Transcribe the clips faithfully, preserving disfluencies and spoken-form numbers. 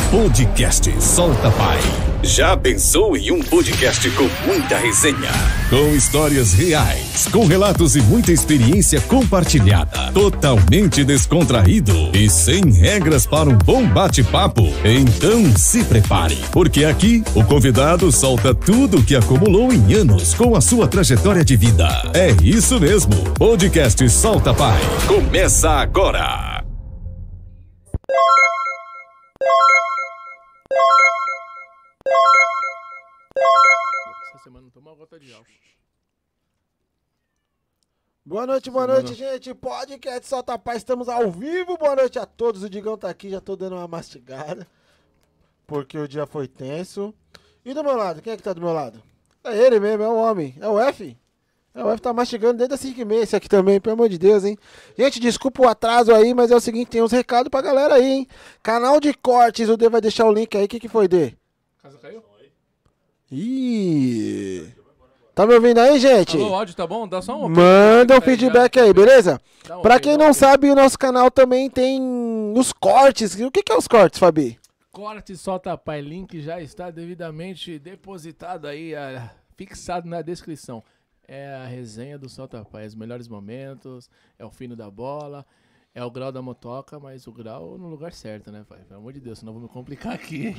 Podcast Solta Pai. Já pensou em um podcast com muita resenha? Com histórias reais, com relatos e muita experiência compartilhada. Totalmente descontraído e sem regras para um bom bate-papo? Então se prepare, porque aqui o convidado solta tudo o que acumulou em anos com a sua trajetória de vida. É isso mesmo, Podcast Solta Pai. Começa agora! Essa semana não tomou uma gota de álcool. Boa noite, boa noite, gente. Podcast Solta Pai, estamos ao vivo. Boa noite a todos. O Digão tá aqui, já tô dando uma mastigada, porque o dia foi tenso. E do meu lado, quem é que tá do meu lado? É ele mesmo, é o homem, é o F. É, o F tá mastigando desde as cinco e meia, esse aqui também, pelo amor de Deus, hein. Gente, desculpa o atraso aí, mas é o seguinte, tem uns recados pra galera aí, hein. Canal de cortes, o D vai deixar o link aí. O que que foi, D? Casa caiu? Ih... Tá me ouvindo aí, gente? Alô, o áudio tá bom? Dá só um... Manda um feedback aí, beleza? Um Pra okay, quem um não okay. sabe, o nosso canal também tem os cortes. O que que é os cortes, Fabi? Corte Solta Pai, link já está devidamente depositado aí, ah, fixado na descrição. É a resenha do Solta Pai, os melhores momentos, é o fino da bola, é o grau da motoca, mas o grau no lugar certo, né, pai? Pelo amor de Deus, senão eu vou me complicar aqui.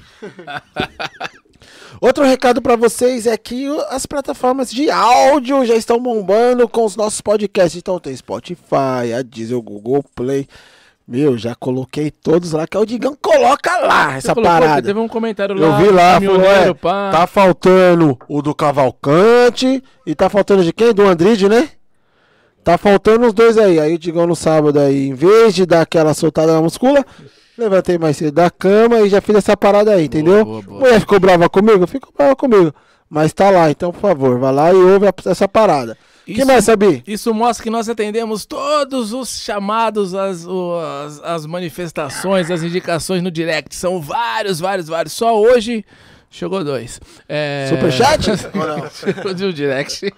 Outro recado pra vocês é que as plataformas de áudio já estão bombando com os nossos podcasts. Então tem Spotify, a Deezer, o Google Play. Meu, já coloquei todos lá, que é o Digão, coloca lá essa colocou, parada. Teve um comentário lá. Eu vi lá, falou, é, pá. tá faltando o do Cavalcante e tá faltando de quem? Do Andride, né? Tá faltando os dois aí. Aí o Digão no sábado aí, em vez de dar aquela soltada na muscula, levantei mais cedo da cama e já fiz essa parada aí, entendeu? Boa, boa, boa. Mulher ficou brava comigo? Ficou brava comigo. Mas tá lá, então por favor, vai lá e ouve essa parada. O que mais, Sabi? Isso mostra que nós atendemos todos os chamados, as, o- as, as manifestações, as indicações no direct. São vários, vários, vários. Só hoje chegou dois. É... Superchat? Ou não? Chegou de um direct.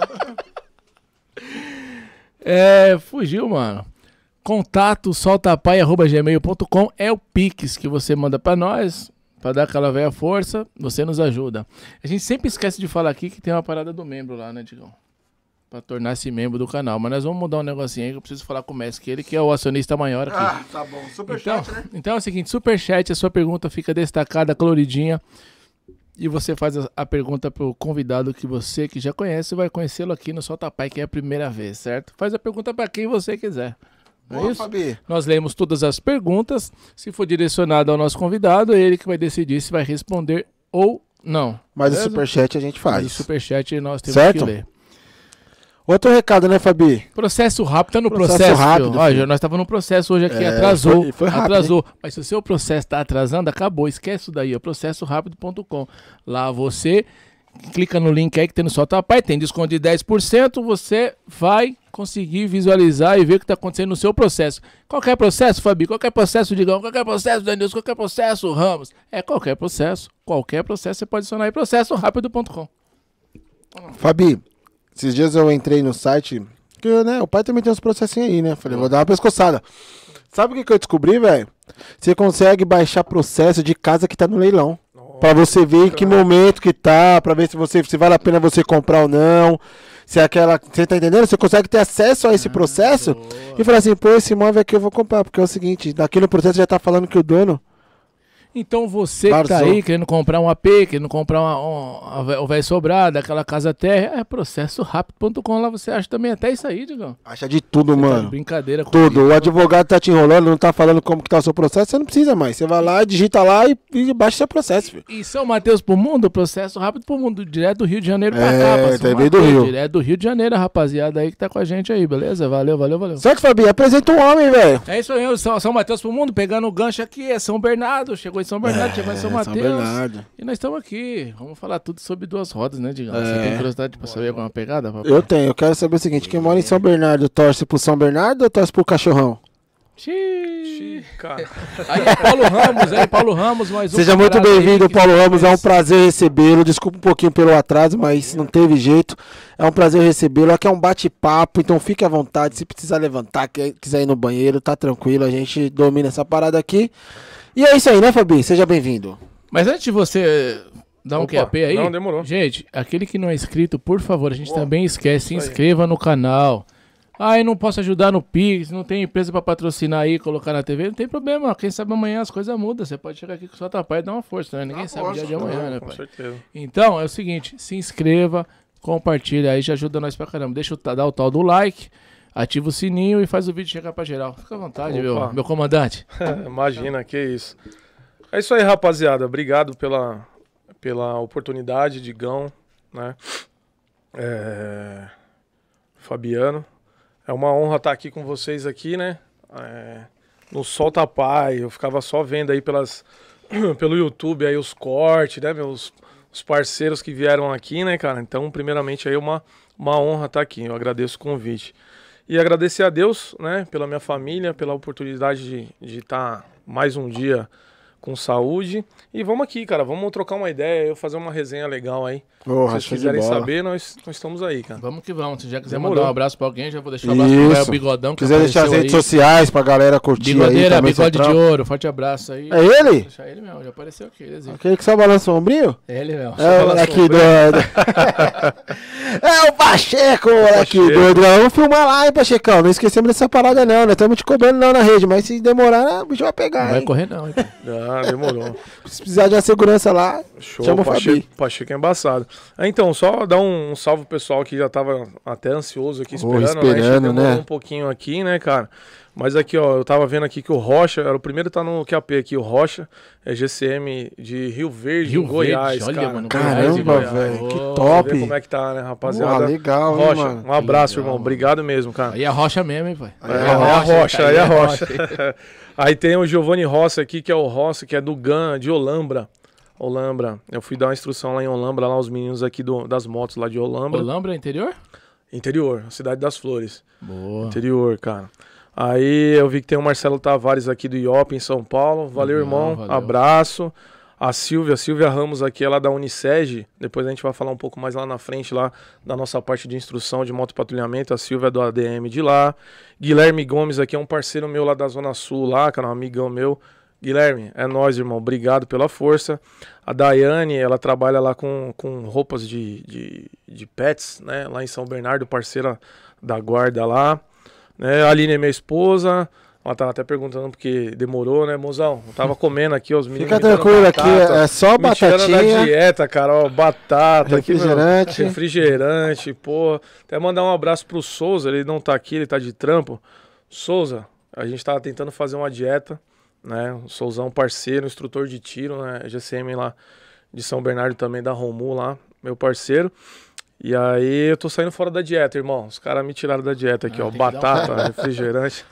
É, fugiu, mano. Contato soltapai arroba gmail ponto com é o Pix que você manda pra nós, pra dar aquela velha força, você nos ajuda. A gente sempre esquece de falar aqui que tem uma parada do membro lá, né, Digão? Pra tornar-se membro do canal. Mas nós vamos mudar um negocinho aí que eu preciso falar com o Messi, que ele que é o acionista maior aqui. Ah, tá bom. então, Superchat, né? então é o seguinte, superchat, a sua pergunta fica destacada, coloridinha. E você faz a, a pergunta pro convidado que você que já conhece vai conhecê-lo aqui no Solta Pai, que é a primeira vez, certo? Faz a pergunta pra quem você quiser. Não é Boa, isso? Fabi. Nós lemos todas as perguntas. Se for direcionado ao nosso convidado, é ele que vai decidir se vai responder ou não. Mas beleza? o superchat a gente Mas faz. o superchat nós temos Certo? que ler. Outro recado, né, Fabi? Processo rápido, tá no Processo processo. rápido, Ó, filho. já nós estávamos no processo hoje aqui, É, atrasou. foi- foi rápido, atrasou. Mas se o seu processo tá atrasando, acabou. Esquece isso daí, é processo rápido ponto com. Lá você clica no link aí que tem no Solta Pai, tem desconto de dez por cento, você vai conseguir visualizar e ver o que está acontecendo no seu processo. Qualquer processo, Fabi, qualquer processo, Digão, qualquer processo, Danilson, qualquer processo, Ramos. É qualquer processo, qualquer processo, você pode adicionar aí processo rápido ponto com. Fabi, esses dias eu entrei no site, que, né, o pai também tem uns processinhos aí, né? Falei, vou dar uma pescoçada. Sabe o que, que eu descobri, velho? Você consegue baixar processo de casa que tá no leilão. Pra você ver em que momento que tá, pra ver se, você, se vale a pena você comprar ou não. Se é aquela. Você tá entendendo? Você consegue ter acesso a esse processo e falar assim, pô, esse imóvel aqui eu vou comprar. Porque é o seguinte, naquele processo já tá falando que o dono. Então você que tá Vazou. aí querendo comprar um A P, querendo comprar uma, um, um velho sobrado, aquela casa terra, é processo rápido ponto com. Lá você acha também até isso aí, Digão. Acha de tudo, Tá de mano. brincadeira com Tudo. O advogado tá te enrolando, não tá falando como que tá o seu processo, você não precisa mais. Você vai lá, digita lá e, e baixa seu processo, filho. E São Mateus pro mundo, processo rápido pro mundo, direto do Rio de Janeiro pra É, cá. pra São tá veio do Mateus, Rio. Direto do Rio de Janeiro, a rapaziada aí que tá com a gente aí, beleza? Valeu, valeu, valeu. Certo, Fabi? Apresenta um homem, velho. É isso aí, São, São Mateus pro mundo, pegando o gancho aqui, é São Bernardo, chegou em São Bernardo, chegou em São É, Mateus. Bernardo. E nós estamos aqui, vamos falar tudo sobre duas rodas, né, Digão? Você É. tem curiosidade pra saber alguma pegada, papai? Eu tenho, eu quero saber o seguinte, quem mora em São Bernardo torce pro São Bernardo ou torce pro cachorrão? Xiii. Cara. Aí, Paulo Ramos, aí, Paulo Ramos, mais um. Seja muito bem-vindo, Paulo Ramos. É um prazer recebê-lo. Desculpa um pouquinho pelo atraso, mas não teve jeito. É um prazer recebê-lo. Aqui é um bate-papo, então fique à vontade. Se precisar levantar, quiser ir no banheiro, tá tranquilo. A gente domina essa parada aqui. E é isso aí, né, Fabi? Seja bem-vindo. Mas antes de você dar um Opa, Q A P aí, não, demorou. Gente, aquele que não é inscrito, por favor, a gente Bom, também esquece, se isso aí. inscreva no canal. Ah, eu não posso ajudar no Pix, não tem empresa pra patrocinar aí, colocar na T V, não tem problema. Quem sabe amanhã as coisas mudam. Você pode chegar aqui com o seu pai e dar uma força, né? Ninguém Ah, sabe o dia de força, amanhã, né, com pai? certeza. Então, é o seguinte, se inscreva, compartilha aí, já ajuda nós pra caramba. Deixa eu ta- dar o tal do like, ativa o sininho e faz o vídeo chegar pra geral. Fica à vontade, meu, Opa. meu comandante. Imagina, que isso. É isso aí, rapaziada. Obrigado pela, pela oportunidade, Digão, né? É... Fabiano. É uma honra estar aqui com vocês aqui, né? É... No Solta Pai. Eu ficava só vendo aí pelas... pelo YouTube aí os cortes, né? Meus os parceiros que vieram aqui, né, cara? Então, primeiramente, aí é uma, uma honra estar aqui. Eu agradeço o convite. E agradecer a Deus, né? Pela minha família, pela oportunidade de de estar mais um dia com saúde. E vamos aqui, cara. Vamos trocar uma ideia, eu fazer uma resenha legal aí. Porra, Se vocês show de quiserem bola. saber, nós, nós estamos aí, cara. Vamos que vamos. Se já quiser Demorou. mandar um abraço pra alguém, já vou deixar um abraço pro Isso. Léo Bigodão. Que Quiser deixar as apareceu redes aí. sociais pra galera curtir aí Bigodeira, também. bigode seu de trampo. ouro. Forte abraço aí. É ele? Deixa ele mesmo, já apareceu aqui. Ele existe. Aquele que só balança o ombrinho? É ele mesmo. É, balança aqui o doido. É o Pacheco, aqui Pacheco. doido. Vamos filmar lá, hein, Pachecão. Não esquecemos dessa parada, não. Não estamos te cobrando não na rede, mas se demorar, né, o bicho vai Não pegar, vai hein? correr não, hein, pai. Ah, demorou. Se precisar de uma segurança lá, Show, chama o Fabi. Pacheco, Pacheco é embaçado. Ah, então, só dar um, um salve pro pessoal que já tava até ansioso aqui Oh, esperando, né? A gente esperando, demorou né? um pouquinho aqui, né, cara? Mas aqui, ó, eu tava vendo aqui que o Rocha, era o primeiro a estar no Q A P aqui, o Rocha, é G C M de Rio Verde, Rio Goiás, Verde, olha, cara. mano, Caramba, Goiás, velho, Goiás. que Ô, top. Ver como é que tá, né, rapaziada? Porra, legal, hein, Rocha, mano? um abraço, Legal, irmão. mano. Obrigado mesmo, cara. Aí é a rocha mesmo, hein, pai. É, é a Rocha, aí é a Rocha. Rocha. Aí tem o Giovanni Rossi aqui, que é o Rossi, que é do G A N, de Olambra. Olambra. Eu fui dar uma instrução lá em Olambra, lá os meninos aqui do, das motos lá de Olambra. Olambra, interior? Interior, Cidade das Flores. Boa. Interior, cara. Aí eu vi que tem o Marcelo Tavares aqui do I O P em São Paulo. Valeu, Legal, irmão. valeu. Abraço. A Silvia, a Silvia Ramos aqui, ela é da Uniceg. Depois a gente vai falar um pouco mais lá na frente, lá da nossa parte de instrução de motopatrulhamento. A Silvia é do A D M de lá. Guilherme Gomes aqui é um parceiro meu lá da Zona Sul, lá, cara, um amigão meu. Guilherme, é nóis, irmão. Obrigado pela força. A Daiane, ela trabalha lá com, com roupas de, de, de pets, né? Lá em São Bernardo, parceira da guarda lá. Né? A Aline é minha esposa. Ela tava até perguntando porque demorou, né, mozão? Eu tava comendo aqui, os meninos. Fica me dando tranquilo aqui, batata, é só me tirando da batatinha, dieta, cara, ó, batata, aqui, meu, refrigerante. refrigerante, pô. Até mandar um abraço pro Souza, ele não tá aqui, ele tá de trampo. Souza, a gente tava tentando fazer uma dieta, né? O Souzão, parceiro, instrutor de tiro, né? G C M lá de São Bernardo também, da Romu lá, meu parceiro. E aí eu tô saindo fora da dieta, irmão. Os caras me tiraram da dieta aqui, Ah, ó. tem que dar um- Batata, refrigerante.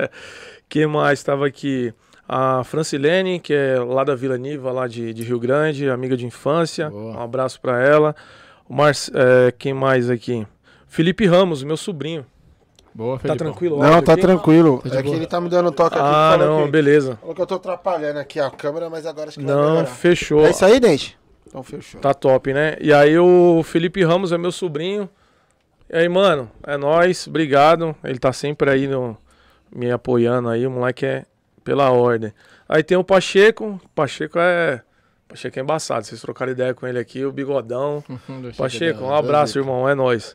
Que mais? Tava aqui a Francilene, que é lá da Vila Niva, lá de, de Rio Grande, amiga de infância. Boa. Um abraço pra ela. O Marce... é, quem mais aqui? Felipe Ramos, meu sobrinho. Boa, Tá Felipão. tranquilo? o Não, áudio tá aqui? tranquilo. Tá de É que boa. ele tá me dando um toque aqui. Ah, falou não, que- beleza. falou que eu tô atrapalhando aqui a câmera, mas agora acho que vai Não, melhorar. fechou. É isso aí, Dente? Então fechou. Tá top, né? E aí o Felipe Ramos é meu sobrinho. E aí, mano, é nóis, obrigado. Ele tá sempre aí no, me apoiando aí, o moleque é pela ordem. Aí tem o Pacheco, Pacheco é... Pacheco é embaçado, vocês trocaram ideia com ele aqui, o Bigodão. Pacheco, um abraço, irmão, é nóis.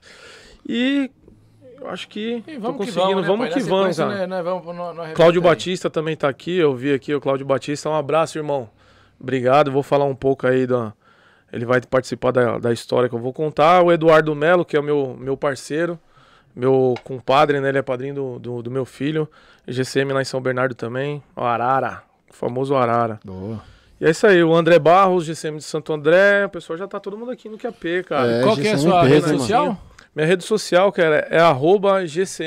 E eu acho que E tô vamos que conseguindo, vamos, né, vamos pai? que Na vamos, sequência, cara. né, nós vamos, nós- nós Cláudio arrebenta aí. Batista também tá aqui, eu vi aqui o Cláudio Batista, um abraço, irmão. Obrigado, vou falar um pouco aí da... Ele vai participar da, da história que eu vou contar. O Eduardo Melo, que é o meu, meu parceiro, meu compadre, né? Ele é padrinho do, do, do meu filho. G C M lá em São Bernardo também. O Arara, o famoso Arara. Boa. E é isso aí, o André Barros, G C M de Santo André. O pessoal já tá todo mundo aqui no Q A P, cara. É, Qual que é a G C M sua empresa, rede mano. social? Minha rede social, cara, é arroba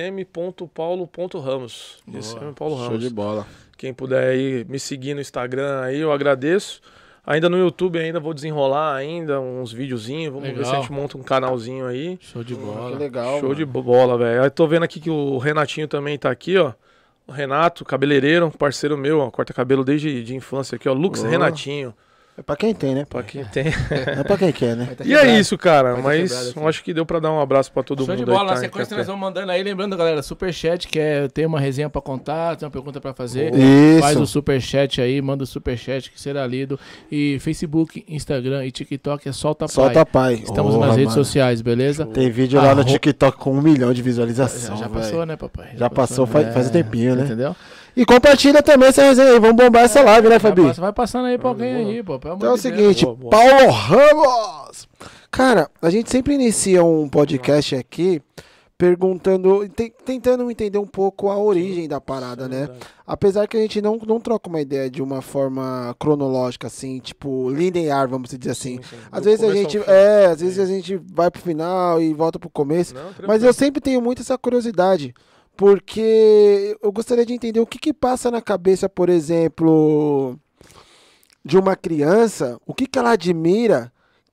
gcm.paulo.ramos. Boa. G C M Paulo Show Ramos. de bola. Quem puder aí me seguir no Instagram aí, eu agradeço. Ainda no YouTube ainda vou desenrolar ainda uns videozinhos. Vamos ver Legal. se a gente monta um canalzinho aí. Show de Que bola. legal. Show mano. de bola, velho. Aí tô vendo aqui que o Renatinho também tá aqui, ó. o Renato, cabeleireiro, parceiro meu, ó, corta cabelo desde de infância aqui, ó, Lux Oh. Renatinho. É pra quem tem, né? Pra quem tem. É pra quem quer, né? Tá E é quebrado. isso, cara. Vai tá Mas quebrado aqui. eu acho que deu pra dar um abraço pra todo Show mundo. de bola, aí na que tá em sequência café. nós vamos mandando aí, lembrando, galera, superchat, que é, tem uma resenha pra contar, tem uma pergunta pra fazer, Isso. faz o superchat aí, manda o superchat que será lido, e Facebook, Instagram e TikTok é Solta Pai. Solta pai. Estamos Porra, nas redes mano. sociais, beleza? Tem vídeo lá no Arro- TikTok com um milhão de Já, visualização, já velho. passou, né, papai? Já passou faz- faz um tempinho, né? Entendeu? E compartilha também essa resenha aí. Vamos bombar essa live, né, Vai, Fabi? passa- vai passando aí pra alguém aí, pô. pelo Então é amor o de Deus. seguinte, Boa, boa. Paulo Ramos. Cara, a gente sempre inicia um podcast aqui perguntando, te- tentando entender um pouco a origem da parada, né? Apesar que a gente não, não troca uma ideia de uma forma cronológica, assim, tipo, linear, vamos dizer assim. Sim, sim. Às Do vezes a começo gente, ao fim. é, às vezes a gente vai pro final e volta pro começo. Não, tranquilo. Mas eu sempre tenho muito essa curiosidade, porque eu gostaria de entender o que que passa na cabeça, por exemplo, de uma criança, o que que ela admira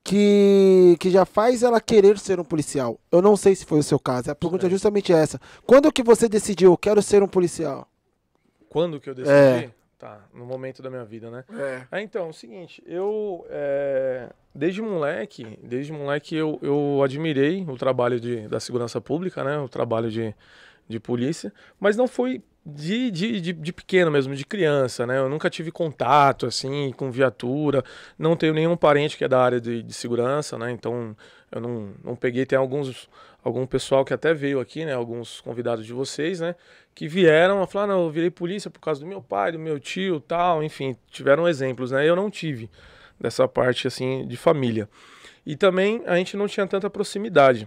que, que já faz ela querer ser um policial. Eu não sei se foi o seu caso, a pergunta é justamente essa. Quando que você decidiu, quero ser um policial? Quando que eu decidi? É. Tá, no momento da minha vida, né? É. Ah, então, é o seguinte, eu, é, desde moleque, desde moleque eu, eu admirei o trabalho de, da segurança pública, né? O trabalho de, de polícia, mas não foi de, de, de, de pequeno mesmo, de criança, né? Eu nunca tive contato, assim, com viatura, não tenho nenhum parente que é da área de, de segurança, né? Então, eu não, não peguei, tem alguns, algum pessoal que até veio aqui, né? Alguns convidados de vocês, né? Que vieram a falar, não, eu virei polícia por causa do meu pai, do meu tio, tal, enfim, tiveram exemplos, né? Eu não tive dessa parte, assim, de família. E também a gente não tinha tanta proximidade,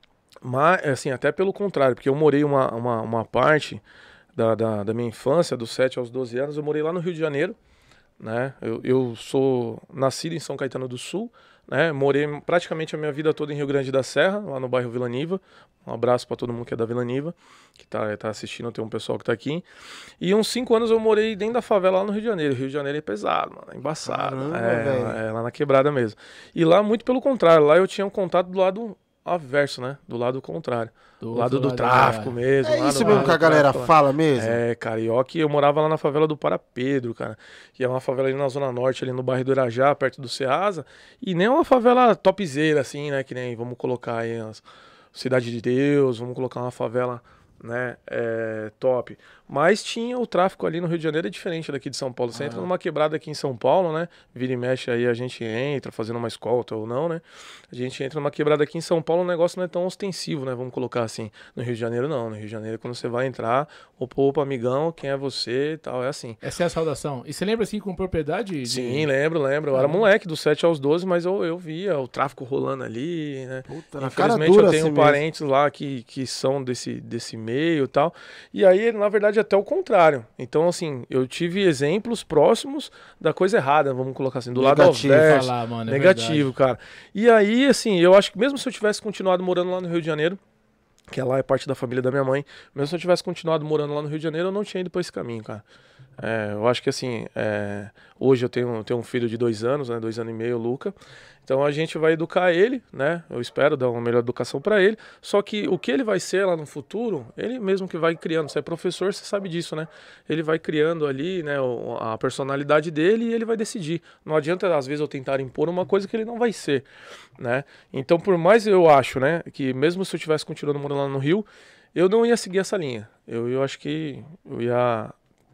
mas, assim, até pelo contrário, porque eu morei uma, uma, uma parte da, da, da minha infância, dos sete aos doze anos, eu morei lá no Rio de Janeiro, né? Eu, eu sou nascido em São Caetano do Sul, né? Morei praticamente a minha vida toda em Rio Grande da Serra, lá no bairro Vila Niva. Um abraço para todo mundo que é da Vila Niva, que tá, tá assistindo, tem um pessoal que tá aqui. E uns cinco anos eu morei dentro da favela lá no Rio de Janeiro. Rio de Janeiro é pesado, mano, é embaçado. Caramba, é, velho. é, lá na quebrada mesmo. E lá, muito pelo contrário, lá eu tinha um contato do lado averso, né? Do lado contrário. Do lado outro do lado, tráfico é. mesmo. É lá isso no mesmo lado que a do galera tráfico lá. fala mesmo? É, carioca, e eu morava lá na favela do Para Pedro, cara, que é uma favela ali na Zona Norte, ali no bairro do Irajá, perto do Ceasa, e nem uma favela topzera, assim, né, que nem, vamos colocar aí, as Cidade de Deus, vamos colocar uma favela, né, é, top. Mas tinha o tráfico ali no Rio de Janeiro, é diferente daqui de São Paulo. Você entra numa quebrada aqui em São Paulo, né, vira e mexe aí, a gente entra fazendo uma escolta ou não, né, a gente entra numa quebrada aqui em São Paulo, o negócio não é tão ostensivo, né, vamos colocar assim. No Rio de Janeiro não, no Rio de Janeiro quando você vai entrar, opa, opa, amigão, quem é você e tal, é assim. Essa é a saudação. E você lembra assim com propriedade? de- Sim, lembro, lembro. Eu era moleque, dos sete aos doze, mas eu, eu via o tráfico rolando ali, né? Puta, na cara Infelizmente dura eu tenho assim mesmo. parentes lá que, que são desse, desse meio e tal. E aí, na verdade, até o contrário. Então, assim, eu tive exemplos próximos da coisa errada, vamos colocar assim, do Negativo. lado averso. Falar, mano, é Negativo, cara. E aí, assim, eu acho que mesmo se eu tivesse continuado morando lá no Rio de Janeiro, que lá é parte da família da minha mãe, mesmo se eu tivesse continuado morando lá no Rio de Janeiro, eu não tinha ido por esse caminho, cara. É, eu acho que assim, é, hoje eu tenho, tenho um filho de dois anos, né, dois anos e meio, o Luca. Então a gente vai educar ele, né? Eu espero dar uma melhor educação para ele. Só que o que ele vai ser lá no futuro, ele mesmo que vai criando. Você é professor, você sabe disso, né? Ele vai criando ali, né, o- a personalidade dele e ele vai decidir. Não adianta às vezes eu tentar impor uma coisa que ele não vai ser, né? Então por mais eu acho, né, que mesmo se eu tivesse continuando morando lá no Rio, eu não ia seguir essa linha. Eu, eu acho que eu ia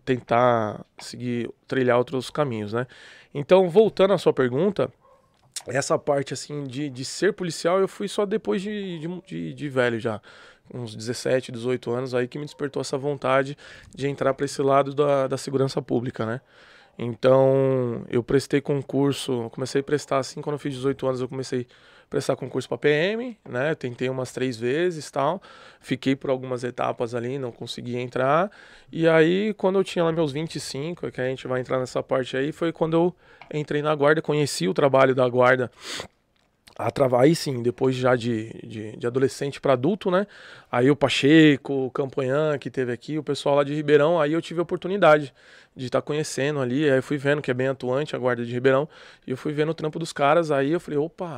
tentar seguir, trilhar outros caminhos, né? Então, voltando à sua pergunta, essa parte, assim, de, de ser policial, eu fui só depois de, de, de, de velho já, uns dezessete, dezoito anos, aí que me despertou essa vontade de entrar para esse lado da, da segurança pública, né? Então, eu prestei concurso, comecei a prestar assim, quando eu fiz dezoito anos, eu comecei a prestar concurso para P M, né? Tentei umas três vezes e tal. Fiquei por algumas etapas ali, não consegui entrar. E aí, quando eu tinha lá meus vinte e cinco, que a gente vai entrar nessa parte aí, foi quando eu entrei na guarda, conheci o trabalho da guarda. A trava... Aí sim, depois já de, de, de adolescente para adulto, né? Aí o Pacheco, o Campanhã que teve aqui, o pessoal lá de Ribeirão, aí eu tive a oportunidade de estar conhecendo ali, aí eu fui vendo que é bem atuante a guarda de Ribeirão, e eu fui vendo o trampo dos caras, aí eu falei, opa,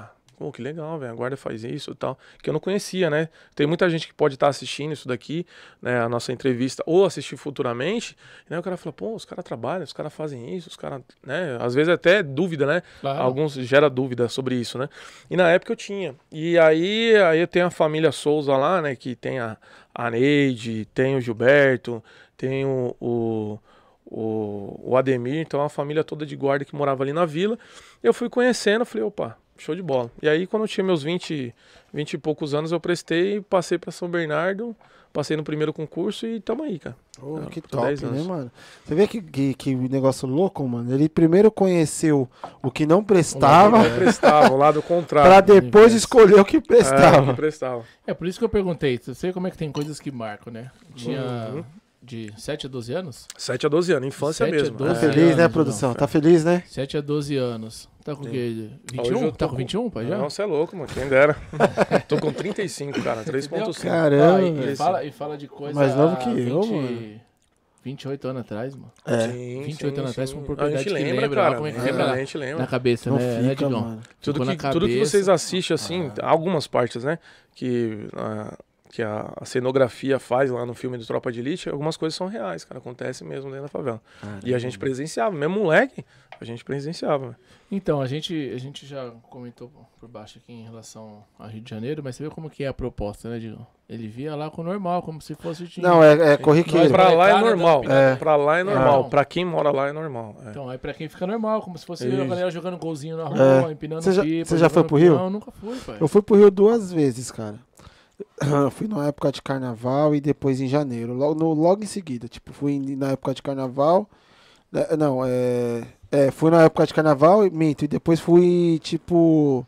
pô, que legal, velho, a guarda faz isso e tal. Que eu não conhecia, né? Tem muita gente que pode estar assistindo isso daqui, né, a nossa entrevista, ou assistir futuramente, né? O cara fala, pô, os caras trabalham, os caras fazem isso, os caras, né? Às vezes até dúvida, né? Claro. Alguns gera dúvida sobre isso, né? E na época eu tinha. E aí, aí eu tenho a família Souza lá, né? Que tem a, a Neide, tem o Gilberto, tem o... o O, o Ademir, então a família toda de guarda que morava ali na vila. Eu fui conhecendo, falei, opa, show de bola. E aí quando eu tinha meus vinte, vinte e poucos anos, eu prestei, passei para São Bernardo, passei no primeiro concurso e tamo aí, cara. Oh, Eu, que tô top, dez né, anos. mano? Você vê que, que, que negócio louco, mano? Ele primeiro conheceu o que não prestava, Não prestava, o lado contrário. pra depois Universo. escolher o que É, prestava. que prestava. É por isso que eu perguntei. Você sei como é que tem coisas que marcam, né? Tinha Uhum. de sete a doze anos? sete a doze anos, infância sete a mesmo. doze Tá É. feliz, né, anos, produção? irmão. Tá feliz, né? sete a doze anos. Tá com o quê? Hoje eu vinte e um? tô Tá com com- vinte e um, pai, já? Não, você é louco, mano, quem dera. Tô com trinta e cinco, cara, três ponto cinco. Caramba, Ah, e, velho. e, fala, e fala de coisa Mais novo há que eu, vinte, mano. vinte e oito anos atrás, mano. É. Sim, vinte e sim, oito anos atrás, sim. com A propriedade gente que lembra, lembra, cara. como é que É, lembra a gente lembra. na cabeça, Não né, né, fica, Digão? mano. Tudo Ficou que, na tudo que cabeça. vocês assistem, assim, algumas partes, né? Que, a, que a, a cenografia faz lá no filme do Tropa de Elite, algumas coisas são reais, cara. Acontece mesmo dentro da favela. E a gente presenciava, mesmo moleque, a gente presenciava. Então, a gente, a gente já comentou por baixo aqui em relação ao Rio de Janeiro, mas você vê como que é a proposta, né, Digão? Ele via lá com o normal, como se fosse... de- Não, é, é Nós corriqueiro. Pra lá é molecada, normal. dando É. Pra lá é normal. Então. Pra quem mora lá é normal. é. Então, aí pra quem fica normal, como se fosse Isso. a galera jogando golzinho na rua, É. empinando Você já- pipa. você já foi jogando pro Rio? Não, nunca fui, pai. Eu fui pro Rio duas vezes, cara. Eu fui na época de carnaval e depois em janeiro. Logo, no- logo em seguida. Tipo, fui em- na época de carnaval. né, Não, é. É, fui na época de carnaval e minto. E depois fui, tipo.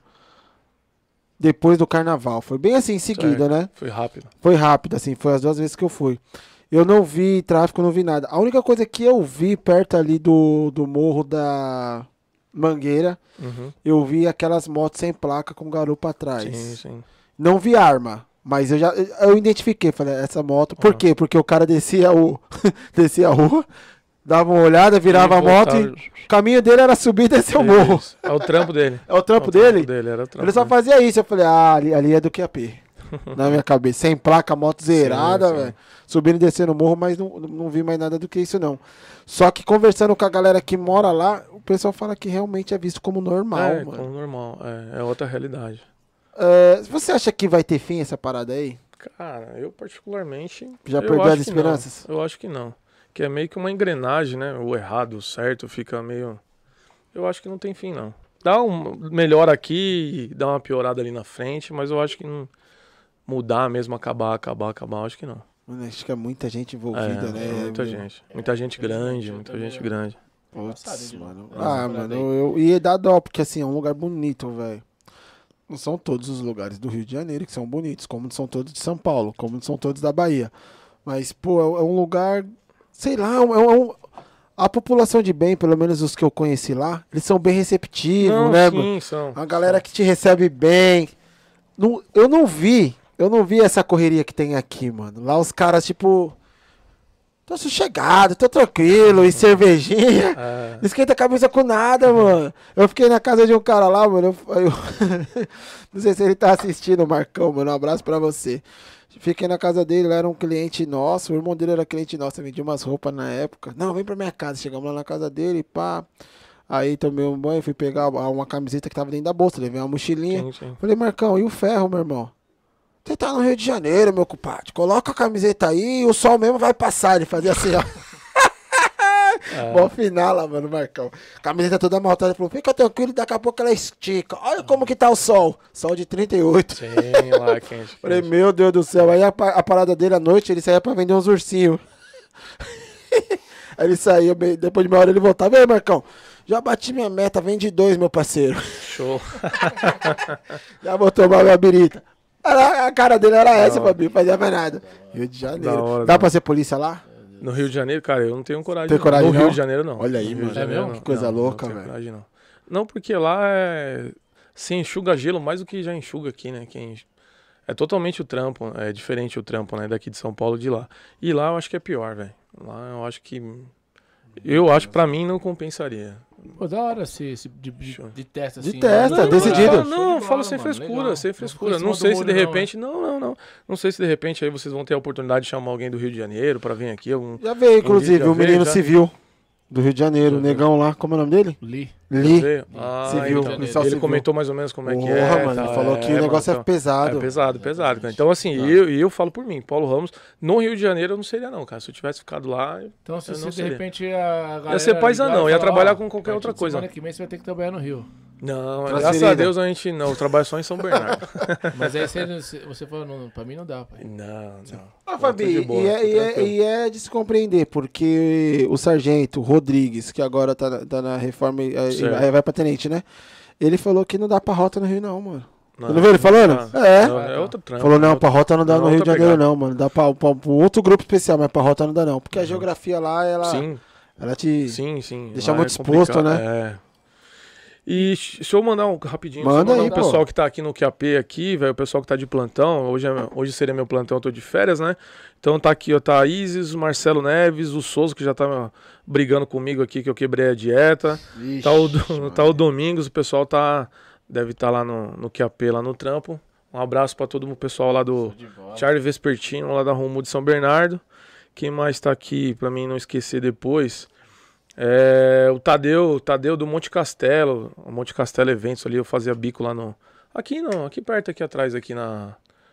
Depois do carnaval. Foi bem assim em seguida, Certo. né? Foi rápido. Foi rápido, assim. Foi as duas vezes que eu fui. Eu não vi tráfico, não vi nada. A única coisa que eu vi perto ali do, do morro da Mangueira, Uhum. eu vi aquelas motos sem placa com garupa atrás. Sim, sim. Não vi arma, mas eu já eu identifiquei, falei, essa moto. Por Aham. quê? Porque o cara descia o descia a rua, dava uma olhada, virava E a moto voltava- e o caminho dele era subir e descer o morro. Isso. É o trampo dele. É o trampo É o dele? dele, era o trampo Ele só dele. fazia isso. Eu falei, ah, ali, ali é do Q A P. Na minha cabeça. Sem placa, moto zerada, sim. velho. Subindo e descendo o morro, mas não, não vi mais nada do que isso, não. Só que conversando com a galera que mora lá, o pessoal fala que realmente é visto como normal, É, mano. como normal. É, é outra realidade. É, você acha que vai ter fim essa parada aí? Cara, eu particularmente. Já eu perdeu acho as que esperanças? não. Eu acho que não. Que é meio que uma engrenagem, né? O errado, o certo, fica meio. Eu acho que não tem fim, não. Dá um melhor aqui, dá uma piorada ali na frente, mas eu acho que não. Mudar mesmo, acabar, acabar, acabar, eu acho que não. Mano, acho que é muita gente envolvida, É, né? muita meu? gente. Muita gente grande, muita gente grande. Putz, Embaçado, mano. Edilon. Ah, Essa mano, parada aí. eu, e dá dó, porque assim, é um lugar bonito, velho. Não são todos os lugares do Rio de Janeiro que são bonitos, como não são todos de São Paulo, como não são todos da Bahia. Mas, pô, é, é um lugar, sei lá, é um, é um- a população de bem, pelo menos os que eu conheci lá, eles são bem receptivos, Não, né, sim, mano? são. A galera que te recebe bem. Não, eu não vi, eu não vi essa correria que tem aqui, mano. Lá os caras, tipo, tô sossegado, tô tranquilo, e cervejinha. É, Não esquenta a cabeça com nada, mano. Eu fiquei na casa de um cara lá, mano. Eu, eu- não sei se ele tá assistindo, Marcão, mano. Um abraço pra você. Fiquei na casa dele, lá era um cliente nosso. O irmão dele era cliente nosso, vendia umas roupas na época. Não, vem pra minha casa. Chegamos lá na casa dele, pá. Aí tomei um banho, fui pegar uma camiseta que tava dentro da bolsa. Levei uma mochilinha. sim, sim. Falei, Marcão, e o ferro, meu irmão? Você tá no Rio de Janeiro, meu compadre. Coloca a camiseta aí e o sol mesmo vai passar. Ele fazia assim, ó. Bom final lá, mano, Marcão. Camiseta toda maltada. Ele falou, fica tranquilo, daqui a pouco ela estica. Olha como que tá o sol. Sol de trinta e oito. Sim, lá é quente. Falei, quente. meu Deus do céu. Aí a, pa- a parada dele à noite, ele saía pra vender uns ursinhos. Aí ele saía, bem- depois de meia hora ele voltava. E aí, Marcão, já bati minha meta, vende dois, meu parceiro. Show. Já vou tomar minha birita. Era- a cara dele era essa, hora. Fabi, fazia mais nada. Rio de Janeiro. Da hora, Dá da pra ser polícia lá? No Rio de Janeiro, cara, eu não tenho coragem. Tem não. coragem, No não? Rio de Janeiro, não. Olha aí, No Rio de mano. Janeiro, É mesmo? não. Que coisa Não, louca, não tenho velho. coragem, não. Não, porque lá é... se enxuga gelo mais do que já enxuga aqui, né? Quem... É totalmente o trampo, é diferente o trampo, né? Daqui de São Paulo de lá. E lá eu acho que é pior, velho. Lá eu acho que... Eu acho que pra mim não compensaria. Pô, da hora esse, esse de, de, de testa assim. De testa, mano. decidido. Não, não, Show de fala bola, sem mano, frescura, legal. sem Não frescura. fica em Não cima sei do se de muro, não, repente, não, não, não. Não sei se de repente aí vocês vão ter a oportunidade de chamar alguém do Rio de Janeiro pra vir aqui. Algum... Já veio, inclusive, já o menino veio, já? civil do Rio de Janeiro, o Já veio. negão lá, como é o nome dele? Li. Li. Veio? Ah, Civil, então. policial Ele civil. comentou mais ou menos como é que Porra, é. mano, tá, ele falou que o negócio mano, é pesado. É pesado, pesado. Cara. Então, assim, eu, eu falo por mim, Paulo Ramos, no Rio de Janeiro eu não seria não, cara. Se eu tivesse ficado lá, Então, se eu você não de seria. repente a galera Ia ser paisanão, ligar e ia falar, trabalhar ó, com qualquer a partir outra de coisa. Semana que vem você vai ter que trabalhar no Rio. Não, Transferida. graças a Deus a gente não, eu trabalho só em São Bernardo. Mas aí você, você falou, não, pra mim não dá, pai. Não, não. Ah, Não, Fabi, tô de boa, e, é, tô e, é, tranquilo. e é de se compreender, porque o sargento Rodrigues, que agora tá, na- tá na reforma e aí Certo. aí vai pra tenente, né? Ele falou que não dá pra rota no Rio, não, mano. Não, Você não viu ele falando? não, É. não, é outro trampo. Falou, não, é pra rota não dá não, no Rio de outra Janeiro, pegada. não, mano. Dá pra, pra, pra outro grupo especial, mas pra rota não dá, não. Porque a geografia lá, ela, Sim, ela te. sim, sim. Deixa Lá muito é exposto, complicado, né? É. E sh- deixa eu mandar um rapidinho, Manda deixa eu mandar aí, um pô. pessoal que tá aqui no Q A P aqui, velho, o pessoal que tá de plantão, hoje, é, hoje seria meu plantão, eu tô de férias, né? Então tá aqui, ó, tá a Isis, o Marcelo Neves, o Souza, que já tá ó, brigando comigo aqui, que eu quebrei a dieta. Ixi, Tá o, Do- tá o Domingos, o pessoal tá, deve estar lá no, no Q A P, lá no trampo. Um abraço pra todo o pessoal lá do Charlie Vespertino, lá da Rumo de São Bernardo. Quem mais tá aqui, pra mim não esquecer depois? É, o Tadeu, o Tadeu do Monte Castelo, o Monte Castelo Eventos ali, eu fazia bico lá no... Aqui não, aqui perto, aqui atrás, aqui na...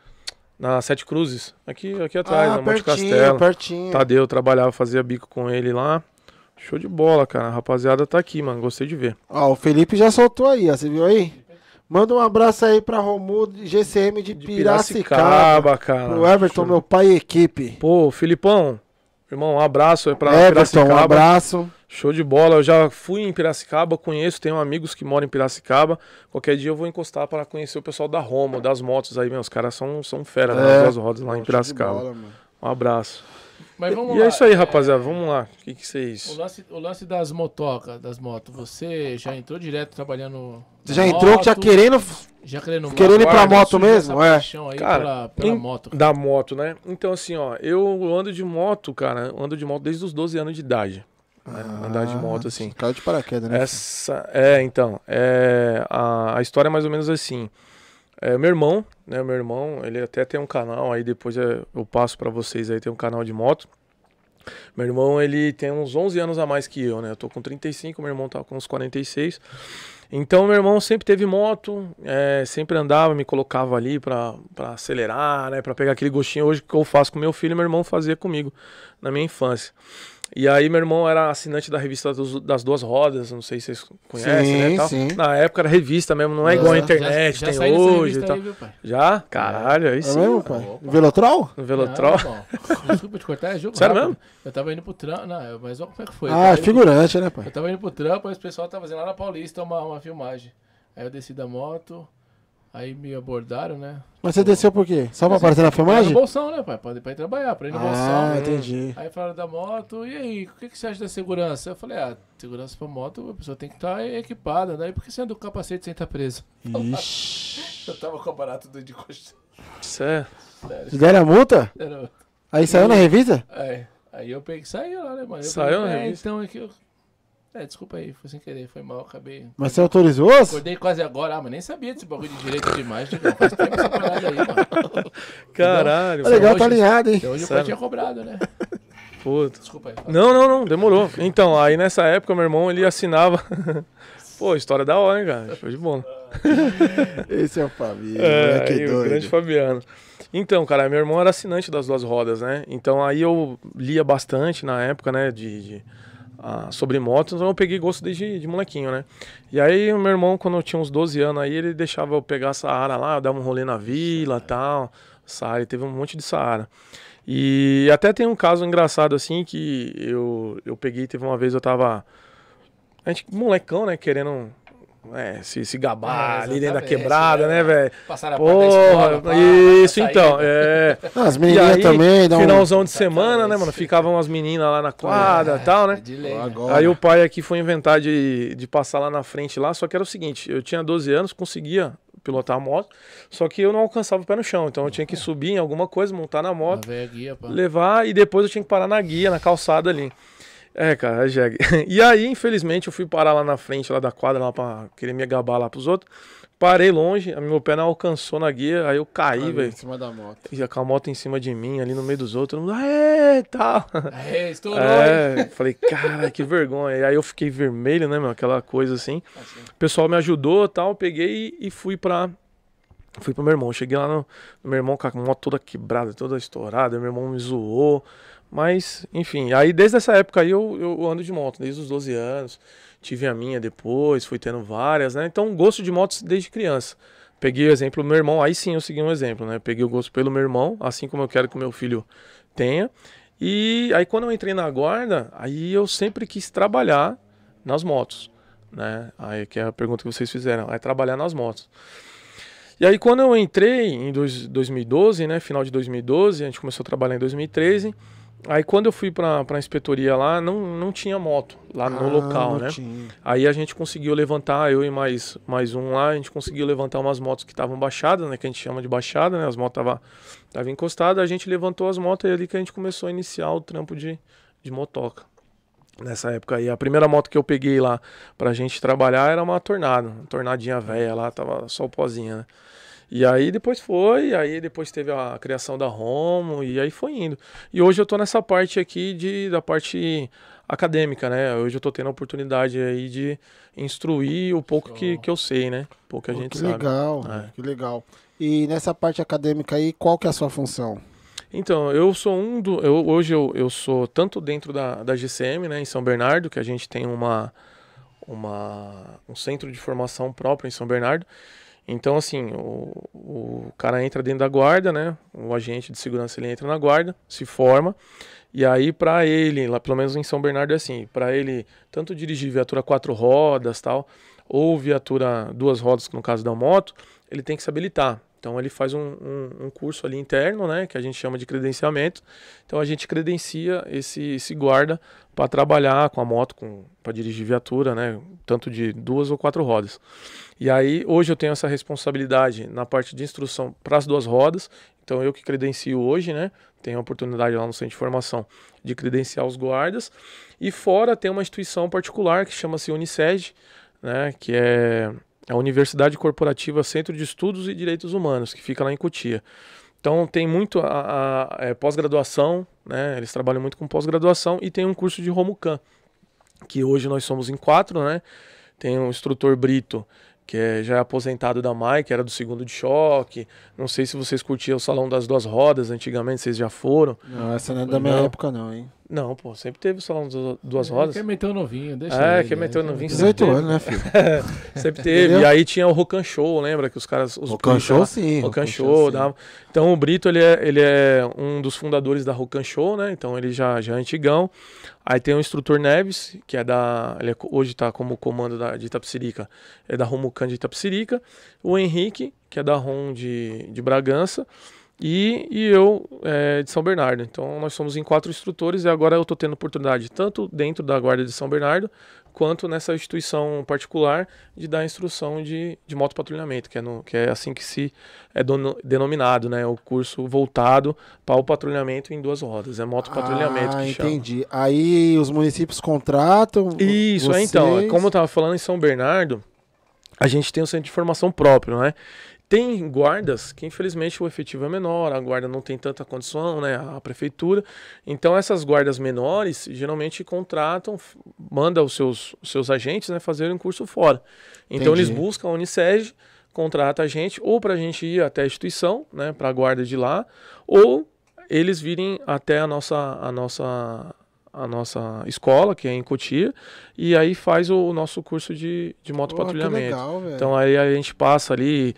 Na Sete Cruzes, aqui, aqui atrás, Ah, no Monte pertinho, Castelo. pertinho. Tadeu, trabalhava, fazia bico com ele lá. Show de bola, cara. A rapaziada tá aqui, mano. Gostei de ver. Ó, o Felipe já soltou aí, ó. Você viu aí? Manda um abraço aí pra Romulo G C M de, De Piracicaba. Piracicaba, cara. Pro Everton, Show. meu pai e equipe. Pô, Filipão, irmão, um abraço aí pra Everton, um Piracicaba. abraço. Show de bola. Eu já fui em Piracicaba, conheço, tenho amigos que moram em Piracicaba. Qualquer dia eu vou encostar para conhecer o pessoal da Roma, das motos aí, meu. Os caras são, são fera, né? É. As duas rodas lá em Show de Piracicaba. bola, mano. Um abraço. Mas vamos E lá. é isso aí, é, rapaziada. Vamos lá. O que que O vocês... lance, o lance das motocas, das motos, você já entrou direto trabalhando. Você na já entrou moto, já querendo, Já querendo, querendo ir pra guarda, moto surgiu essa mesmo? É. paixão aí Cara, pela, pela em- moto. Da moto, né? Então, assim, ó, eu ando de moto, cara, ando de moto desde os doze anos de idade. Né? Andar de moto, assim. Caiu de paraquedas, né? Essa, é, então, é, a, a história é mais ou menos assim. É, meu irmão, né, meu irmão, ele até tem um canal, aí depois eu, eu passo pra vocês aí, tem um canal de moto. Meu irmão, ele tem uns onze anos a mais que eu, né? Eu tô com trinta e cinco, meu irmão tá com uns quarenta e seis. Então, meu irmão sempre teve moto, é, sempre andava, me colocava ali pra, pra acelerar, né? Pra pegar aquele gostinho hoje que eu faço com meu filho, meu irmão fazia comigo na minha infância. E aí meu irmão era assinante da revista dos- das duas rodas, não sei se vocês conhecem, Sim, né? Tal. sim. Na época era revista mesmo, não é É. igual a Já- internet, já tem saí dessa hoje e revista tal. aí, viu, pai? Já? Caralho, aí É sim. mesmo, pai? Velotrol? No Velotrol. Não, bom. Desculpa te cortar, é jogo Sério rápido. mesmo? Eu tava indo pro trampo, não, mas olha como é que foi. Eu Ah, tava é indo- figurante, né, pai? Eu tava indo pro trampo, aí o pessoal tava fazendo lá na Paulista uma, uma filmagem. Aí eu desci da moto, aí me abordaram, né? Mas você desceu por quê? Só pra aparecer na Pra ir filmagem? no bolsão, né, pai? Pra, pra ir trabalhar, pra ir no Ah, bolsão. entendi. Aí falaram da moto, e aí, o que, que você acha da segurança? Eu falei, ah, segurança pra moto, a pessoa tem que estar equipada, né? E por que você anda com capacete sem estar preso? Ixi. Eu tava com o aparato do de costa. Isso é... Te deram a multa? Era- Aí saiu na revista? É, aí eu peguei, saiu lá, né, mano? Eu Saiu falei, na é, revista? então é que eu... É, desculpa aí, foi sem querer, foi mal, acabei... Mas você autorizou? Acordei quase agora, ah, mas nem sabia desse bagulho de direito de imagem, não. Faz tempo essa parada aí, mano. Caralho, É legal, hoje- tá alinhado, hein? Então hoje o Sério? pai tinha cobrado, né? puta. Desculpa aí. fala. Não, não, não, demorou. Então, aí nessa época, meu irmão, ele assinava... Pô, história da hora, hein, cara? Show de bola. Esse é o Fabinho, É, que aí, o doido. grande Fabiano. Então, cara, meu irmão era assinante das duas rodas, né? Então aí eu lia bastante na época, né, de, de, ah, sobre motos, então eu peguei gosto desde de molequinho, né? E aí o meu irmão, quando eu tinha uns doze anos, aí ele deixava eu pegar a Saara lá, eu dava um rolê na vila e tal. Saara, ele teve um monte de Saara. E até tem um caso engraçado assim, que eu, eu peguei, teve uma vez eu tava... A gente, molecão, né, querendo... É, se, se gabar É, ali dentro da exatamente, quebrada, né? né, velho? Passaram a porta da escola, Porra, pá, isso pra então, sair, é. Ah, as E menininhas aí, também, dá um... finalzão de semana, né, mano? Ficavam as meninas lá na quadra e tal, É né? de lei, né? Agora. Aí o pai aqui foi inventar de, de passar lá na frente lá, só que era o seguinte, eu tinha doze anos, conseguia pilotar a moto, só que eu não alcançava o pé no chão, então eu tinha que subir em alguma coisa, montar na A moto, velha guia, pá. levar e depois eu tinha que parar na guia, na calçada ali. É, cara, é jegue. E aí, infelizmente, eu fui parar lá na frente, lá da quadra, lá pra querer me agabar lá pros outros. Parei longe, meu pé não alcançou na guia, aí eu caí, velho. Em cima da moto. E com a moto em cima de mim, ali no meio dos outros. Todo mundo, aê, tal. É, estourou. É, falei, cara, que vergonha. E aí eu fiquei vermelho, né, meu? Aquela coisa assim. assim. O pessoal me ajudou, tal, peguei e fui pra... Fui pro meu irmão. Cheguei lá no, no meu irmão com a moto toda quebrada, toda estourada. Meu irmão me zoou. Mas, enfim, aí desde essa época aí eu, eu ando de moto, desde os doze anos. Tive a minha depois, fui tendo várias, né? Então, gosto de motos desde criança. Peguei o exemplo do meu irmão, aí sim eu segui um exemplo, né? Peguei o gosto pelo meu irmão, assim como eu quero que o meu filho tenha. E aí quando eu entrei na guarda, aí eu sempre quis trabalhar nas motos, né? Aí que é a pergunta que vocês fizeram, é trabalhar nas motos. E aí quando eu entrei em dois mil e doze, né? Final de dois mil e doze, a gente começou a trabalhar em dois mil e treze. Aí quando eu fui pra, pra inspetoria lá, não, não tinha moto lá no ah, local, né? Tinha. Aí a gente conseguiu levantar, eu e mais, mais um lá, a gente conseguiu levantar umas motos que estavam baixadas, né? Que a gente chama de baixada, né? As motos estavam tava encostadas, a gente levantou as motos e é ali que a gente começou a iniciar o trampo de, de motoca. Nessa época aí, a primeira moto que eu peguei lá pra gente trabalhar era uma Tornado, uma tornadinha velha lá, tava só o pozinho, né? E aí depois foi, aí depois teve a criação da Homo, e aí foi indo. E hoje eu tô nessa parte aqui de, da parte acadêmica, né? Hoje eu tô tendo a oportunidade aí de instruir o pouco que, que eu sei, né? O pouco que a Pô, gente que sabe. Legal, é. Que legal. E nessa parte acadêmica aí, qual que é a sua função? Então, eu sou um do... Eu, hoje eu, eu sou tanto dentro da, da G C M, né? Em São Bernardo, que a gente tem uma, uma, um centro de formação próprio em São Bernardo. Então, assim, o, o cara entra dentro da guarda, né? O agente de segurança, ele entra na guarda, se forma. E aí, para ele, lá pelo menos em São Bernardo é assim, para ele tanto dirigir viatura quatro rodas, tal, ou viatura duas rodas, no caso da moto, ele tem que se habilitar. Então, ele faz um, um, um curso ali interno, né? Que a gente chama de credenciamento. Então, a gente credencia esse, esse guarda para trabalhar com a moto, para dirigir viatura, né? Tanto de duas ou quatro rodas. E aí, hoje eu tenho essa responsabilidade na parte de instrução para as duas rodas. Então, eu que credencio hoje, né? Tenho a oportunidade lá no centro de formação de credenciar os guardas. E fora tem uma instituição particular que chama-se Uniced, né? Que é a Universidade Corporativa Centro de Estudos e Direitos Humanos, que fica lá em Cotia. Então, tem muito a, a, a pós-graduação, né? Eles trabalham muito com pós-graduação e tem um curso de Romucan, que hoje nós somos em quatro, né? Tem um instrutor Brito, que é, já é aposentado da M A I, que era do segundo de choque. Não sei se vocês curtiam o Salão das Duas Rodas antigamente, vocês já foram. Não, essa não é da minha não. época não, hein? Não, pô, sempre teve o Salão das Duas é, Rodas. Quer meter o novinho, deixa É, ele, quer meter o novinho. dezoito anos, né, filho? Sempre teve. Entendeu? E aí tinha o Rocan Show, lembra? Que os caras... Os Rocan Show, sim. Rocan Show, dava. Então o Brito, ele é, ele é um dos fundadores da Rocan Show, né? Então ele já, já é antigão. Aí tem o instrutor Neves, que é da... Ele é, hoje tá como comando da, de Itapecerica. É da Romucan de Itapecerica. O Henrique, que é da Rom de, de Bragança. E, e eu é, de São Bernardo. Então nós somos em quatro instrutores e agora eu estou tendo oportunidade tanto dentro da Guarda de São Bernardo quanto nessa instituição particular de dar instrução de, de motopatrulhamento, que é, no, que é assim que se é dono, denominado, né? O curso voltado para o patrulhamento em duas rodas. É motopatrulhamento ah, que chama. Entendi. Aí os municípios contratam. Isso, vocês... é, então. Como eu estava falando em São Bernardo, a gente tem um centro de formação próprio, né? Tem guardas que, infelizmente, o efetivo é menor, a guarda não tem tanta condição, né, a prefeitura. Então, essas guardas menores, geralmente, contratam, mandam os seus, os seus agentes, né, fazerem um curso fora. Então, Entendi. Eles buscam a Uniced, contrata a gente, ou para a gente ir até a instituição, né, para a guarda de lá, ou eles virem até a nossa... A nossa a nossa escola, que é em Cotia, e aí faz o, o nosso curso de, de motopatrulhamento. Então aí a gente passa ali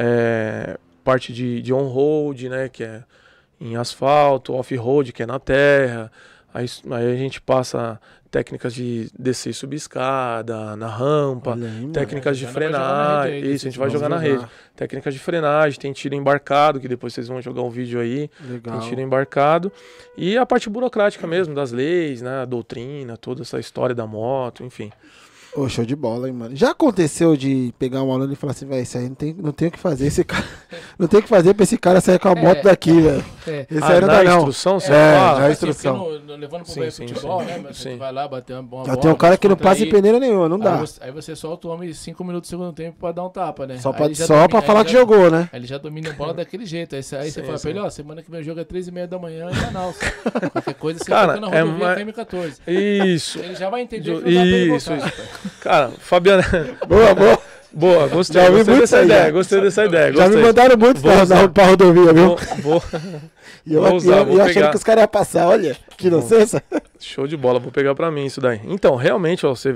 é, parte de, de on-road, né, que é em asfalto, off-road, que é na terra, aí, aí a gente passa técnicas de descer e subir escada, na rampa, aí, técnicas de frenagem, isso, a gente vai jogar na rede. Técnicas de frenagem, tem tiro embarcado, que depois vocês vão jogar um vídeo aí, Legal. Tem tiro embarcado, e a parte burocrática mesmo, das leis, né, a doutrina, toda essa história da moto, enfim. Ô, show de bola, hein, mano. Já aconteceu de pegar um aluno e falar assim, velho, isso aí não tem, não tem o que fazer, esse cara. Não tem o que fazer pra esse cara sair com a É, moto daqui, velho. É. Esse Ah, aí não na dá, não. instrução, você É, fala? na Assim, instrução. porque no- no- levando pro Sim, meio sim, futebol, sim. né? Mas Sim. você vai lá bater uma bola. Já tem um cara que não passa em descontrair. peneira nenhuma, não Aí dá. você, aí você solta o homem cinco minutos do segundo tempo pra dar um tapa, né? Só Aí pra, ele já só domina- pra aí falar ele que já- jogou, né? Aí ele já domina a bola daquele jeito. Aí você, aí você Sim, fala sim. pra ele, ó, semana que meu jogo é três e meia da manhã em Manaus. Qualquer coisa você Cara, fica na é rodovia mais- K M quatorze. Isso. Ele já vai entender que não dá pra ele Isso, voltar. isso. Cara, Fabiana. Boa, boa. Boa, gostei. Já ouvi Gostei muito dessa isso aí, ideia. já. Gostei dessa ideia. Já me gostei. mandaram muito Vou pra, usar. na, pra rodovia, viu? Vou, vou- E eu, vou aqui, usar, eu, vou eu achando pegar. que os caras iam passar, olha. Que inocência. Show de bola, vou pegar pra mim isso daí. Então, realmente, ó, você,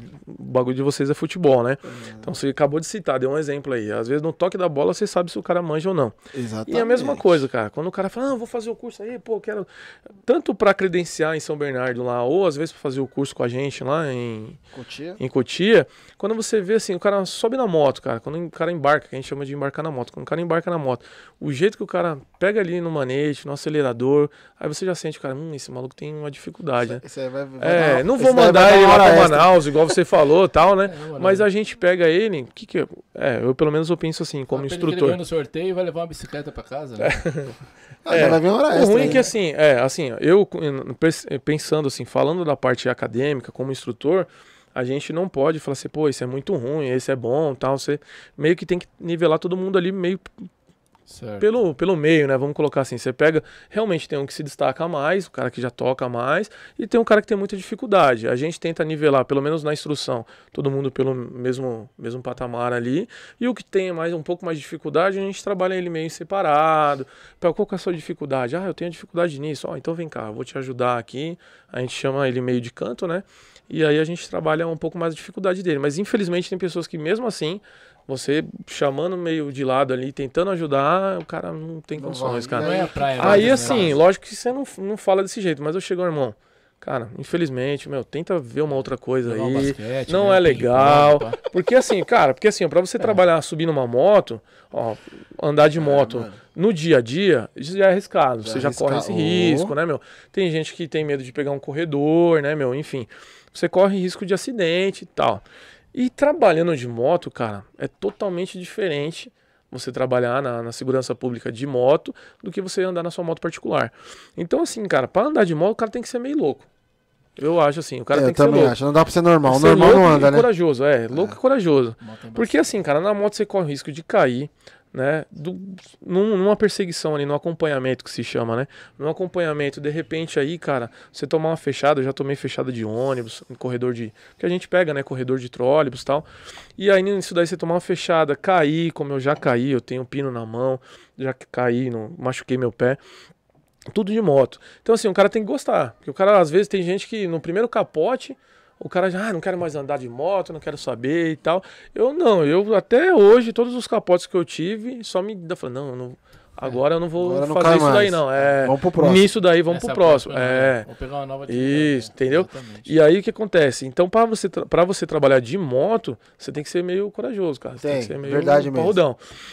o bagulho de vocês é futebol, né? Então você acabou de citar, deu um exemplo aí. Às vezes no toque da bola você sabe se o cara manja ou não. Exatamente. E a mesma coisa, cara. Quando o cara fala, ah, vou fazer o curso aí, pô, quero. Tanto pra credenciar em São Bernardo lá, ou às vezes pra fazer o curso com a gente lá em, Cotia? em Cotia, quando você vê assim, o cara sobe na moto, cara. Quando o cara embarca, que a gente chama de embarcar na moto. Quando o cara embarca na moto, o jeito que o cara pega ali no manete, no acelerador, aí você já sente, cara, hum, esse maluco tem uma dificuldade, né? Isso aí vai, vai É, dar- não isso vou daí vai mandar dar ele uma lá hora pra extra. Manaus, igual você falou tal, né? É, mano. Mas a gente pega ele, que que é? É, eu pelo menos eu penso assim, como Depende do que ele instrutor. ganha no sorteio e vai levar uma bicicleta pra casa, né? Ah, já vai vir uma hora O extra. ruim é hein? que assim, é, assim, eu pensando assim, falando da parte acadêmica como instrutor, a gente não pode falar assim, pô, esse é muito ruim, esse é bom, tal, você meio que tem que nivelar todo mundo ali meio Certo. pelo, pelo meio, né? Vamos colocar assim, você pega, realmente tem um que se destaca mais, o cara que já toca mais, e tem um cara que tem muita dificuldade. A gente tenta nivelar, pelo menos na instrução, todo mundo pelo mesmo, mesmo patamar ali, e o que tem mais, um pouco mais de dificuldade, a gente trabalha ele meio separado. Pra, qual que é a sua dificuldade? Ah, eu tenho dificuldade nisso. Ó, então vem cá, eu vou te ajudar aqui. A gente chama ele meio de canto, né? E aí a gente trabalha um pouco mais a dificuldade dele. Mas infelizmente tem pessoas que mesmo assim, você chamando meio de lado ali, tentando ajudar, o cara não tem Não condições, vai. cara. Não é a praia. Aí né? assim, lógico que você não, não fala desse jeito, mas eu chego, irmão, cara, infelizmente, meu, tenta ver uma outra coisa Jogar um aí, basquete, não né, é um legal, ping-pong, pá. porque assim, cara, porque assim, pra você trabalhar, subir numa moto, ó, andar de moto mano. no dia a dia, isso já é arriscado, Já você é já corre esse arriscado. risco, né, meu? Tem gente que tem medo de pegar um corredor, né, meu, enfim, você corre risco de acidente e tal. E trabalhando de moto, cara, é totalmente diferente você trabalhar na, na segurança pública de moto do que você andar na sua moto particular. Então, assim, cara, para andar de moto, o cara tem que ser meio louco. Eu acho assim, o cara É, tem eu que ser também louco. acho. Não dá pra ser normal. O Ser normal louco não anda, e né? corajoso, é, louco e corajoso. Moto tem Porque assim, cara, na moto você corre o risco de cair, né? Do, num- numa perseguição ali, num acompanhamento que se chama, né? Num acompanhamento, de repente aí, cara, você tomar uma fechada, eu já tomei fechada de ônibus, em corredor de. Que a gente pega, né? Corredor de trólebus e tal. E aí nisso daí você tomar uma fechada, cair, como eu já caí, eu tenho um pino na mão, já caí, não, machuquei meu pé. Tudo de moto. Então, assim, o cara tem que gostar. Porque o cara, às vezes, tem gente que no primeiro capote, o cara já, ah, não quero mais andar de moto, não quero saber e tal. Eu não, eu até hoje, todos os capotes que eu tive, só me dá, falando, não, eu não, agora eu não vou Agora não fazer cai isso daí, mais. não. É, Vamos pro próximo. Nisso daí, vamos Essa pro próximo. próxima, É. né? Vou pegar uma nova atividade, Isso, né? entendeu? Exatamente. E aí o que acontece? Então, para você, tra- pra você trabalhar de moto, você tem que ser meio corajoso, cara. Você tem, Tem, que ser meio verdade mesmo. parrudão.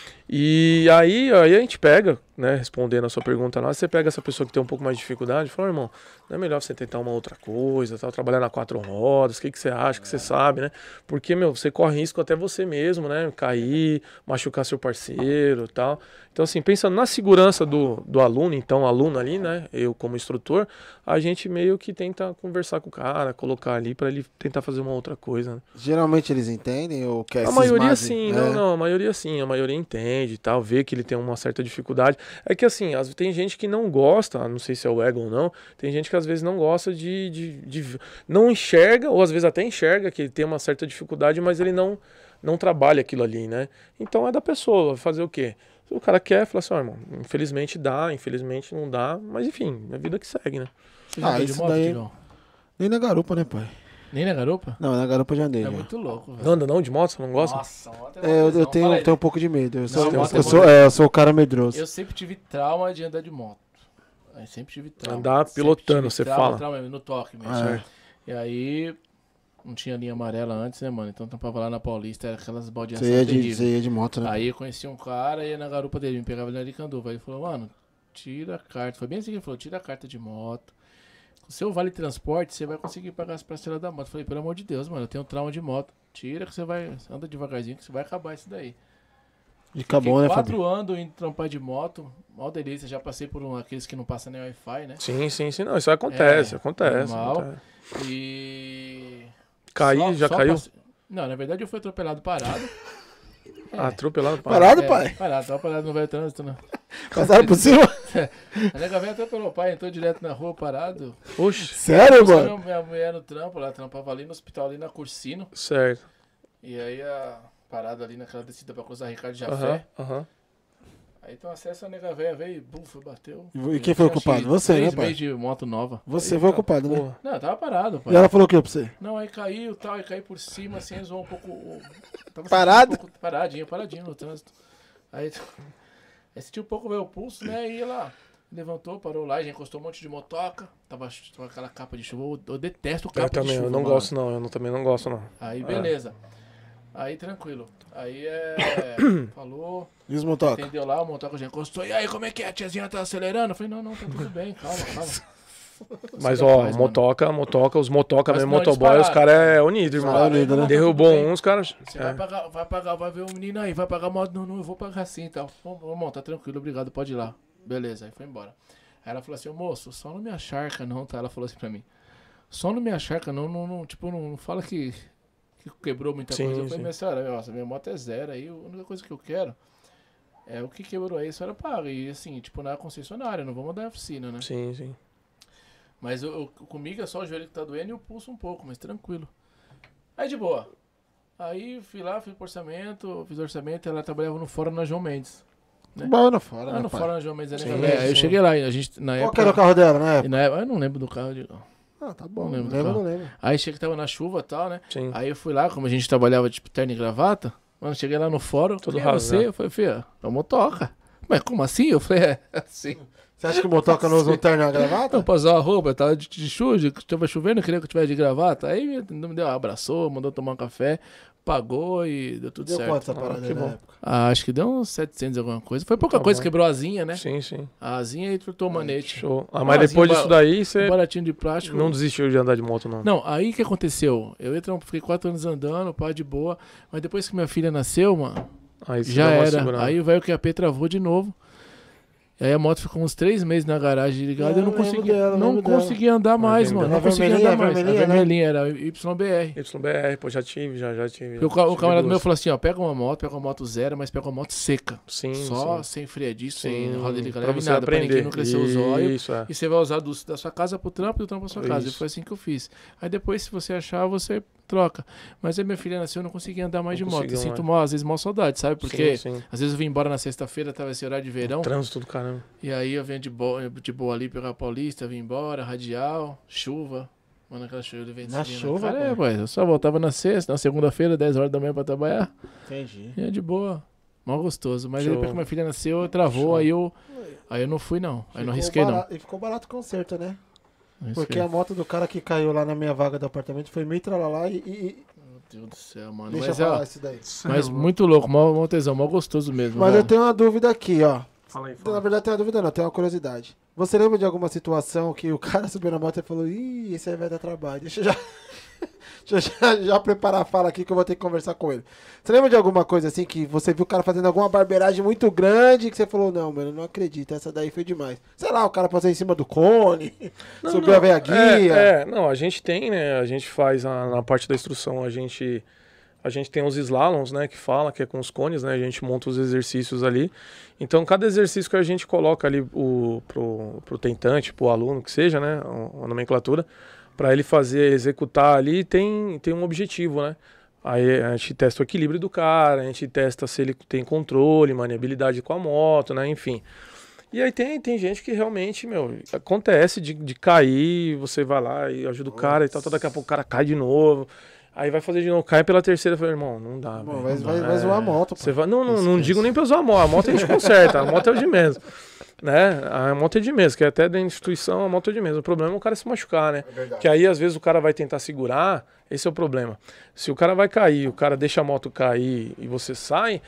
E aí, aí a gente pega, né, respondendo a sua pergunta lá, você pega essa pessoa que tem um pouco mais de dificuldade e fala, irmão, não é melhor você tentar uma outra coisa, tal, trabalhar na quatro rodas, o que, que você acha, que você sabe, né? Porque, meu, você corre risco até você mesmo, né? Cair, machucar seu parceiro e tal. Então, assim, pensando na segurança do, do aluno, então, o aluno ali, né? Eu como instrutor, a gente meio que tenta conversar com o cara, colocar ali pra ele tentar fazer uma outra coisa, né? Geralmente eles entendem ou quer A maioria cismar, sim, é. não, não, a maioria sim, a maioria entende e tal, vê que ele tem uma certa dificuldade. É que assim, às vezes tem gente que não gosta, não sei se é o ego ou não, tem gente que às vezes não gosta de, de, de não enxerga, ou às vezes até enxerga que ele tem uma certa dificuldade, mas ele não, não trabalha aquilo ali, né? Então é da pessoa, fazer o quê? Se o cara quer, fala assim, ó, irmão, infelizmente dá, infelizmente não dá, mas enfim, é a vida que segue, né? Você já Ah, andou de isso moto, daí- Tigão? Nem na garupa, né, pai? Nem na garupa? Não, na garupa já andei. É já. muito louco, velho. Não anda não de moto, você não gosta? Nossa, moto É, eu, eu tesão. tenho, Fala aí. tenho um pouco de medo. Eu sou, Não, moto é eu, bom, sou, né? é, eu sou o cara medroso. Eu sempre tive trauma de andar de moto. Eu sempre tive trauma. Andar Sempre pilotando, tive você trauma, fala. Trauma mesmo, no toque mesmo. Ah, é. E aí, não tinha linha amarela antes, né, mano? Então tampava lá na Paulista, era aquelas baldinhas Você ia, de, terríveis. você ia de moto, né? Aí eu conheci um cara, ia na garupa dele, me pegava ele na Aricanduva. Aí ele falou, mano, tira a carta. Foi bem assim que ele falou, tira a carta de moto. o seu vale transporte, você vai conseguir pagar as parcelas da moto. Eu falei, pelo amor de Deus, mano, eu tenho um trauma de moto. Tira que você vai, anda devagarzinho que você vai acabar isso daí. Fica bom, né, quatro Fabinho? anos indo trampar de moto, mó delícia. Já passei por um, aqueles que não passam nem Wi-Fi, né? Sim, sim, sim. Não, isso acontece, É, acontece, normal. acontece. E... Caí, Só- já só caiu? passe- Não, na verdade eu fui atropelado parado. É. Atropelado. pá. Parado, É, pai? Parado, tava parado no velho trânsito, não. Passaram por cima? A nega velha atropelou o pai, entrou direto na rua parado. Oxe, Sério, Buscando mano? minha mulher no trampo, ela trampava ali no hospital, ali na Cursino. certo. E aí a parada ali naquela descida pra cruzar Ricardo Jafé. Aham, aham. Aí tem um acesso, a nega velha veio e buf, bateu. E quem foi o Acho que culpado? Você, né, três pai? meses de moto nova. Você Aí, foi o tá- culpado, né? Porra. Não, tava parado, pai. E ela falou o que pra você? Não, aí caiu e tal, aí caiu por cima, assim, zoou um pouco. o- Tava Parado? sentindo um pouco- paradinho, paradinho no trânsito. Aí, aí sentiu um pouco o pulso, né? E ela levantou, parou lá, já encostou um monte de motoca. Tava, tava aquela capa de chuva. Eu, eu detesto capa Eu também, de chuva. eu não mano. gosto não, eu não- também não gosto não. Aí beleza. Aí tranquilo. Aí é. Falou, E os motoca? entendeu lá, o motoca já encostou. E aí, como é que é? A tiazinha tá acelerando? Eu falei, não, não, tá tudo bem, calma, calma. Mas Você ó, faz, mano. motoca, motoca, os motoca Mas mesmo, não, motoboy, os disparado. caras é unido, irmão. Disparado, unido, né? Derrubou Tudo bem. uns, caras. Você É. vai pagar, vai pagar, vai ver o menino aí, vai pagar a moto. Não, não, eu vou pagar sim e tal. Vamos, vamos, tá tranquilo, obrigado, pode ir lá. Beleza, aí foi embora. Aí ela falou assim, ô moço, só não me acharca não, tá? Ela falou assim pra mim. Só não me acharca não, não, não tipo, não, não fala que, que quebrou muita Sim, coisa. Eu sim. falei, minha senhora, nossa, minha moto é zero aí, a única coisa que eu quero é o que quebrou aí, a senhora paga. E assim, tipo, na concessionária, não vou mandar a oficina, né? Sim, sim. Mas eu, eu- comigo é só o joelho que tá doendo e o pulso um pouco, mas tranquilo. Aí de boa. Aí fui lá, fiz o orçamento, fiz o orçamento, ela trabalhava no fórum na João Mendes. né? Bom, no fora, Ah, né, no pai? fórum na João Mendes, né? Sim, É, aí eu sim. cheguei lá, e a gente, na Qual época... que era o carro dela, né? e na época, eu não lembro do carro. De... Ah, tá bom. Não Não lembro do lembro, carro. não lembro. Aí cheguei que tava na chuva e tal, né? Sim. Aí eu fui lá, como a gente trabalhava tipo terno e gravata, mano, cheguei lá no fórum, Tudo quem é rasgado. você? Eu falei, filha, é o motoca. Mas como assim? Eu falei, é, assim. Você acha que o motoca não usa um terno e uma gravata? Não, pra usar a roupa, eu tava de, de chuva, tava chovendo, eu queria que eu tivesse de gravata. Aí me me deu, abraçou, mandou tomar um café, pagou e deu tudo Deu certo. quanto essa Ah, parada que aí na bom. época? Ah, acho que deu uns setecentos alguma coisa. Foi pouca Tá coisa, bom. quebrou a asinha, né? Sim, sim. A asinha e trutou o manete. Show. Ah, Ah, mas depois assim, disso ba- daí, Um você baratinho de plástico. não desistiu de andar de moto, não. Não, aí o que aconteceu? Eu ia trampo, fiquei quatro anos andando, pá, de boa. Mas depois que minha filha nasceu, mano, Aí você já deu uma era. segurada. Aí o velho Q A P travou de novo. E aí a moto ficou uns três meses na garagem ligada. É, Eu não eu lembro consegui, dela, eu não lembro dela. consegui andar mais, lembro mano. dela. Não consegui Vermelhinha, andar mais. A vermelhinha, né? vermelhinha era Y B R. Y B R, pô, já tive, já, já tive. Porque o, ca- o Tive camarada duas. meu falou assim, ó, pega uma moto, pega uma moto zero, mas pega uma moto seca. Sim, Só sim. sem freio disso, Sim, sem roda de pra leve, você nada, pra ninguém aprender. não crescer os olhos. Isso, é. E você vai usar do- da sua casa pro trampo e do trampo pra sua casa. E Isso. foi assim que eu fiz. Aí depois, se você achar, você troca. Mas aí minha filha nasceu, eu não consegui andar mais Não de moto. Eu conseguiu sinto mais. mal, às vezes, mal saudade, sabe? Porque Sim, sim. às vezes eu vim embora na sexta-feira, tava esse horário de verão. Trânsito do caramba. E aí eu venho de boa, de boa ali pegar a Paulista, vim embora, radial, chuva. Mano, aquela chuva, ele vem Na descendo chuva, cara, é, pô. pai, eu só voltava na sexta, na segunda-feira, dez horas da manhã pra trabalhar. Entendi. E é de boa. Mal gostoso. Mas aí Show. depois que minha filha nasceu, travou, Show. aí eu. Aí eu não fui, não. Aí não arrisquei, não. barato, E ficou barato o conserto, né? Não Porque arrisquei. a moto do cara que caiu lá na minha vaga do apartamento foi meio tralalá e... e, e Meu Deus do céu, mano. deixa Mas, eu ó, falar isso daí. mas muito louco, mal, mal tesão, mal gostoso mesmo. Mas velho. eu tenho uma dúvida aqui, ó. Fala aí, Na verdade, tem uma dúvida não, tem uma curiosidade. Você lembra de alguma situação que o cara subiu na moto e falou, ih, esse aí vai dar trabalho, deixa eu já... Deixa eu já, já preparar a fala aqui que eu vou ter que conversar com ele. Você lembra de alguma coisa assim que você viu o cara fazendo alguma barbeiragem muito grande que você falou, não, mano, não acredito, essa daí foi demais. Sei lá, o cara passou em cima do cone, Não, subiu não, a veia guia. É, é, não, a gente tem, né? A gente faz a- na parte da instrução, a gente a gente tem os slaloms, né, que fala, que é com os cones, né? A gente monta os exercícios ali. Então, cada exercício que a gente coloca ali o, pro, pro tentante, pro aluno, que seja, né, a, a nomenclatura, para ele fazer, executar ali, tem, tem um objetivo, né? Aí a gente testa o equilíbrio do cara, a gente testa se ele tem controle, maniabilidade com a moto, né? Enfim. E aí tem, tem gente que realmente, meu, acontece de, de cair, você vai lá e ajuda o cara e tal, tal, daqui a pouco o cara cai de novo. Aí vai fazer de novo, cai pela terceira, eu falei, irmão, não dá, Bom, velho, vai, não vai, dá. vai É, zoar a moto, pô. Você vai, não, não, não Esquece. digo nem pra zoar a moto, a moto a gente conserta, a moto é o de menos. Né? A moto é de menos, que até da instituição a moto é de menos. O problema é o cara se machucar, né? verdade. Que aí às vezes o cara vai tentar segurar, esse é o problema. Se o cara vai cair, o cara deixa a moto cair e você sai,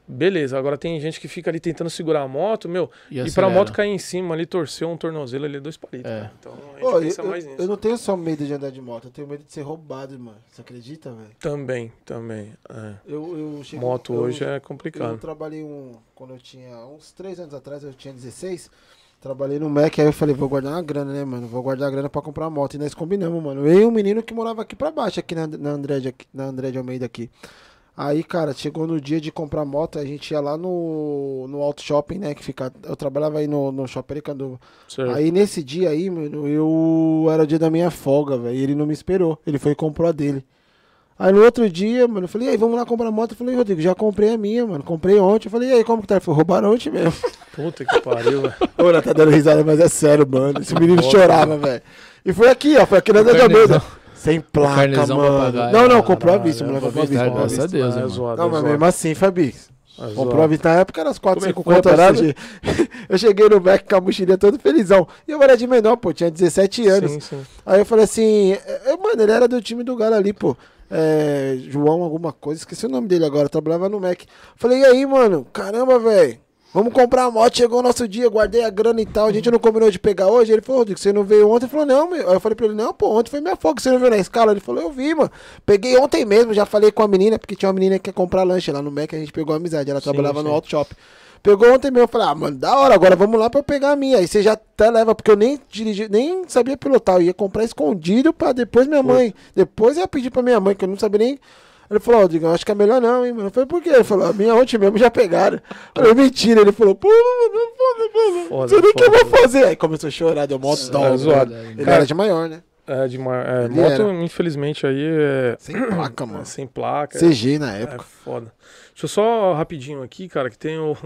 beleza. Agora tem gente que fica ali tentando segurar a moto, meu, E e, pra acelera. moto cair em cima ali, torceu um tornozelo ali, dois palitos. É. cara. Então a gente Ô, pensa eu, mais eu, nisso. eu não tenho só medo de andar de moto, eu tenho medo de ser roubado, mano. Você acredita, velho? Também, também. É. Eu, eu cheguei- Moto eu- hoje é Eu complicado. trabalhei um. Quando eu tinha uns três anos atrás, eu tinha dezesseis. Trabalhei no Mac, aí eu falei, vou guardar uma grana, né, mano? Vou guardar a grana pra comprar moto. E nós combinamos, mano. Eu e um menino que morava aqui pra baixo, aqui na, na, André, de, aqui- na André de Almeida aqui. Aí, cara, chegou no dia de comprar moto, a gente ia lá no, no Auto Shopping, né? Que fica. Eu trabalhava aí no, no Shopping Aricanduva. Certo. Aí nesse dia aí, mano, eu era o dia da minha folga, velho. E ele não me esperou. Ele foi e comprou a dele. Aí no outro dia, mano, eu falei, e aí, vamos lá comprar moto? Eu falei, Rodrigo, já comprei a minha, mano. Comprei ontem. Eu falei, e aí, como que tá? Ele falou, roubaram ontem mesmo. Puta que pariu, velho. Ô, ela tá dando risada, mas é sério, mano. Esse menino Moto, chorava, velho. E foi aqui, ó. Foi aqui na André de Almeida. Sem placa, carnezão pra mano. pagar, Não, não, é, comprou a caralho, vista, é, moleque. pra Comprou a vista. vista, comprou a graças a vista. Deus, é irmão. zoado, Não, é mas zoado. mesmo assim, Fabi. É Comprou zoado. a vista na época, era as quatro, Como é cinco que foi a contas. parada? Hoje. Eu cheguei no Mac com a mochilinha todo felizão. E eu era de menor, pô, tinha dezessete anos. Sim, sim. Aí eu falei assim, é, mano, ele era do time do Galo ali, pô. É, João alguma coisa, esqueci o nome dele agora, trabalhava no Mac. Falei, e aí, mano, caramba, velho, vamos comprar a moto, chegou o nosso dia, guardei a grana e tal, a gente não combinou de pegar hoje? Ele falou, Rodrigo, você não veio ontem? Ele falou, não, meu. Aí eu falei pra ele, não, pô, ontem foi minha folga, você não viu na escala? Ele falou, eu vi, mano, peguei ontem mesmo, já falei com a menina, porque tinha uma menina que quer comprar lanche lá no Mac, a gente pegou amizade, ela Sim, trabalhava sim. no Auto Shop. Pegou ontem mesmo, eu falei, ah, mano, da hora, agora vamos lá pra eu pegar a minha. Aí você já até leva, porque eu nem dirigi, nem sabia pilotar, eu ia comprar escondido pra depois minha mãe. Depois eu ia pedir pra minha mãe, que eu não sabia nem. Ele falou, ó, Rodrigo, acho que é melhor não, hein, mano. Eu falei, por quê? Ele falou, a minha ontem mesmo já pegaram. Eu falei, mentira. Ele falou, pô, mano, foda, mano. Foda, Não sei nem o que eu foda. vou fazer. Aí começou a chorar, deu mó dó. É zoado. Ele Cara, era de maior, né? É, de mar... é, Ele moto, era. infelizmente, aí é. Sem placa, mano. é sem placa. C G na É época. foda. Deixa eu só rapidinho aqui, cara, que tem o,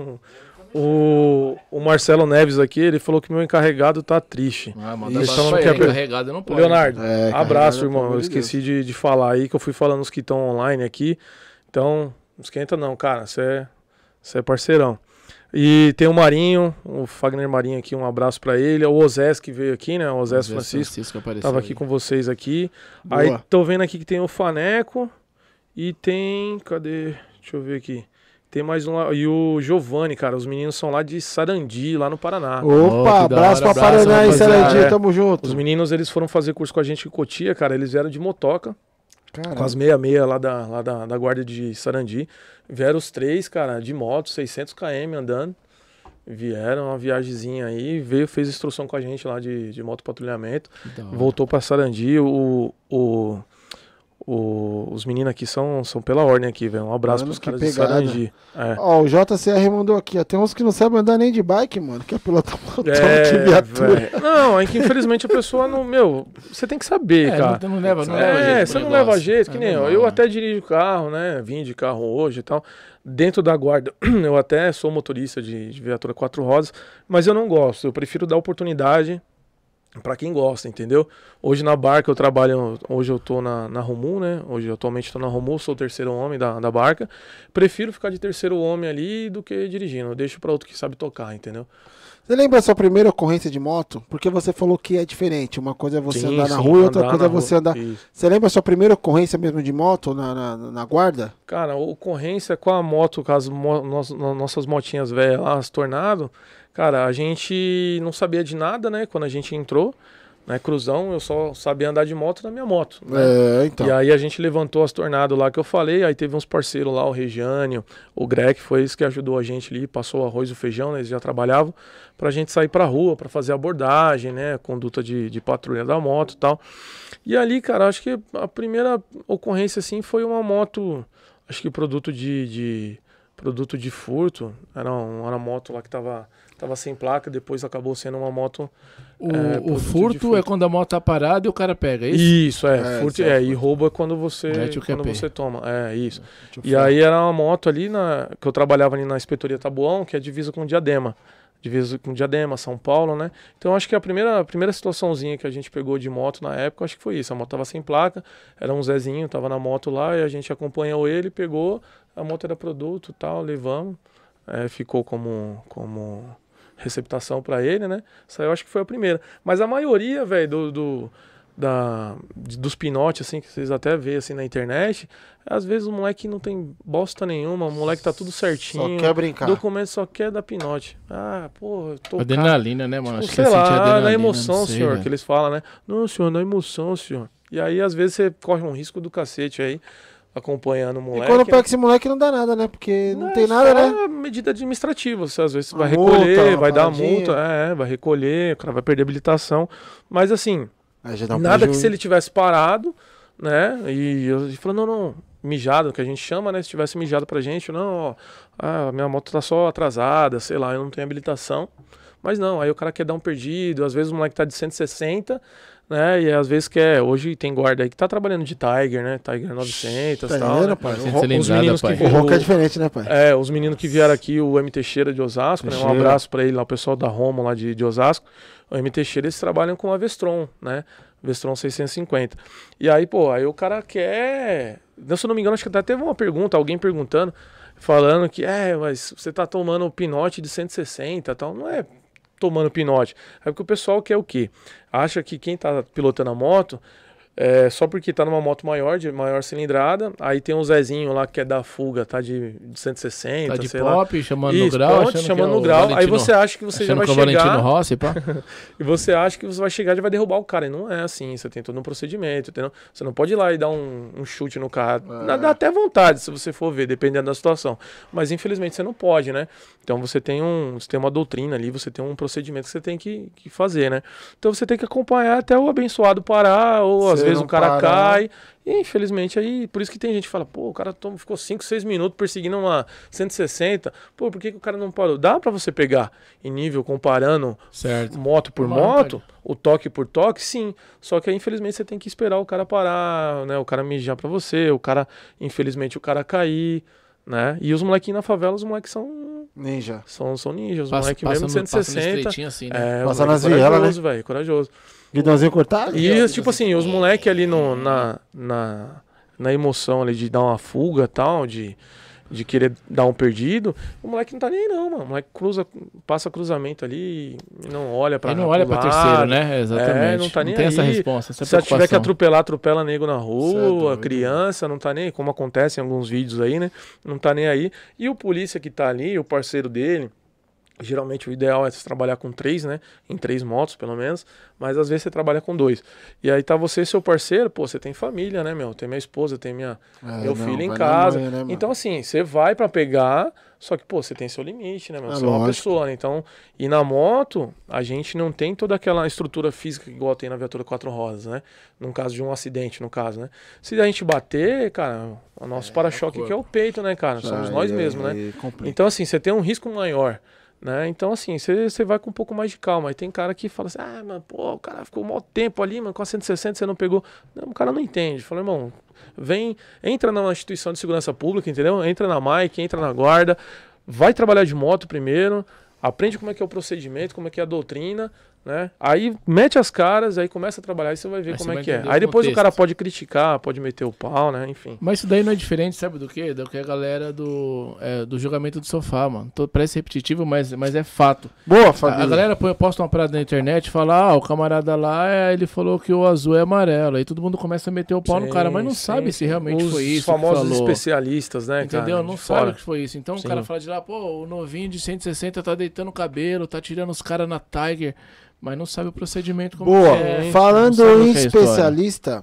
o, o Marcelo Neves aqui, ele falou que meu encarregado tá triste. Ah, manda Ixi, abraço não pra quer ele, per- carregado não pode. Leonardo, É, abraço, carregado, irmão. pelo Eu amor de esqueci de, de falar aí, que eu fui falando os que estão online aqui. Então, não esquenta não, cara. Você é, você é parceirão. E tem o Marinho, o Fagner Marinho aqui, um abraço pra ele. O Osés que veio aqui, né? O Osés Francisco. Francisco apareceu Tava aí. aqui com vocês aqui. Boa. Aí tô vendo aqui que tem o Faneco e tem... Cadê? Deixa eu ver aqui. Tem mais um lá. E o Giovanni, cara. Os meninos são lá de Sarandi, lá no Paraná. Oh, Opa, que da abraço hora, pra abraço, Paraná aí, rapaziada. Saradinho, É. tamo junto. Os meninos, eles foram fazer curso com a gente em Cotia, cara. Eles vieram de motoca, Caramba. com as meia-meia lá, da, lá da, da guarda de Sarandi. Vieram os três, cara, de moto, seiscentos quilômetros andando. Vieram uma viagemzinha aí, veio, fez instrução com a gente lá de, de moto patrulhamento. Da hora. Voltou pra Sarandi. O, o, o, os meninos aqui são, são pela ordem aqui, velho. Um abraço Mano, pros que caras de pegada. Sarandi. É. Ó, o J C R mandou aqui, ó. Tem uns que não sabem andar nem de bike, mano. Que é pilotar motor, É, que viatura. velho. Não, é que infelizmente a pessoa não. Meu, você tem que saber, É, cara. não, não leva, não leva jeito É, pro você não negócio. leva jeito, que É nem eu. normal, Eu né? até dirijo carro, né? Vim de carro hoje e tal. Dentro da guarda, eu até sou motorista de, de viatura quatro rodas, mas eu não gosto. Eu prefiro dar oportunidade pra quem gosta, entendeu? Hoje na barca eu trabalho, hoje eu tô na, na Romul, né? Hoje eu atualmente tô na Romul, sou o terceiro homem da, da barca. Prefiro ficar de terceiro homem ali do que dirigindo. Eu deixo pra outro que sabe tocar, entendeu? Você lembra a sua primeira ocorrência de moto? Porque você falou que é diferente. Uma coisa é você Sim, andar na sim, rua e outra andar coisa é na você rua. andar... Isso. Você lembra a sua primeira ocorrência mesmo de moto na, na, na guarda? Cara, a ocorrência com a moto, com as mo nos- no- nossas motinhas velhas lá, as Tornado, cara, a gente não sabia de nada, né? Quando a gente entrou, né? Cruzão, eu só sabia andar de moto na minha moto, né? É, então. E aí a gente levantou as Tornado lá que eu falei, aí teve uns parceiros lá, o Regiane, o Greg, foi isso que ajudou a gente ali, passou o arroz e o feijão, né? Eles já trabalhavam, pra gente sair pra rua, pra fazer abordagem, né? Conduta de, de patrulha da moto e tal. E ali, cara, acho que a primeira ocorrência, assim, foi uma moto, acho que produto de, de produto de furto, era, um, era uma moto lá que tava, tava sem placa, depois acabou sendo uma moto... O, É, o produto de furto, furto. é quando a moto tá parada e o cara pega, é isso? Isso, é, É, furto, isso é é, e roubo é quando você, Mete o quando Q P. você toma, é, isso. Deixa eu E falar. aí era uma moto ali, na, que eu trabalhava ali na Inspetoria Taboão, que é divisa com Diadema. Divisa com Diadema, São Paulo, né? Então acho que a primeira, a primeira situaçãozinha que a gente pegou de moto na época, acho que foi isso. A moto tava sem placa, era um Zezinho, tava na moto lá, e a gente acompanhou ele, pegou, a moto era produto e tal, levamos. É, ficou como... como receptação pra ele, né? Isso aí eu acho que foi a primeira. Mas a maioria, velho, do, do, da, dos pinotes, assim, que vocês até vê assim na internet, às vezes o moleque não tem bosta nenhuma, o moleque tá tudo certinho. Só quer brincar. O documento só quer dar pinote. Ah, pô, eu tô... Adrenalina, né, mano? Tipo, Acho sei que é lá, na emoção, sei, senhor, velho. que eles falam, né? Não, senhor, na emoção, senhor. E aí, às vezes, você corre um risco do cacete aí, acompanhando o moleque. E quando pega esse moleque não dá nada, né? Porque não, Não, tem é nada, só né? medida administrativa. Você às vezes Uma vai multa, recolher, uma vai dar paradinha. multa, é, vai recolher, o cara vai perder habilitação. Mas assim, Aí já dá um nada que prejuízo. se ele tivesse parado, né? E eu falando, não, não, mijado, que a gente chama, né? Se tivesse mijado pra gente, não, ó, ah, minha moto tá só atrasada, sei lá, eu não tenho habilitação. Mas não, aí o cara quer dar um perdido, às vezes o moleque tá de cento e sessenta, né? E às vezes quer, hoje tem guarda aí que tá trabalhando de Tiger, né? Tiger novecentos e Tá tal. vendo, Né? pai? Cento O, cilindrada, Os meninos que pai. o vieram- ronco é diferente, né, pai? É, os meninos que vieram aqui, o M. Teixeira de Osasco, né? Um Teixeira. abraço pra ele lá, o pessoal da Romo lá de, de Osasco. O M. Teixeira, eles trabalham com a Vestron, né? Vestron seiscentos e cinquenta. E aí, pô, aí o cara quer... Se eu não me engano, acho que até teve uma pergunta, alguém perguntando, falando que, é, mas você tá tomando o pinote de cento e sessenta e tal. Não é tomando pinote. É porque o pessoal quer o quê? Acha que quem tá pilotando a moto... É, só porque tá numa moto maior, de maior cilindrada, aí tem um Zezinho lá que quer dar fuga, tá de, de cento e sessenta, Tá de sei lá. pop, chamando no Isso, grau, ponte, achando que chamando é no o grau, aí Valentino- você acha que você já achando vai que é o Valentino chegar, Rossi, pá. e você acha que você vai chegar e já vai derrubar o cara, e não é assim, você tem todo um procedimento, entendeu? Você não pode ir lá e dar um, um chute no carro, É. dá até vontade, se você for ver, dependendo da situação, mas infelizmente você não pode, né? Então você tem, um, você tem uma doutrina ali, você tem um procedimento que você tem que, que fazer, né? Então você tem que acompanhar até o abençoado parar, ou às Se vezes não o cara parar- cai, e infelizmente aí, por isso que tem gente que fala, pô, o cara tom- ficou cinco, seis minutos perseguindo uma cento e sessenta, pô, por que, que o cara não parou? Dá pra você pegar em nível comparando Certo. moto por Normal, moto, o toque por toque, sim. Só que aí, infelizmente, você tem que esperar o cara parar, né? O cara mijar pra você, o cara, infelizmente, o cara cair, né? E os molequinhos na favela, os moleques são, Ninja. são, são ninjas, os Passa, moleques passa mesmo de no, cento e passa no sessenta. estreitinho assim, né? É, Passa o moleque nas é vielas, né? corajoso, velho, corajoso. Guidãozinho cortado? E, tipo assim, os moleques ali no, na, na, na emoção ali de dar uma fuga e tal, de, de querer dar um perdido, o moleque não tá nem aí não, mano. O moleque cruza, passa cruzamento ali e não olha pra Aí não olha pro pra lado. terceiro, né? Exatamente. É, não tá nem tem essa aí. resposta, essa Se ela tiver que preocupação. atropelar, atropela nego na Cê é rua, doido. criança, não tá nem aí, como acontece em alguns vídeos aí, né? Não tá nem aí. E o polícia que tá ali, o parceiro dele, geralmente o ideal é você trabalhar com três, né? Em três motos, pelo menos. Mas às vezes você trabalha com dois. E aí tá você e seu parceiro, pô, você tem família, né, meu? Tem minha esposa, tem minha, É, meu não, filho em vai na casa. manhã, né, mano? Então, assim, você vai pra pegar, só que, pô, você tem seu limite, né, meu? É Você é uma lógico. pessoa, né? Então, e na moto, a gente não tem toda aquela estrutura física igual tem na viatura quatro rodas, né? Num caso de um acidente, no caso, né? Se a gente bater, cara, o nosso para-choque aqui é o peito, né, cara? Somos Aí, nós aí, mesmos, né? aí complica. Então, assim, você tem um risco maior, né? Então, assim, você você vai com um pouco mais de calma. Aí tem cara que fala assim, ah, mano, pô, o cara ficou um maior tempo ali, mano, com a cento e sessenta você não pegou. Não, o cara não entende. Fala, irmão, vem, entra numa instituição de segurança pública, entendeu? Entra na M A I C, entra na guarda, vai trabalhar de moto primeiro, aprende como é que é o procedimento, como é que é a doutrina, né? Aí mete as caras, aí começa a trabalhar e você vai ver Aí como você é vai que é. entender o Aí depois o cara contexto. pode criticar, pode meter o pau, né? Enfim. Mas isso daí não é diferente, sabe do quê? Do que a galera do, é, do julgamento do sofá, mano. Tô, parece repetitivo, mas, mas é fato. Boa, A, Fabinho. a galera põe, posta uma parada na internet e fala, ah, o camarada lá, é, ele falou que o azul é amarelo. Aí todo mundo começa a meter o pau no Sim, cara, mas não sim, sabe se sim. realmente Os foi isso que famosos falou. especialistas, né, Entendeu? cara? Não de sabe fora. o que foi isso. Então Sim. o cara fala de lá, pô, o novinho de cento e sessenta tá deitando o cabelo, tá tirando os caras na Tiger, mas não sabe o procedimento como Boa. que é. não Falando sabe o em que é a história. especialista,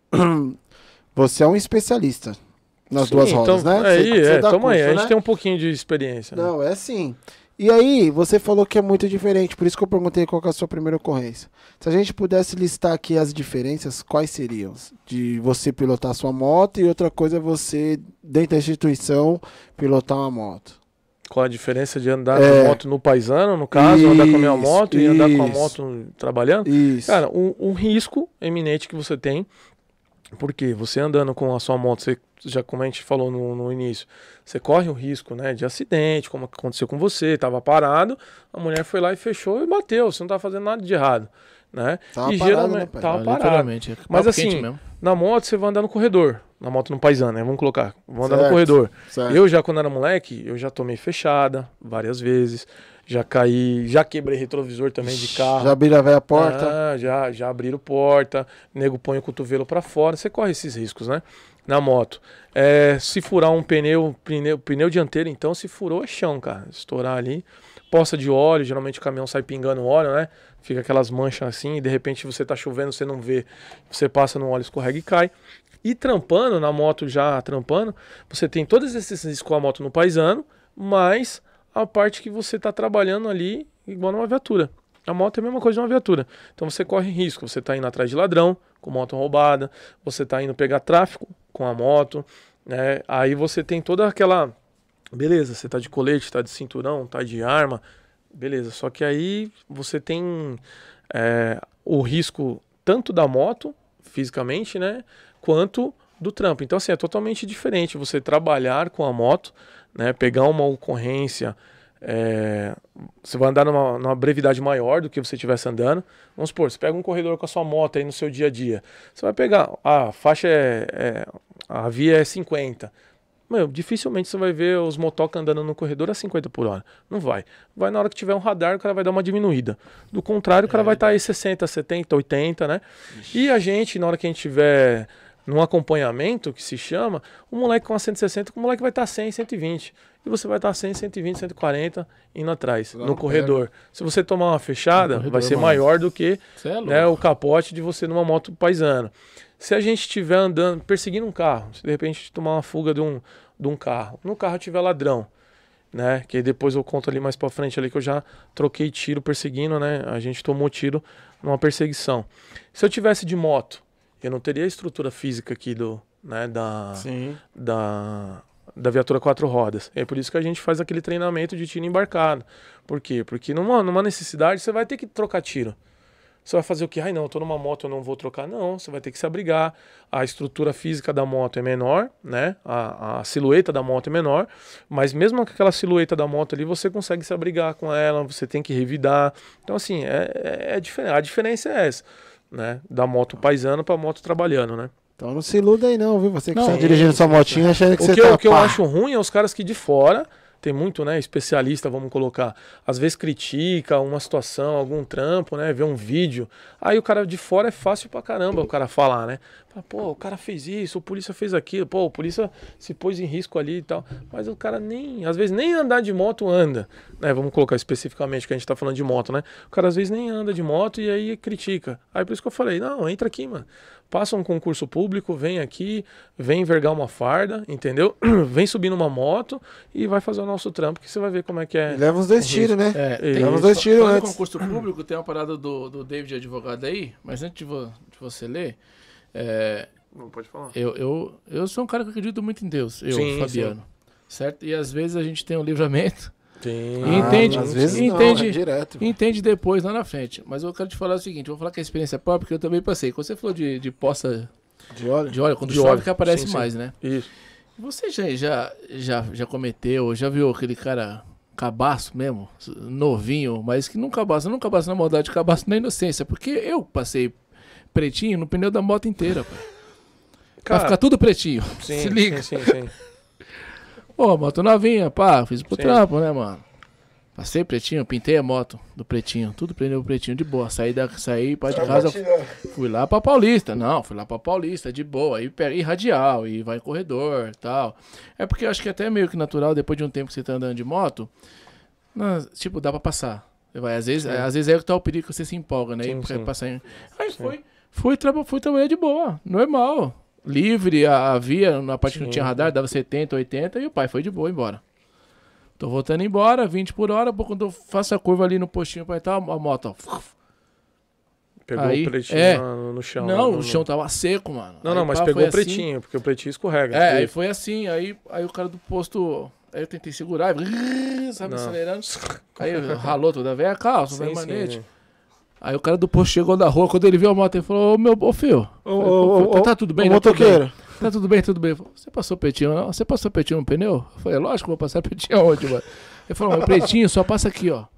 você é um especialista nas duas Sim, rodas, então, né? Aí, Você- você é, dá tamo aí. curso, A gente né? tem um pouquinho de experiência. Né? Não, é sim. E aí, você falou que é muito diferente, por isso que eu perguntei qual que é a sua primeira ocorrência. Se a gente pudesse listar aqui as diferenças, quais seriam? De você pilotar sua moto e outra coisa é você, dentro da instituição, pilotar uma moto. Qual a diferença de andar É. com moto no paisano, no caso, andar com a minha Isso, moto e andar com a isso. moto trabalhando? Isso. Cara, um, um risco eminente que você tem, porque você andando com a sua moto, você, já como a gente falou no, no início, você corre o risco, né, de acidente, como aconteceu com você, tava parado, a mulher foi lá e fechou e bateu, você não tá fazendo nada de errado, né? Tava e parado, geralmente né, pai? tava Ah, parado. literalmente, é Mas papo assim, quente mesmo. na moto você vai andar no corredor. Na moto no paisano, né? Vamos colocar. Vou andar Certo, no corredor. certo. Eu já, quando era moleque, eu já tomei fechada várias vezes. Já caí, já quebrei retrovisor também de carro. Já abriram a velha porta. Ah, já, já abriram porta. Nego põe o cotovelo pra fora. Você corre esses riscos, né? Na moto. É, se furar um pneu, pneu, pneu dianteiro, então, se furou é chão, cara. Estourar ali. Poça de óleo, geralmente o caminhão sai pingando óleo, né? Fica aquelas manchas assim, e de repente você tá chovendo, você não vê. Você passa no óleo, escorrega e cai. E trampando, na moto já trampando, você tem todos esses riscos com a moto no paisano, mas a parte que você está trabalhando ali igual numa viatura. A moto é a mesma coisa de uma viatura. Então você corre risco. Você está indo atrás de ladrão com moto roubada, você está indo pegar tráfico com a moto, né? Aí você tem toda aquela... Beleza, você está de colete, está de cinturão, está de arma, beleza. Só que aí você tem é, o risco tanto da moto, fisicamente, né? Quanto do trampo. Então, assim, é totalmente diferente você trabalhar com a moto, né? Pegar uma ocorrência, é, você vai andar numa, numa brevidade maior do que você estivesse andando. Vamos supor, você pega um corredor com a sua moto aí no seu dia a dia. Você vai pegar, a faixa é, é a via é cinquenta. Meu, dificilmente você vai ver os motoca andando no corredor a cinquenta por hora. Não vai. Vai na hora que tiver um radar, o cara vai dar uma diminuída. Do contrário, o cara É, vai estar aí sessenta, setenta, oitenta, né? Ixi. E a gente, na hora que a gente tiver num acompanhamento, que se chama, o moleque com a cento e sessenta, o moleque vai estar cem, cento e vinte. E você vai estar cem, cento e vinte, cento e quarenta indo atrás, Não, no corredor. Pega. Se você tomar uma fechada, corredor, vai ser mano. maior do que é né, o capote de você numa moto paisana. Se a gente estiver andando, perseguindo um carro, se de repente tomar uma fuga de um, de um carro, no carro tiver ladrão, né? Que aí depois eu conto ali mais pra frente ali que eu já troquei tiro perseguindo, né? A gente tomou tiro numa perseguição. Se eu tivesse de moto, eu não teria a estrutura física aqui do, né, da, Sim. da, da viatura quatro rodas. É por isso que a gente faz aquele treinamento de tiro embarcado. Por quê? Porque numa, numa necessidade você vai ter que trocar tiro. Você vai fazer o quê? Ai, não, eu tô numa moto, eu não vou trocar. Não, você vai ter que se abrigar. A estrutura física da moto é menor, né? A, a silhueta da moto é menor, mas mesmo com aquela silhueta da moto ali, você consegue se abrigar com ela, você tem que revidar. Então, assim, é, é, é diferente. A diferença é essa, né? Da moto paisano pra moto trabalhando, né? Então não se iluda aí não, viu? Você que Não, está dirigindo sua motinha achando que o você que tá... eu, O que eu pá. acho ruim é os caras que de fora... Tem muito, né, especialista, vamos colocar, às vezes critica uma situação, algum trampo, né, vê um vídeo, aí o cara de fora é fácil pra caramba o cara falar, né, fala, pô, o cara fez isso, o polícia fez aquilo, pô, o polícia se pôs em risco ali e tal, mas o cara nem, às vezes nem andar de moto anda, né, vamos colocar especificamente que a gente tá falando de moto, né, o cara às vezes nem anda de moto e aí critica, aí por isso que eu falei, não, entra aqui, mano. Passa um concurso público, vem aqui, vem envergar uma farda, entendeu? Vem subir numa moto e vai fazer o nosso trampo, que você vai ver como é que é. E leva uns dois tiros, né? É, tem, leva uns dois tiros no antes. concurso público tem uma parada do, do David advogado aí, mas antes de, vo, de você ler, é, Não pode falar. eu, eu, eu sou um cara que acredito muito em Deus, eu, Sim, Fabiano, sim. certo? E às vezes a gente tem um livramento. Sim. E entende, Ah, às vezes entende, não, é direto. entende depois lá na frente. Mas eu quero te falar o seguinte, eu vou falar que é experiência própria, porque eu também passei. Quando você falou de, de poça De óleo? de óleo, quando De chove óleo, que aparece sim, mais, sim. né? Isso. Você já, já, já, já cometeu, já viu aquele cara cabaço mesmo, novinho, mas que não cabaço, não cabaço na maldade, cabaço na inocência, porque eu passei pretinho no pneu da moto inteira, pai. Pra Cara, ficar tudo pretinho. sim, Se liga. Sim, sim, sim. Pô, moto novinha, pá, fiz pro Sim. trampo, né, mano? Passei pretinho, pintei a moto do pretinho, tudo pneu pretinho, de boa. Saí, da, saí pra de casa, fui lá pra Paulista. Não, fui lá pra Paulista, de boa. Aí pega e radial, e vai em corredor e tal. É porque eu acho que é até meio que natural, depois de um tempo que você tá andando de moto, não, tipo, dá pra passar. Você vai, às vezes, às vezes é que tá o perigo que você se empolga, né? Sim, E sim. passar em... Aí Sim. fui, fui, tra fui trabalhar de boa, normal. Livre, a, a via, na parte que não Sim. tinha radar, dava setenta, oitenta, e o pai foi de boa embora. Tô voltando embora, vinte por hora, quando eu faço a curva ali no postinho pra entrar, a moto, ó. Pegou Aí, o pretinho é. no, no chão. Não, né? o chão tava seco, mano. Não, Aí, não, mas pá, pegou foi o pretinho, porque o pretinho escorrega. Assim. É, E- aí foi assim, aí, aí o cara do posto, aí eu tentei segurar, e, sabe, Não. acelerando. Aí ralou toda a velha calça, Sim, velho sim, manete. sim. Aí o cara do posto chegou da rua, quando ele viu a moto, ele falou, ô meu, ô filho, Ô, Falei, ô, "Pô, ô, tá, tá tudo bem, ô, né? Tudo bem. motoqueiro. Tá tudo bem, tudo bem. Ele falou, você passou pretinho, não? Você passou pretinho no pneu? Eu falei, lógico que eu vou passar pretinho aonde, mano? Ele falou, meu pretinho só passa aqui, ó.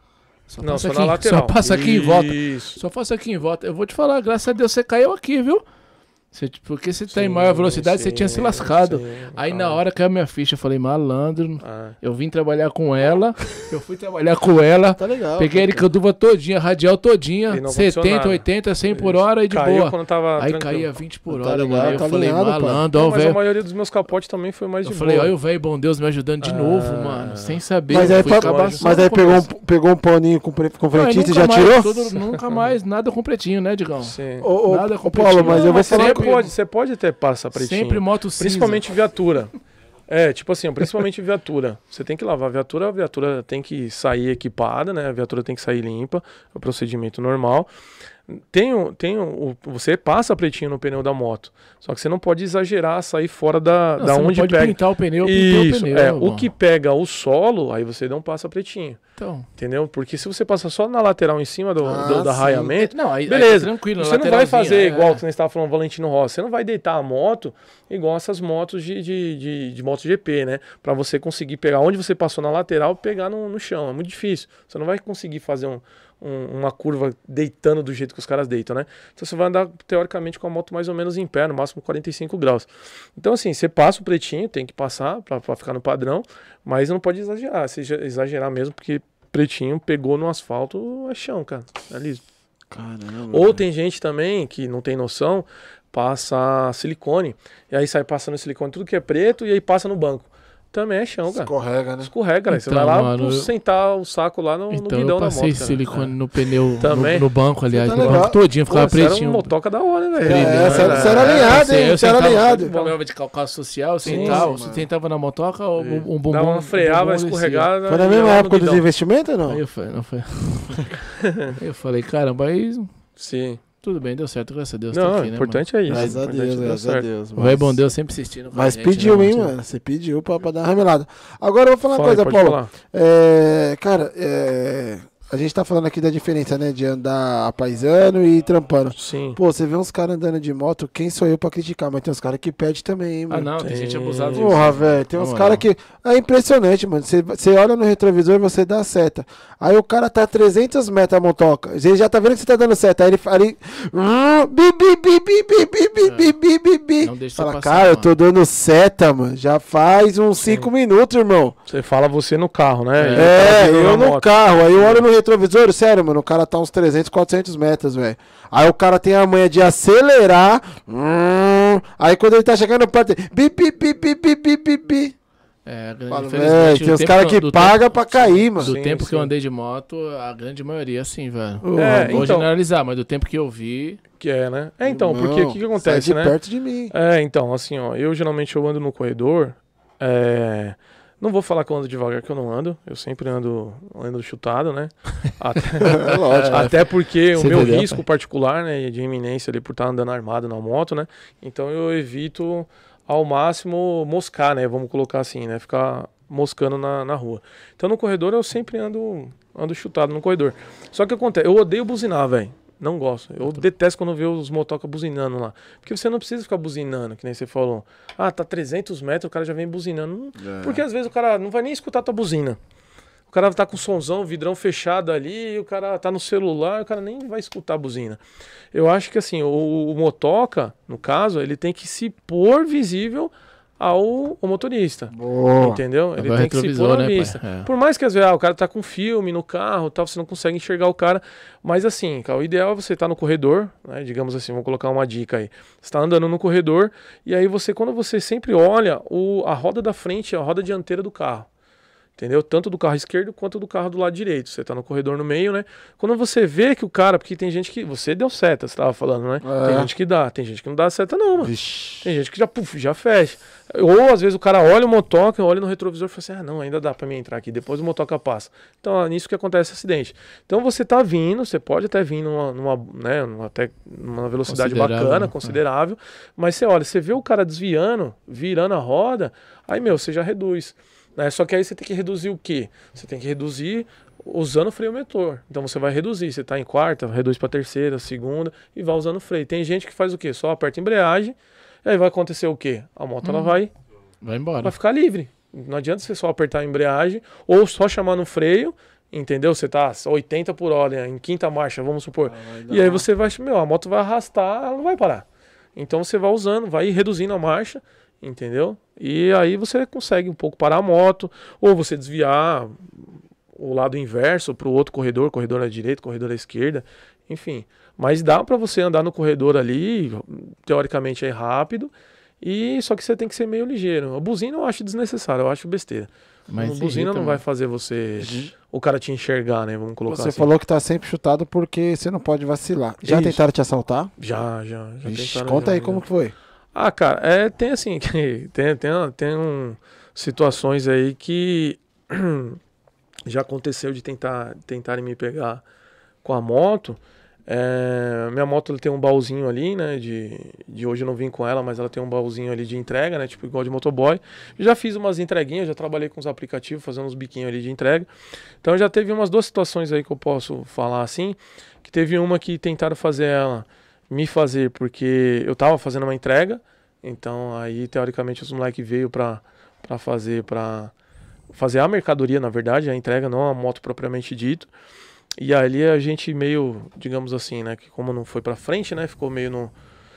Só Não, passa só aqui, na lateral. Só passa aqui em volta. Isso. Só passa aqui em volta. Eu vou te falar, graças a Deus você caiu aqui, viu? Você, porque você tá em maior velocidade, sim, você tinha se lascado. Sim, aí ah. na hora caiu minha ficha, eu falei, malandro, ah. eu vim trabalhar com ela, eu fui trabalhar com ela, tá legal, peguei a Ericanduva todinha, radial todinha, setenta, oitenta, cem por hora e de caiu boa. Quando tava aí tranquilo. Caía vinte por hora, tá ligado, mano. Eu tá falei, ligado, malandro, ó, mas véio. A maioria dos meus capotes também foi mais de eu boa. Eu falei, olha o velho bom Deus me ajudando de ah. novo, mano, sem saber. Mas aí, pra, mas aí pegou, um, pegou um paninho com, com frentista e já mais, tirou? Tudo, nunca mais, nada com pretinho, né, Digão? Sim. Ô, nada com Paulo, mas eu vou falar... Você pode ter passa pretinho. Sempre moto cinza. Principalmente viatura. É, tipo assim, principalmente viatura. Você tem que lavar a viatura, a viatura tem que sair equipada, né? A viatura tem que sair limpa, é o procedimento normal. Tem, tem o, você passa pretinho no pneu da moto, só que você não pode exagerar, sair fora da, não, da você onde não pode pega. pintar o pneu, Isso, o pneu. É, o que pega o solo, aí você não passa pretinho. Então. Entendeu? Porque se você passa só na lateral em cima do, ah, do, do arraiamento, não, aí, beleza. Aí, tranquilo, você não vai fazer é, igual é. que você estava falando, Valentino Rossi. Você não vai deitar a moto igual essas motos de, de, de, de MotoGP, né? Pra você conseguir pegar onde você passou na lateral e pegar no, no chão. É muito difícil. Você não vai conseguir fazer um, um, uma curva deitando do jeito que os caras deitam, né? Então você vai andar, teoricamente, com a moto mais ou menos em pé, no máximo quarenta e cinco graus. Então, assim, você passa o pretinho, tem que passar pra, pra ficar no padrão, mas não pode exagerar. Se exagerar mesmo, porque pretinho pegou no asfalto, é chão, cara. É liso. Caramba. Ou tem gente também que não tem noção, passa silicone, e aí sai passando silicone tudo que é preto, e aí passa no banco. Também é chão, cara. Escorrega, né? Escorrega, cara. Então, você vai lá mano, eu... sentar o saco lá no, então, no guidão da moto. Eu passei silicone no pneu, Também? No, no banco, aliás, tá no legal. banco todinho, ficava Pô, pretinho. Você era um motoca da hora, né, velho? É, você era, era alinhado, hein? Você era alinhado. Eu trabalhava de calçado social, Sim, sentava, mano. você sentava na motoca, o um bumbum... Dava uma freava, escorregada. Foi na mesma época dos investimentos ou não? Aí eu falei, não foi. Aí eu falei, caramba, aí... Sim. Tudo bem, deu certo, graças a Deus. Não, o né, importante é isso. Graças a Deus, graças a Deus. Vai bom Deus sempre assistindo. Mas gente, pediu, né, hein, mano? Você pediu pra, pra dar uma ramelada. Agora eu vou falar uma Fala, coisa, pode Paulo. falar. É, cara, é, a gente tá falando aqui da diferença, né? De andar a paisano e trampando. Sim. Pô, você vê uns caras andando de moto, quem sou eu pra criticar? Mas tem uns caras que pedem também, hein, mano. Ah, não, tem, tem gente abusada disso. Porra, velho, tem uns caras que... É impressionante, mano. Você, você olha no retrovisor e você dá seta. Aí o cara tá a trezentos metros a motoca. Ele já tá vendo que você tá dando seta. Aí ele... Aí, bi, bi, bi, bi, bi, bi, bi, bi, bi, bi. Não deixa Fala, passar, cara, mano. eu tô dando seta, mano. Já faz uns cinco minutos, irmão. Você fala você no carro, né? É, eu no carro. Aí eu olho no retrovisor, sério, mano, o cara tá uns trezentos, quatrocentos metros, velho. Aí o cara tem a manha de acelerar. Hum, aí quando ele tá chegando perto, bi, bi, bi, bi, bi, bi, bi, bi. É, Fala, véio, tem os caras que pagam pra cair, mano. Do Sim, tempo sim. que eu andei de moto, a grande maioria, sim, velho. É, Não vou então- generalizar, mas do tempo que eu vi... Que é, né? É, então, porque o que, que Sai acontece, de né? perto de mim. É, então, assim, ó, eu geralmente eu ando no corredor, é... Não vou falar que eu ando devagar, que eu não ando. Eu sempre ando, ando chutado, né? Até, É lógico. até porque o Você meu entendeu, risco pai? particular, né, de iminência ali por estar andando armado na moto, né? Então eu evito ao máximo moscar, né? Vamos colocar assim, né? Ficar moscando na, na rua. Então no corredor eu sempre ando, ando chutado no corredor. Só que acontece, eu odeio buzinar, velho. Não gosto. Eu detesto quando eu vejo os motoca buzinando lá. Porque você não precisa ficar buzinando, que nem você falou. Ah, tá trezentos metros, o cara já vem buzinando. É. Porque às vezes o cara não vai nem escutar a tua buzina. O cara tá com o somzão, o vidrão fechado ali, o cara tá no celular, o cara nem vai escutar a buzina. Eu acho que assim, o, o motoca, no caso, ele tem que se pôr visível ao, ao motorista. Boa. Entendeu? Ele Agora tem que se retrovisor, pôr na né, pai? vista. É. Por mais que às vezes ah, o cara tá com filme no carro, tal, você não consegue enxergar o cara. Mas assim, cara, o ideal é você estar no corredor, né? Digamos assim, vamos colocar uma dica aí. Você tá andando no corredor e aí você, quando você sempre olha o, a roda da frente, a roda dianteira do carro. Entendeu? Tanto do carro esquerdo quanto do carro do lado direito. Você tá no corredor no meio, né? Quando você vê que o cara... Porque tem gente que... Você deu seta, você tava falando, né? É. Tem gente que dá. Tem gente que não dá seta não, mano. Vixe. Tem gente que já, puf, já fecha. Ou às vezes o cara olha o motoca, olha no retrovisor e fala assim, ah não, ainda dá pra mim entrar aqui. Depois o motoca passa. Então é nisso que acontece o acidente. Então você tá vindo, você pode até vir numa, numa, né, numa, até numa velocidade Considerável, bacana, né? considerável. Mas você olha, você vê o cara desviando, virando a roda, aí meu, você já reduz. Né? Só que aí você tem que reduzir o quê? Você tem que reduzir usando freio motor. Então você vai reduzir. Você está em quarta, reduz para terceira, segunda e vai usando freio. Tem gente que faz o quê? Só aperta a embreagem e aí vai acontecer o quê? A moto Hum. ela vai, Vai embora. vai ficar livre. Não adianta você só apertar a embreagem ou só chamar no freio entendeu? Você tá oitenta por hora em quinta marcha, vamos supor. Ah, e aí você vai, meu, a moto vai arrastar, ela não vai parar. Então você vai usando, vai reduzindo a marcha, entendeu? E aí você consegue um pouco parar a moto, ou você desviar o lado inverso para o outro corredor, corredor à direita, corredor à esquerda, enfim. Mas dá para você andar no corredor ali, teoricamente é rápido, e só que você tem que ser meio ligeiro. A buzina eu acho desnecessário, eu acho besteira. Mas a buzina não vai fazer você, o cara te enxergar, né? Vamos colocar Você assim. falou que tá sempre chutado porque você não pode vacilar. Já Isso. tentaram te assaltar? Já, já. já Ixi, tentaram, conta já, aí já. como que foi. Ah, cara, é, tem assim, tem, tem, tem um, situações aí que já aconteceu de tentar, tentarem me pegar com a moto. É, minha moto ela tem um baúzinho ali, né, de, de hoje eu não vim com ela, mas ela tem um baúzinho ali de entrega, né, tipo igual de motoboy. Já fiz umas entreguinhas, já trabalhei com os aplicativos, fazendo uns biquinhos ali de entrega. Então já teve umas duas situações aí que eu posso falar assim, que teve uma que tentaram fazer ela me fazer porque eu tava fazendo uma entrega, então aí teoricamente os moleques veio pra, pra fazer, pra fazer a mercadoria, na verdade, a entrega, não a moto propriamente dito. E ali a gente meio, digamos assim, né, que como não foi pra frente, né, ficou meio no,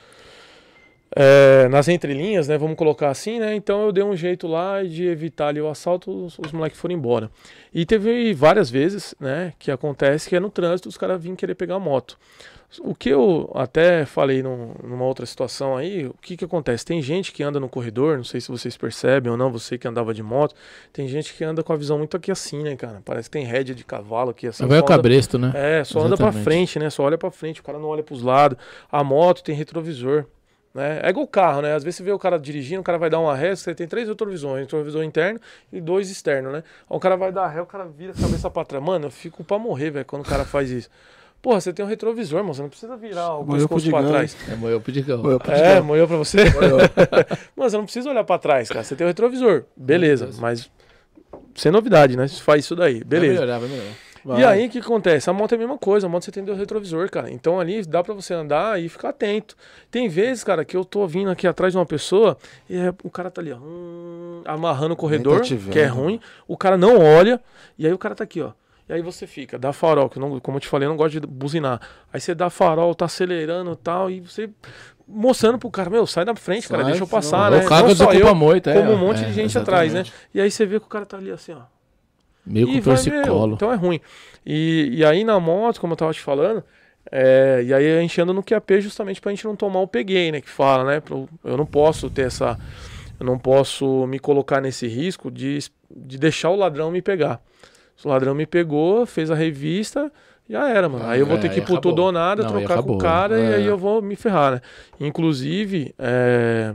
é, nas entrelinhas, né, vamos colocar assim, né, então eu dei um jeito lá de evitar ali o assalto, os, os moleques foram embora. E teve várias vezes, né, que acontece que é no trânsito os caras vinham querer pegar a moto. O que eu até falei num, numa outra situação aí, o que que acontece? Tem gente que anda no corredor, não sei se vocês percebem ou não, você que andava de moto, tem gente que anda com a visão muito aqui assim, né, cara? Parece que tem rédea de cavalo aqui assim. Vai o cabresto, né? É, só Exatamente. anda pra frente, né? Só olha pra frente, o cara não olha pros lados. A moto tem retrovisor, né? É igual o carro, né? Às vezes você vê o cara dirigindo, o cara vai dar uma ré, você tem três retrovisores, retrovisor interno e dois externos, né? Aí o cara vai dar ré, o cara vira a cabeça pra trás. Mano, eu fico pra morrer, velho, quando o cara faz isso. Porra, você tem um retrovisor, mano, você não precisa virar o pescoço pra trás. É, moeu pro digão. É, moeu pra você? Mano, você não precisa olhar pra trás, cara. Você tem o retrovisor. Beleza, mas sem novidade, né? Você faz isso daí. Beleza. Vai melhorar, vai melhorar. Vai. E aí, o que acontece? A moto é a mesma coisa. A moto você tem o retrovisor, cara. Então ali dá pra você andar e ficar atento. Tem vezes, cara, que eu tô vindo aqui atrás de uma pessoa e é, o cara tá ali, ó, hum, amarrando o corredor, que é ruim. O cara não olha e aí o cara tá aqui, ó. E aí você fica, dá farol, que eu não, como eu te falei, eu não gosto de buzinar. Aí você dá farol, tá acelerando e tal, e você mostrando pro cara, meu, sai da frente, sai, cara, deixa eu passar, não, né? O carro não só eu, muito, é, como um monte é, de gente exatamente. atrás, né? E aí você vê que o cara tá ali assim, ó. Meio com torcicolo. Então é ruim. E, e aí na moto, como eu tava te falando, é, e aí a gente anda no Q A P justamente pra gente não tomar o peguei, né? Que fala, né? Pro, eu não posso ter essa... Eu não posso me colocar nesse risco de, de deixar o ladrão me pegar. O ladrão me pegou, fez a revista, já era, mano. Aí eu vou ter que ir pro tudo ou nada, não, trocar com o cara é. e aí eu vou me ferrar, né? Inclusive, é...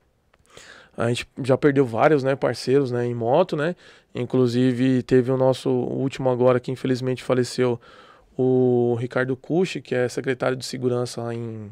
a gente já perdeu vários, né, parceiros, né, em moto, né? Inclusive teve o nosso último agora que infelizmente faleceu, o Ricardo Cucci, que é secretário de segurança lá em...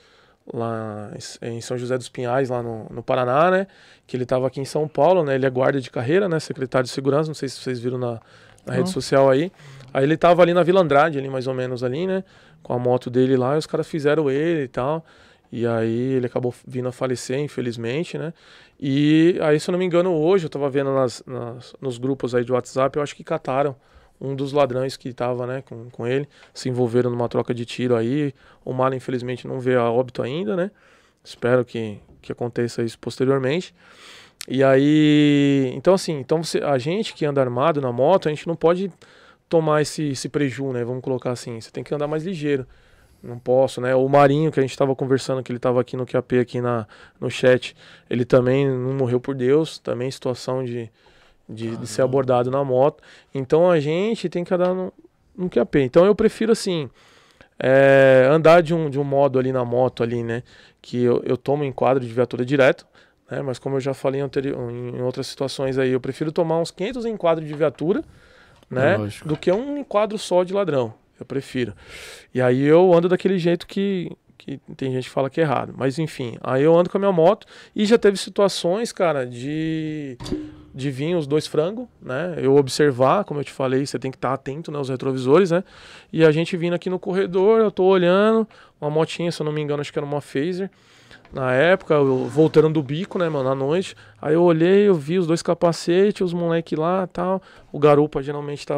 lá em São José dos Pinhais, lá no, no Paraná, né? Que ele estava aqui em São Paulo, né? Ele é guarda de carreira, né? Secretário de segurança, não sei se vocês viram na, na rede social aí. Aí ele estava ali na Vila Andrade, ali mais ou menos ali, né? Com a moto dele lá, e os caras fizeram ele e tal. E aí ele acabou vindo a falecer, infelizmente, né? E aí, se eu não me engano, hoje, eu estava vendo nas, nas, nos grupos aí de WhatsApp, eu acho que cataram um dos ladrões que estava, né, com, com ele, se envolveram numa troca de tiro aí. O Mala, infelizmente, não veio a óbito ainda, né? Espero que, que aconteça isso posteriormente. E aí, então assim, então você, a gente que anda armado na moto, a gente não pode tomar esse, esse preju, né? Vamos colocar assim, você tem que andar mais ligeiro. Não posso, né? O Marinho, que a gente estava conversando, que ele estava aqui no Q A P, aqui na, no chat, ele também não morreu por Deus, também em situação de... De, de ser abordado na moto. Então a gente tem que andar no, no Q A P. Então eu prefiro assim, é, andar de um, de um modo ali na moto ali, né? Que eu, eu tomo enquadro de viatura direto, né? Mas como eu já falei anterior, em outras situações aí, eu prefiro tomar uns quinhentos enquadros de viatura, né? Lógico. Do que um enquadro só de ladrão. Eu prefiro. E aí eu ando daquele jeito que... que tem gente que fala que é errado, mas enfim, aí eu ando com a minha moto e já teve situações, cara, de de vir os dois frangos, né, eu observar, como eu te falei, você tem que estar atento, né, aos retrovisores, né, e a gente vindo aqui no corredor, eu tô olhando, uma motinha, se eu não me engano, acho que era uma Phaser, na época, eu voltando do bico, né, mano, à noite, aí eu olhei, eu vi os dois capacetes, os moleques lá, tal, o garupa geralmente tava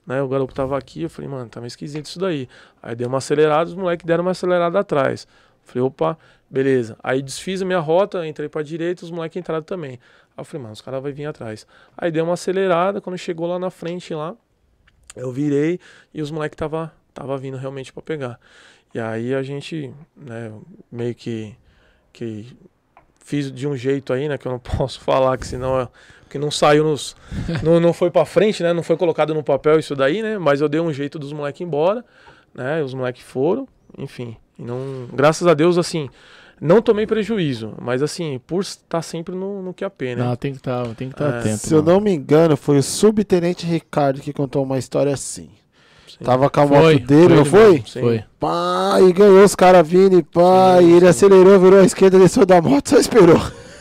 né? O garupa tava aqui, eu falei, mano, tá meio esquisito isso daí. Aí dei uma acelerada, os moleques deram uma acelerada atrás. Falei, opa, beleza. Aí desfiz a minha rota, entrei pra direita, os moleques entraram também. Aí eu falei, mano, os caras vão vir atrás. Aí dei uma acelerada, quando chegou lá na frente, lá, eu virei e os moleques tava, tava vindo realmente pra pegar. E aí a gente, né, meio que, que fiz de um jeito aí, né, que eu não posso falar, que senão... que não saiu nos... não, não foi pra frente, né, não foi colocado no papel isso daí, né, mas eu dei um jeito dos moleques ir embora, né, os moleques foram, enfim... E não, graças a Deus, assim, não tomei prejuízo, mas assim, por estar sempre no, no Q A P, né? Não, tem que estar tem que tá É. atento. Se eu mano. não me engano, foi o subtenente Ricardo que contou uma história assim. Sim. Tava com a Foi, moto dele, foi não ele foi? mesmo, Sim. Foi. Pá, e ganhou os caras vindo e pá, Sim, e ele sim. acelerou, virou à esquerda, desceu da moto, só esperou.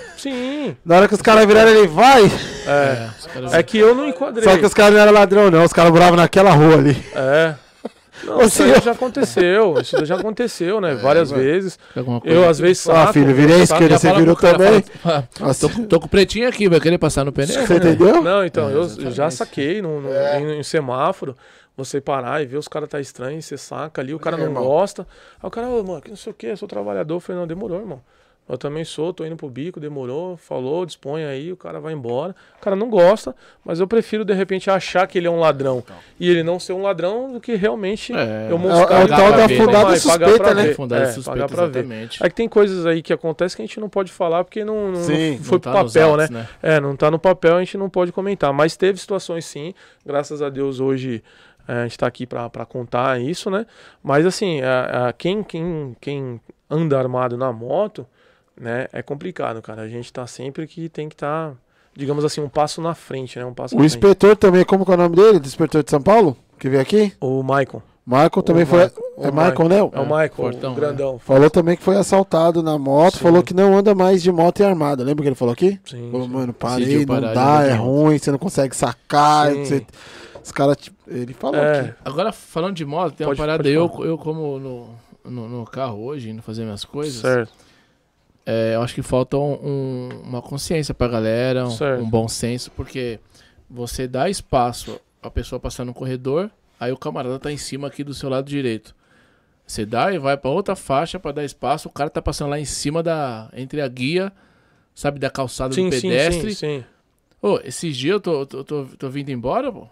Sim, Na hora que os caras viraram, ele vai. é. Os caras- É que eu não enquadrei. Só que os caras não eram ladrão, não. Os caras moravam naquela rua ali. É. Não, Ô, isso aí senhor. já aconteceu, isso já aconteceu, né? Várias mano. vezes. alguma coisa Eu, que- às vezes, Ah, saco. filho, virei à eu saco- esquerda, Já você fala virou pro cara, também? fala, "Ah, Nossa, tô, tô com o pretinho aqui, vai querer passar no pneu?" você entendeu? Não, então, É, eu exatamente. já saquei no, no, em, em semáforo. Você parar e ver os caras tá estranho, você saca ali, o cara É, não irmão. gosta. Aí o cara, ô, mano, que não sei o que, eu sou trabalhador. Eu falei, não, demorou, irmão. Eu também sou, tô indo pro bico, demorou, falou, dispõe aí, o cara vai embora. O cara não gosta, mas eu prefiro, de repente, achar que ele é um ladrão e ele não ser um ladrão do que realmente É, eu é o- mostrar é o ele tal pra da ver, fundada né? Pagar suspeita, pra né? ver. Fundada É, suspeita, pagar pra ver. exatamente. É que tem coisas aí que acontecem que a gente não pode falar porque não, não, Sim, não foi não tá pro nos papel, autos, né? né? É, não tá no papel, a gente não pode comentar. Mas teve situações sim, graças a Deus hoje é, a gente tá aqui pra, pra contar isso, né? Mas assim, a, a, quem, quem, quem anda armado na moto, né, é complicado, cara. A gente tá sempre que tem que estar, tá, digamos assim, um passo na frente, né? Um passo O na frente. inspetor também, como que é o nome dele? Do inspetor de São Paulo? Que veio aqui? O Maicon. Michael também O foi. Maicon. É O Michael, né? É o É, Maicon, fortão, o grandão. Falou também que foi assaltado na moto. Sim. Falou que não anda mais de moto e armada. Lembra que ele falou aqui? Sim, Falou, sim. mano, parei, Decidiu não parar de dá, andar de é moto. ruim, você não consegue sacar. Sim. Você... Os caras, tipo, ele falou É. aqui. Agora, falando de moto, tem Pode- uma parada, pode eu, falar. eu como no, no, no carro hoje, indo fazer minhas coisas, Certo. é, eu acho que falta um- um- uma consciência pra galera, um, Certo. um bom senso, porque você dá espaço a pessoa passar no corredor, aí o camarada tá em cima aqui do seu lado direito. Você dá e vai pra outra faixa pra dar espaço, o cara tá passando lá em cima da, entre a guia, sabe, da calçada Sim, do sim, pedestre. sim, sim. Ô, esses dias eu tô, tô, tô, tô vindo embora, pô.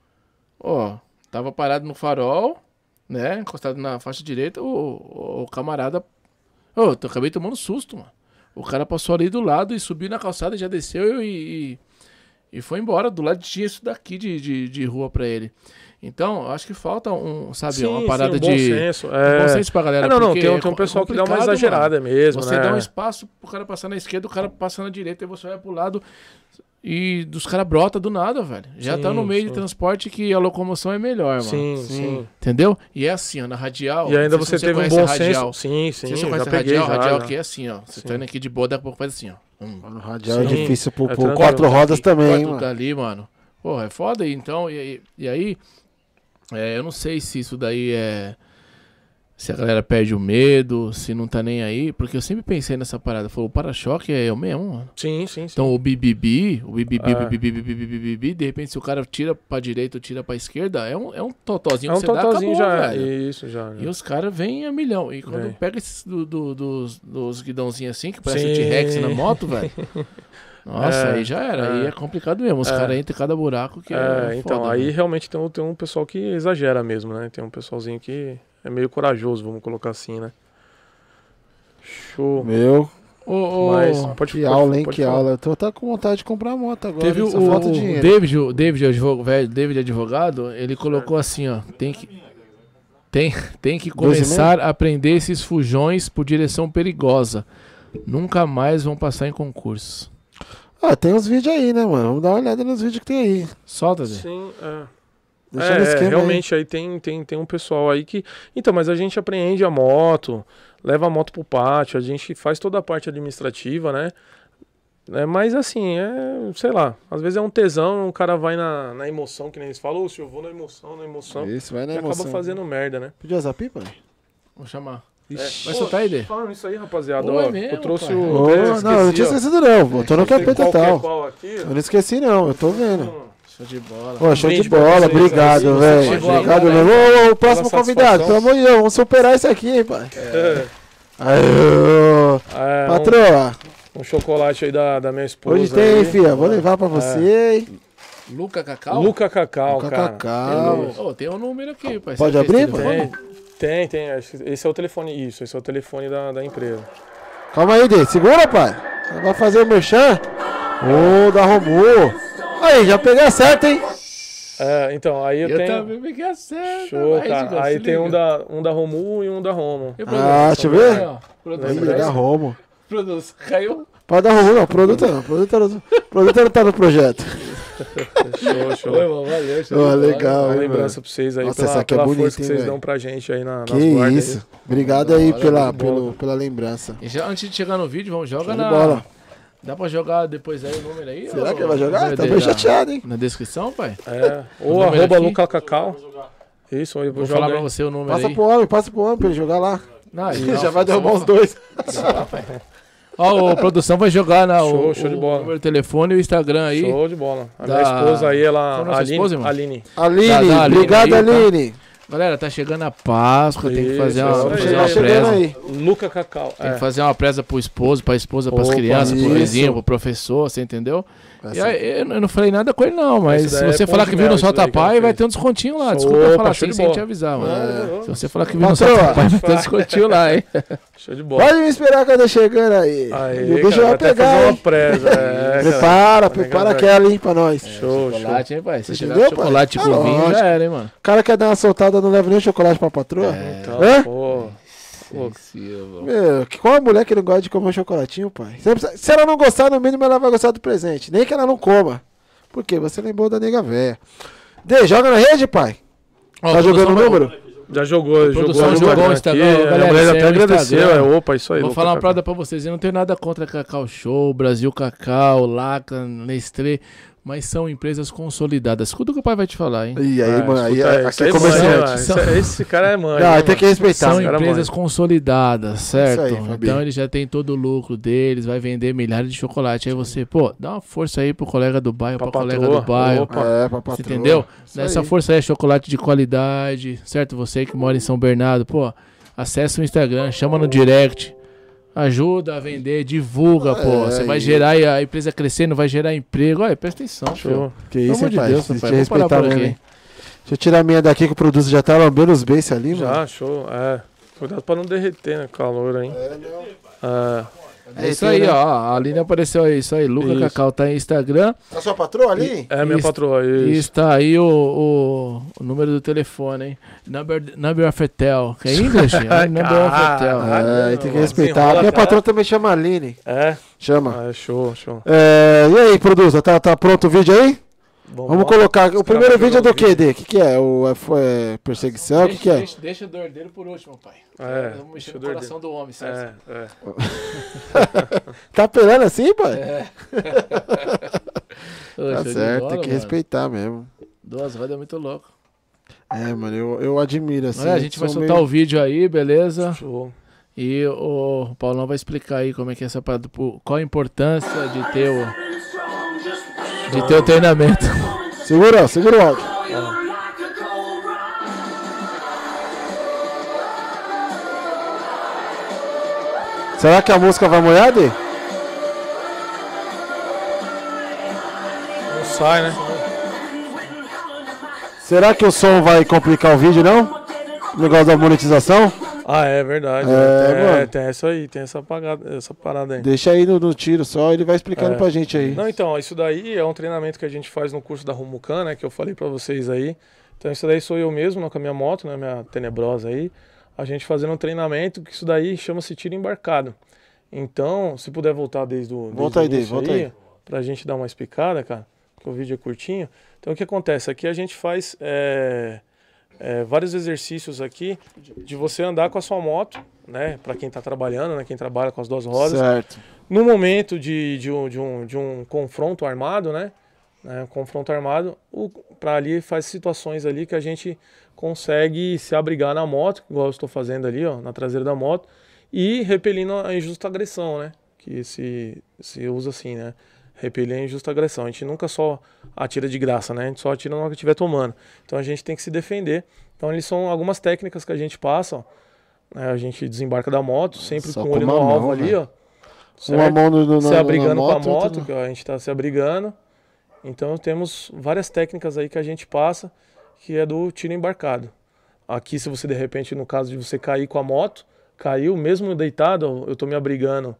Ó, tava parado no farol, né? Encostado na faixa direita, o, o, o camarada. Ô, eu tô- acabei tomando susto, mano. O cara passou ali do lado e subiu na calçada, já desceu e, e, e foi embora. Do lado tinha isso daqui de, de, de rua pra ele. Então, eu acho que falta um, sabe, Sim, uma sim, parada um bom de. senso. Um É. bom senso pra galera. É, não, não, porque tem, um- é tem um co- pessoal que dá uma complicado, exagerada mano. mesmo, Você né? dá um espaço pro cara passar na esquerda, o cara passa na direita, e você vai pro lado e dos caras brota do nada, velho. Já Sim, tá no meio sim. de transporte que a locomoção é melhor, mano. Sim, sim. Entendeu? E é assim, ó, na radial. E ainda não sei você se teve um conhece a bom radial. senso. Sim, sim. Se você já conhece a peguei radial, já, radial já. que é assim, ó. Você Sim. tá indo aqui de boa, daqui a pouco faz assim, ó. Hum. Mano, radial é Sim. difícil por, É por tranquilo. quatro rodas Aqui, também, quarto hein, mano. tá ali, mano. Porra, é foda aí. Então, e, e aí, é, eu não sei se isso daí é... Se a galera perde o medo, se não tá nem aí. Porque eu sempre pensei nessa parada. Falei, o para-choque é eu mesmo, mano. Sim, sim, sim. Então o bibibi, o bibibi, É. bibibi, bibibi, bibibi, de repente se o cara tira pra direita ou tira pra esquerda, é um, é um totozinho é um que você dá, totalzinho acabou, já. velho. Isso, já. E os caras vêm a milhão. E quando Vem. pega esses do, do- dos, dos guidãozinhos assim, que parece Sim. o T-Rex na moto, velho. Nossa, É, aí já era. é. Aí é complicado mesmo. Os É. caras entram em cada buraco que é. É, então, foda, aí velho. realmente tem um, tem um pessoal que exagera mesmo, né? Tem um pessoalzinho que é meio corajoso, vamos colocar assim, né? Show. Meu, Ô, ô, Mas pode que pode- aula, hein, pode que falar. aula. Eu tô tá com vontade de comprar moto agora. Teve hein, o, só falta o dinheiro. David, o David, advogado, velho, David advogado, ele colocou assim, ó, tem que tem, tem que Dois e começar a aprender esses fujões por direção perigosa. Nunca mais vão passar em concurso. Ah, tem uns vídeos aí, né, mano? Vamos dar uma olhada nos vídeos que tem aí. Solta, Zé. Sim, é. Deixa É, no esquema aí. realmente aí tem, tem, tem um pessoal aí que... Então, mas a gente apreende a moto, leva a moto pro pátio, a gente faz toda a parte administrativa, né? É, mas assim, é, sei lá, às vezes é um tesão, o cara vai na, na emoção, que nem eles falam, ô, se eu vou na emoção, na emoção, Isso, vai na e emoção. acaba fazendo merda, né? Podia usar pipa? Vou chamar. Ixi. Vai Pô, soltar aí, Dê? Falando isso aí, rapaziada, Pô, ó, é mesmo, eu trouxe pai. o... Ô, eu não, eu não tinha ó. esquecido não. Botou no Não sei capeta qual que é tal. qual aqui, Eu não esqueci não, eu tô vendo. Hum, Show de bola. Pô, show brinde de pra bola, vocês, obrigado, aí, velho. chegou Obrigado agora, mesmo. Ô, ô, o próximo Pela convidado, satisfação. pelo amor de Deus, vamos superar isso aqui, hein, pai. É, Aí, ô, é, patroa, um, um chocolate aí da, da minha esposa. hoje tem, aí. filha. Vou levar pra você, hein. Luca Cacau? Luca Cacau, Luca cara. Cacau. Ô, tem um número aqui, pai. Pode Você abrir, fez pai? telefone? Tem, tem, tem. Acho que Esse é o telefone, isso. Esse é o telefone da, da empresa. Calma aí, Dê. Segura, pai. Vai fazer o merchan. Ô, da Romu. Aí, já peguei a certa, hein. É, então, aí eu, Eu tenho... também peguei a certa. Show, vai, cara. Digão, Aí se tem um liga. da, um da Romu e um da Romo. E o Ah, produto? deixa eu ver. Aí, ó. Produto. Ih, Lembra da dessa? Romo. Produto. Caiu. Pode dar Romu, não. Produto não. Produto não, produto não tá no projeto. Show, show. Oi, mano, valeu. show Ô, de bola. legal, Uma hein, lembrança pra vocês aí, Nossa, pela, essa aqui é pela bonita, força que hein, vocês velho? dão pra gente aí na, nas Que guardas. isso. Obrigado aí Da hora, pela, muito bom. pelo, pela lembrança. E já, antes de chegar no vídeo, vamos jogar Show de na... bola. Dá pra jogar depois aí o número aí? Será ou- que vai jogar? ou Tá vai bem dar- chateado, hein. Na descrição, pai? É. Ou número arroba aqui? Luca Cacau. Isso, eu vou, Vou jogar falar pra aí. você o número Passa aí. pro homem, passa pro homem pra ele jogar lá. Não, aí, Ele não, já vai só- derrubar só- os dois. Ó, a produção vai jogar na, Show, o, show de o bola. número de telefone e o Instagram aí. Show de bola. A Da- minha esposa aí, ela. Qual a nossa Aline, esposa, irmão? Aline. Aline, Dá, dá, Aline obrigado, aí, tá? Aline. Galera, tá chegando a Páscoa, tem que Isso, fazer uma, isso aí, fazer Chega uma chegando presa. aí. Luca Cacau. Tem É. que fazer uma presa pro esposo, pra esposa, pras Opa, crianças, pro isso. vizinho, pro professor, você entendeu? E Essa- aí, eu eu não falei nada com ele não, mas Esse se daí é você pão falar de que viu mel, no isso daí Solta que ela Pai, vai fez. ter um descontinho lá. Desculpa Opa, falar show assim de sem bola. te avisar, mano. É, Se você falar que viu no Patroa. Solta Pai, vai ter um descontinho lá, hein? Show de bola. Pode me esperar que eu tô chegando aí. Aí, o bicho cara, vai até pegar, fazer uma hein. presa. É, cara. Prepara, Tá prepara ligado, aquela, hein, pra nós. Show, show. Chocolate, hein, pai? Se Entendeu, chegar pai? chocolate Ah, com vinho, lógico. já era, hein, mano? O cara quer dar uma soltada, não leva nem chocolate pra patroa? Então, Hã? pô. Pô, Meu, que- qual a mulher que não gosta de comer um chocolatinho, pai? Você precisa- se ela não gostar, no mínimo ela vai gostar do presente. Nem que ela não coma. Por quê? Você lembrou da nega véia. Dê, joga na rede, pai. Ó, Tá a jogando o produção- número? já jogou, jogou. produção no jogou o Instagram Instagram, aqui, galera, a mulher segue até o agradeceu. Instagram. É, opa, isso aí. Vou Luca falar uma Cacau. parada pra vocês. Eu não tenho nada contra Cacau Show, Brasil Cacau, Laca, Nestlé, mas são empresas consolidadas. Escuta o que o pai vai te falar, hein? E aí, É, mano, aí, escuta é- isso aqui é aí, comerciante. mano, esse- Esse cara é mãe. Não, né, aí tem que mano? respeitar. São cara empresas mãe. consolidadas, certo? Isso aí, Fabi. Então ele já tem todo o lucro deles, vai vender milhares de chocolate. Aí você, pô, dá uma força aí pro colega do bairro, pra, Pra colega patroa. do bairro. Opa. É, pra Você patroa. entendeu? Isso Nessa aí. força aí é chocolate de qualidade, certo? Você que mora em São Bernardo, pô, acessa o Instagram, chama no direct, ajuda a vender, divulga, pô. É, Você vai e- gerar a empresa crescendo, vai gerar emprego. Olha, presta atenção, Show. filho. Que Pelo isso, amor hein, de pai? Deus, Tem que pai. te Vamos parar respeitar por mesmo, aqui. hein? Deixa eu tirar a minha daqui que o produto já tá lambendo os beiços ali, mano. Já, show. É. Cuidado pra não derreter, né? Calor, hein? É. É isso aí, ó. A Aline apareceu aí, isso aí. Luca Isso. Cacau tá em Instagram. A sua patroa ali? É minha Isso. patroa. E Isso. está aí o, o, o número do telefone, hein? Number, number of hotel. Que é inglês? É number of hotel. Caralho. É, aí tem que Desenrola, respeitar. Minha cara. patroa também chama Aline. É. Chama. Ah, é show, show. É, e aí, produto, tá, tá pronto o vídeo aí? Bom, Vamos ó, colocar. O primeiro vai vídeo é jogar do o que, D? O que, que é? O, é, foi, é perseguição? O que, que é? Deixa, deixa o dordeiro por último, pai. É, Vamos mexer deixa no eu coração do homem, certo? É, é. Tá apelando assim, pai? É. Ô, Tá show de certo, bola, tem que mano. respeitar mesmo. Duas rodas é muito louco. É, mano, eu, eu admiro assim. Olha, a gente vai sou soltar meio- o vídeo aí, beleza? Show. E o Paulão vai explicar aí como é que é essa parada, pô, qual a importância de ter o de ter o treinamento. Segura, ó, segura o áudio. Será que a música vai molhar, D? Não sai, né? Será que o som vai complicar o vídeo, não? O negócio da monetização? Ah, é verdade. É, tem, mano. tem essa aí, tem essa, apagada, essa parada aí. Deixa aí no, no tiro só, ele vai explicando É. pra gente aí. Não, então, isso daí é um treinamento que a gente faz no curso da Romucan, né? Que eu falei pra vocês aí. Então, isso daí sou eu mesmo, né, com a minha moto, né? Minha tenebrosa aí. A gente fazendo um treinamento, que isso daí chama-se tiro embarcado. Então, se puder voltar desde o desde Volta o aí, Dave, início volta aí. pra gente dar uma explicada, cara, que o vídeo é curtinho. Então, o que acontece? Aqui a gente faz é, é, vários exercícios aqui de você andar com a sua moto, né? Pra quem tá trabalhando, né? Quem trabalha com as duas rodas. Certo. No momento de, de, um, de, um, de um confronto armado, né? né um confronto armado, o, pra ali faz situações ali que a gente consegue se abrigar na moto, igual eu estou fazendo ali, ó, na traseira da moto, e repelindo a injusta agressão, né? Que se, se usa assim, né? Repelir a injusta agressão. A gente nunca só atira de graça, né? A gente só atira na hora que estiver tomando. Então a gente tem que se defender. Então eles são algumas técnicas que a gente passa, ó. Né? A gente desembarca da moto, sempre Só com o com olho no uma alvo mão, ali, velho. ó. Uma Certo? mão no, no, Se na- abrigando na com a moto, moto, outra no- que a gente tá se abrigando. Então temos várias técnicas aí que a gente passa, que é do tiro embarcado. Aqui, se você de repente, no caso de você cair com a moto, caiu, mesmo deitado, eu tô me abrigando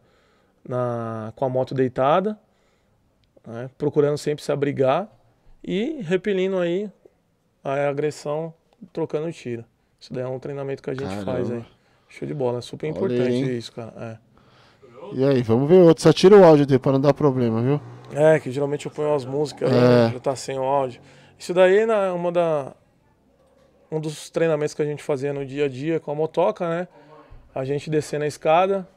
na, com a moto deitada, né, procurando sempre se abrigar e repelindo aí a agressão, trocando tiro. Isso daí é um treinamento que a gente Caramba. faz aí. Show de bola, é super Olha importante aí, hein? isso, cara. É. E aí, vamos ver outro. Só tira o áudio dele pra não dar problema, viu? É, que geralmente eu ponho as músicas, É. aí, já tá sem o áudio. Isso daí é uma da, um dos treinamentos que a gente fazia no dia a dia com a motoca, né? A gente descendo a escada.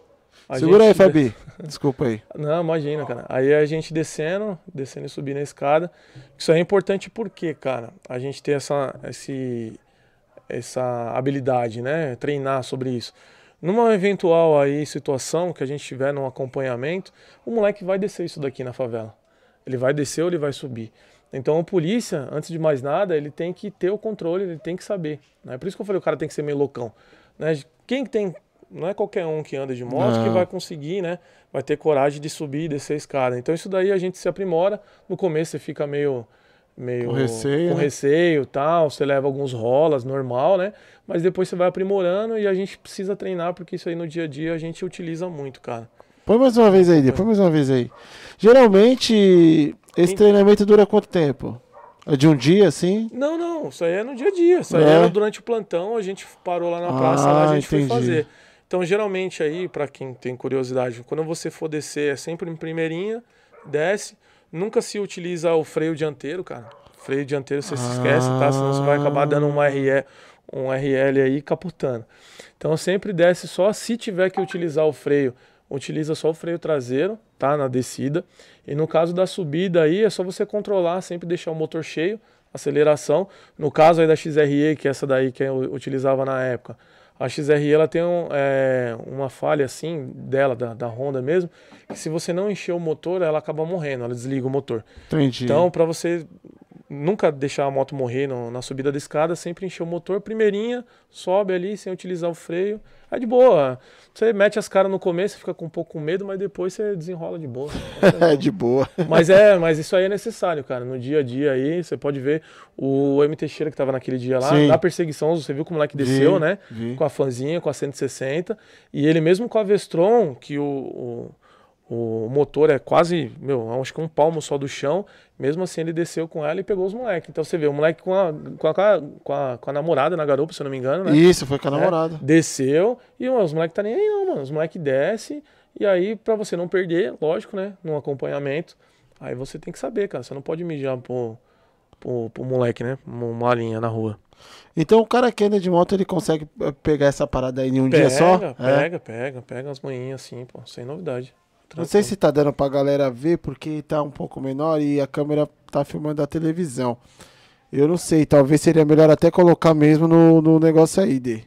a Segura aí, gente Fabi. Desculpa aí. Não, imagina, cara. Aí a gente descendo, descendo e subindo a escada. Isso aí é importante porque, cara, a gente ter essa, esse, essa habilidade, né? Treinar sobre isso. Numa eventual aí situação que a gente tiver num acompanhamento, o moleque vai descer isso daqui na favela. Ele vai descer ou ele vai subir. Então o polícia, antes de mais nada, ele tem que ter o controle, ele tem que saber. Né? Por isso que eu falei, o cara tem que ser meio loucão. Né? Quem tem, não é qualquer um que anda de moto Não. que vai conseguir, né? Vai ter coragem de subir e descer a escada. Então isso daí a gente se aprimora. No começo você fica meio... meio Com receio, com né? receio, tal, você leva alguns rolas, normal, né? Mas depois você vai aprimorando e a gente precisa treinar, porque isso aí no dia a dia a gente utiliza muito, cara. Põe mais uma vez aí, põe mais uma vez aí. Geralmente, esse Sim. treinamento dura quanto tempo? É de um dia, assim? Não, não, isso aí é no dia a dia. Isso aí É. era durante o plantão, a gente parou lá na praça, Ah, lá a gente entendi. foi fazer. Então, geralmente aí, pra quem tem curiosidade, quando você for descer, é sempre em primeirinha, desce, nunca se utiliza o freio dianteiro, cara. Freio dianteiro você se esquece, tá? Senão você vai acabar dando um R E, um R L aí capotando. Então sempre desce só se tiver que utilizar o freio, utiliza só o freio traseiro, tá? Na descida. E no caso da subida aí é só você controlar, sempre deixar o motor cheio, aceleração. No caso aí da X R E, que é essa daí que eu utilizava na época, a X R E ela tem um, é, uma falha assim dela, da, da Honda mesmo, que se você não encher o motor, ela acaba morrendo, ela desliga o motor. Entendi. Então, para você nunca deixar a moto morrer no, na subida da escada, sempre encher o motor, primeirinha, sobe ali sem utilizar o freio. É de boa. Você mete as caras no começo, fica com um pouco com medo, mas depois você desenrola de boa. É de boa. Mas é, mas isso aí é necessário, cara. No dia a dia aí, você pode ver o M. Teixeira que tava naquele dia lá, Sim. na perseguição, você viu como o moleque desceu, Vi, né? vi. Com a fanzinha, com a cento e sessenta. E ele mesmo com a Vestron, que o, o, o motor é quase, meu, acho que um palmo só do chão. Mesmo assim, ele desceu com ela e pegou os moleques. Então você vê, o moleque com a, com a, com a, com a namorada na garupa, se eu não me engano, né? Isso, foi com a né? namorada. Desceu e mano, os moleques tá nem aí não, mano. Os moleques descem e aí pra você não perder, lógico, né? Num acompanhamento, aí você tem que saber, cara. Você não pode mijar pro, pro, pro moleque, né? Uma linha na rua. Então o cara que anda de moto, ele consegue eh, pegar essa parada aí em um Pega, dia só? pega, É. pega, pega. Pega as manhinhas assim, pô. Sem novidade. Não sei se tá dando pra galera ver, porque tá um pouco menor e a câmera tá filmando a televisão. Eu não sei, talvez seria melhor até colocar mesmo no, no negócio aí, Dê.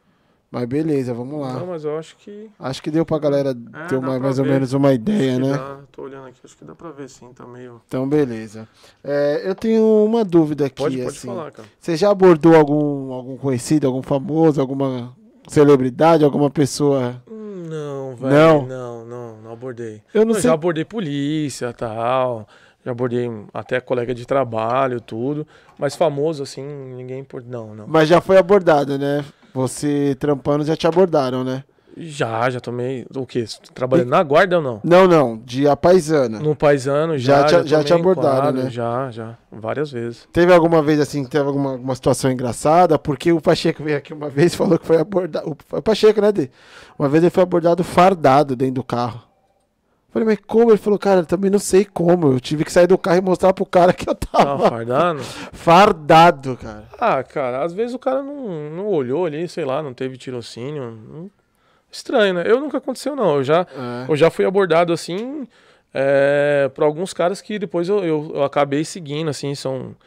Mas beleza, vamos lá. Não, mas eu acho que... Acho que deu pra galera É, ter dá uma, pra mais ou ver. menos uma ideia, acho que né? dá. Tô olhando aqui, acho que dá pra ver sim, tá meio... Então, beleza. É, eu tenho uma dúvida aqui, Pode, pode assim. falar, cara. Você já abordou algum, algum conhecido, algum famoso, alguma celebridade, alguma pessoa? Hum, Não, velho. Não? Não, não, não abordei. Eu não Eu sei. já abordei polícia, tal. Já abordei até colega de trabalho, tudo. Mas famoso, assim, ninguém... por Não, não. Mas já foi abordado, né? Você trampando já te abordaram, né? Já, já tomei... O quê? Trabalhando na guarda ou não? Não, não, de apaisana. No Paisano, Já já. te- já te tomei abordaram, enquadro, né? Já, já. Várias vezes. Teve alguma vez assim, que teve alguma, alguma situação engraçada? Porque o Pacheco veio aqui uma vez e falou que foi abordado. O Pacheco, né, Dê? Uma vez ele foi abordado fardado dentro do carro. Falei, mas como? Ele falou, cara, eu também não sei como. Eu tive que sair do carro e mostrar pro cara que eu Tava tava fardando? fardado, cara. Ah, cara, às vezes o cara não, não olhou ali, sei lá, não teve tirocínio. Não... Estranho, né? Eu nunca aconteceu, não. Eu já, É. eu já fui abordado assim, é, por alguns caras que depois eu, eu, eu acabei seguindo, assim, são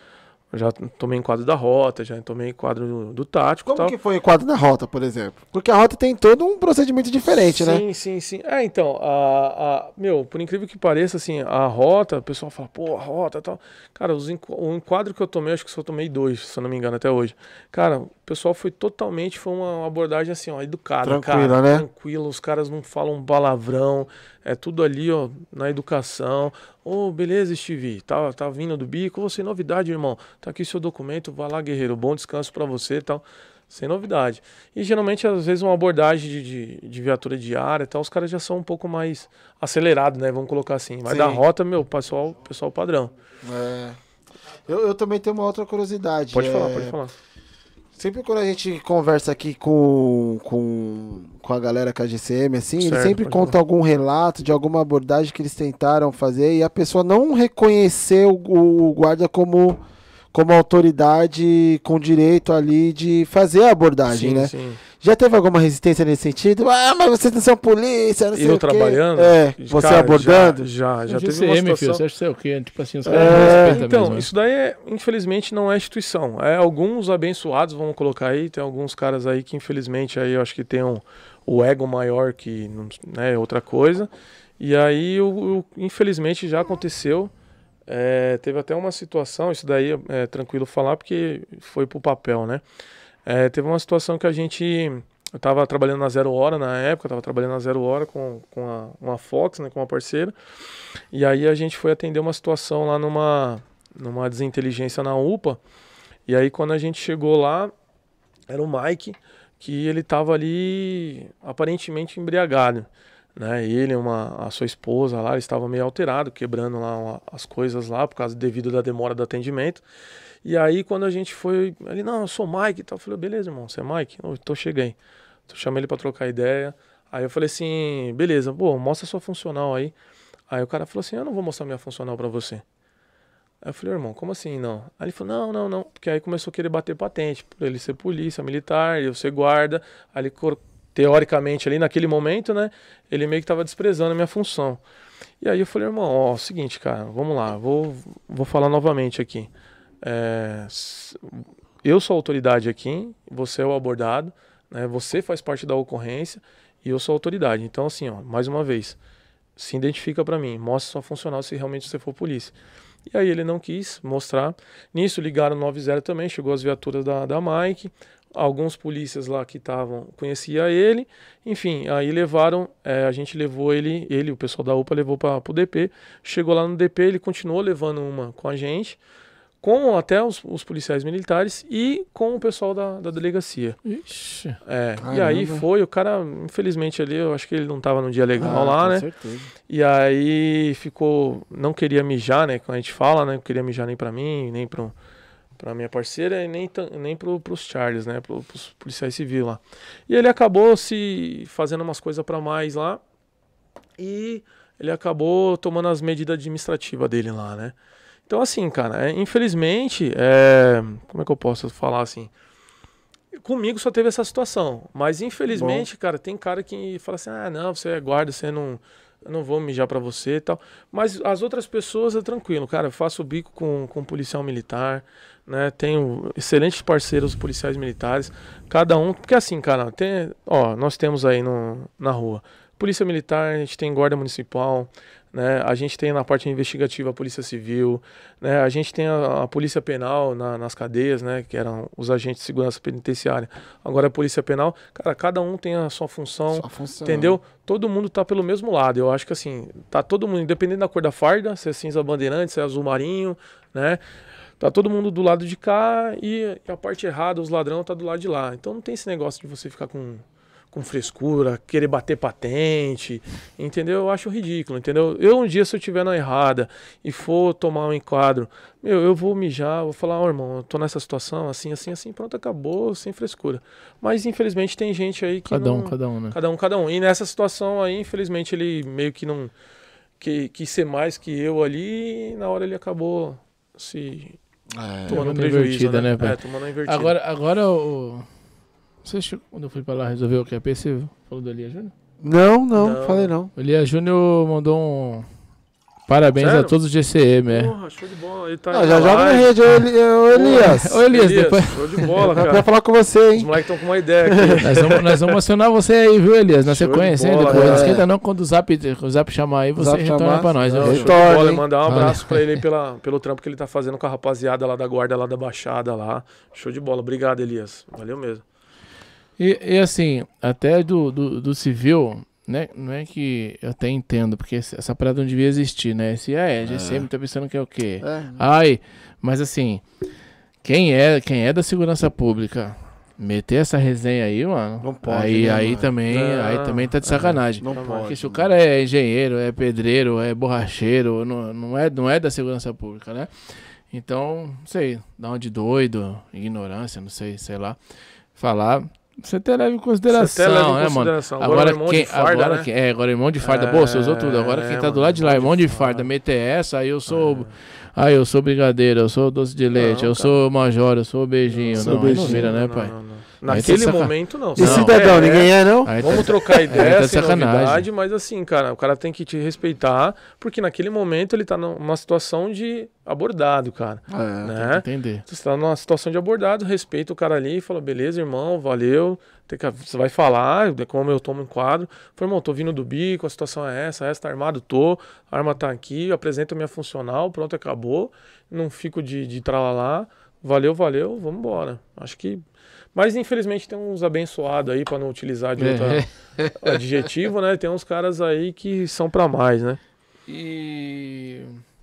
Já tomei enquadro da rota, já tomei enquadro do, do tático. Como tal. que foi o enquadro da rota, por exemplo? Porque a rota tem todo um procedimento diferente, sim, né? Sim, sim, sim. É, então, a, a, meu, por incrível que pareça, assim, a rota, o pessoal fala, pô, a rota e tal. Cara, os enqu o enquadro que eu tomei, acho que só tomei dois, se eu não me engano, até hoje. Cara, o pessoal foi totalmente, foi uma abordagem assim, ó, educada, Tranquila, cara. né? Tranquila, os caras não falam palavrão, é tudo ali, ó, na educação. Ô, oh, beleza, Stevie, tá, tá vindo do bico, ô, sem novidade, irmão. Tá aqui seu documento, vai lá, guerreiro, bom descanso pra você e tal. Sem novidade. E geralmente, às vezes, uma abordagem de, de, de viatura diária e tal, os caras já são um pouco mais acelerados, né? Vamos colocar assim. Mas Sim. da rota, meu, pessoal, pessoal padrão. É. Eu, eu também tenho uma outra curiosidade. Pode é... falar, pode falar. Sempre quando a gente conversa aqui com, com, com a galera K G C M, assim, Certo, eles sempre pode contam falar. algum relato de alguma abordagem que eles tentaram fazer e a pessoa não reconheceu o, o guarda como, como autoridade com direito ali de fazer a abordagem, Sim, né? sim. Já teve alguma resistência nesse sentido? Ah, mas vocês não são polícia, não sei Eu o quê. trabalhando? É, você Cara, abordando? Já, já, já Já teve G C M, uma filho, situação... você acha que é o quê? Tipo assim, os É, caras não respeitam Então, mesmo, né? isso daí, é, infelizmente, não é instituição. É alguns abençoados, vamos colocar aí. Tem alguns caras aí que, infelizmente, aí eu acho que tem um, o ego maior que não- né, é outra coisa. E aí, o, o- infelizmente, já aconteceu. É, teve até uma situação, isso daí é, é tranquilo falar, porque foi pro papel, né? É, teve uma situação que a gente... Eu estava trabalhando na Zero Hora na época, estava trabalhando na Zero Hora com, com a, uma Fox, né, com uma parceira. E aí a gente foi atender uma situação lá numa, numa desinteligência na U P A. E aí quando a gente chegou lá, era o Mike, que ele estava ali aparentemente embriagado. Né? Ele, uma, a sua esposa lá, eles estavam meio alterados, quebrando lá uma- as coisas lá, por causa devido da demora do atendimento. E aí quando a gente foi, ele, não, eu sou o Mike e tal. Eu falei, beleza, irmão, você é Mike? Eu tô, cheguei. Eu chamei ele pra trocar ideia. Aí eu falei assim, beleza, pô, mostra sua funcional aí. Aí o cara falou assim, eu não vou mostrar minha funcional pra você. Aí eu falei, irmão, como assim não? Aí ele falou, não, não, não. Porque aí começou a querer bater patente, por ele ser polícia militar, eu ser guarda. Aí ele, cor- teoricamente ali naquele momento, né, ele meio que tava desprezando a minha função. E aí eu falei, irmão, ó, seguinte, cara, vamos lá, vou, vou falar novamente aqui. É, s- eu sou a autoridade aqui, você é o abordado, né, você faz parte da ocorrência e eu sou a autoridade. Então, assim, ó, mais uma vez, se identifica pra mim, mostra sua funcional se realmente você for polícia. E aí ele não quis mostrar. Nisso ligaram no nove zero também, chegou as viaturas da, da Mike, alguns polícias lá que estavam, conhecia ele, enfim, aí levaram, é, a gente levou ele, ele, o pessoal da U P A levou para o D P, chegou lá no D P, ele continuou levando uma com a gente, com até os, os policiais militares e com o pessoal da, da delegacia. Ixi. É, e Caramba. aí foi, o cara, infelizmente ali, eu acho que ele não tava num dia legal Ah, lá, com né? certeza. E aí ficou, não queria mijar, né, como a gente fala, né, não queria mijar nem pra mim, nem pro, pra minha parceira e nem, tam- nem pro, pros Charles, né, pro, pros policiais civis lá. E ele acabou se fazendo umas coisas pra mais lá e ele acabou tomando as medidas administrativas dele lá, né. Então assim, cara, é, infelizmente, é, como é que eu posso falar assim? Comigo só teve essa situação, mas infelizmente, cara, tem cara que fala assim, ah, não, você é guarda, você não, eu não vou mijar pra você e tal. Mas as outras pessoas é tranquilo, cara, eu faço bico com, com policial militar, né, tenho excelentes parceiros policiais militares, cada um, porque assim, cara, tem, ó, nós temos aí no, na rua, polícia militar, a gente tem guarda municipal, né, a gente tem na parte investigativa a polícia civil, né, a gente tem a, a polícia penal na- nas cadeias, né, que eram os agentes de segurança penitenciária. Agora a polícia penal, cara, cada um tem a sua função, Só funciona. entendeu? Todo mundo tá pelo mesmo lado. Eu acho que assim, tá todo mundo, independente da cor da farda, se é cinza bandeirante, se é azul marinho, né? Tá todo mundo do lado de cá e a parte errada, os ladrão tá do lado de lá. Então não tem esse negócio de você ficar com com frescura, querer bater patente, entendeu? Eu acho ridículo, entendeu? Eu um dia, se eu estiver na errada e for tomar um enquadro, meu, eu vou mijar, vou falar, ó, irmão, eu tô nessa situação, assim, assim, assim, pronto, acabou, sem frescura. Mas, infelizmente, tem gente aí que Cada não... um, cada um, né? Cada um, cada um. E nessa situação aí, infelizmente, ele meio que não... Que, quis ser mais que eu ali e na hora ele acabou se... É, tomando uma prejuízo, invertida, né? né, pai? É, tomando uma invertida. Agora, agora o... Você chegou, quando eu fui pra lá resolver o Q A P, você falou do Elia Júnior? Não, não, Não. falei não. O Elia Júnior mandou um... Parabéns Sério? a todos os G C M, é. Porra, show de bola. Ele tá Não, aí já na joga na live. rede, ô Eli- ô Elias. Ô, Elias, depois... Show de bola, Eu quero cara. falar com você, Os hein? moleques estão com uma ideia aqui. Nós vamos, nós vamos acionar você aí, viu, Elias? Na Show de sequência, hein? bola, Depois é. não esquenta não, quando o Zap, o Zap chamar aí, você Zap retorna chamar, pra nós. não, viu? Show de Retorna, bola, hein? mandar um Valeu. abraço pra ele aí pela, pelo trampo que ele tá fazendo com a rapaziada lá da guarda, lá da Baixada, lá. Show de bola. Obrigado, Elias. Valeu mesmo. E, e assim, até do, do, do civil, né? Não é que eu até entendo, porque essa parada não devia existir, né? Se ah, é, G C M tá pensando que é o quê? É. Ai, mas assim, quem é, quem é da segurança pública, meter essa resenha aí, mano, Não pode, aí, né, aí mano? também, Não, aí também tá de sacanagem. Não Porque pode. se o cara é engenheiro, é pedreiro, é borracheiro, não, não, é, não é da segurança pública, né? Então, não sei, dá uma de doido, ignorância, não sei, sei lá, falar. Você até leva em consideração, Você até leva em né, mano? consideração. Agora Agora, o irmão quem, de farda, agora né? quem, é, agora irmão de farda, É, pô, você usou tudo. Agora quem tá mano, do lado de lá, irmão irmão de de farda, farda. meter essa, aí eu sou. Aí eu sou brigadeiro, eu sou doce de leite, Não, eu cara. sou major, eu sou beijinho. Sou Não, aí não beijinho. vira, né, Não, pai? não, não. Aí tá Naquele saca- momento, não. E Não, cidadão, é, ninguém é, não? Aí Vamos tá- trocar Aí ideia, tá de sem sacanagem. novidade, mas assim, cara, o cara tem que te respeitar, porque naquele momento ele tá numa situação de abordado, cara. É. Tem que Né? entender. Você tá numa situação de abordado, respeita o cara ali e fala, beleza, irmão, valeu. Tem que, você vai falar, como eu tomo um quadro. Falei, irmão, tô vindo do bico, a situação é essa, essa, tá armado, tô, a arma tá aqui, apresento a minha funcional, pronto, acabou. Não fico de, de tralalá. Valeu, valeu, vamos embora. Acho que. Mas infelizmente tem uns abençoados aí, pra não utilizar de outro É. adjetivo, né? Tem uns caras aí que são pra mais, né? E.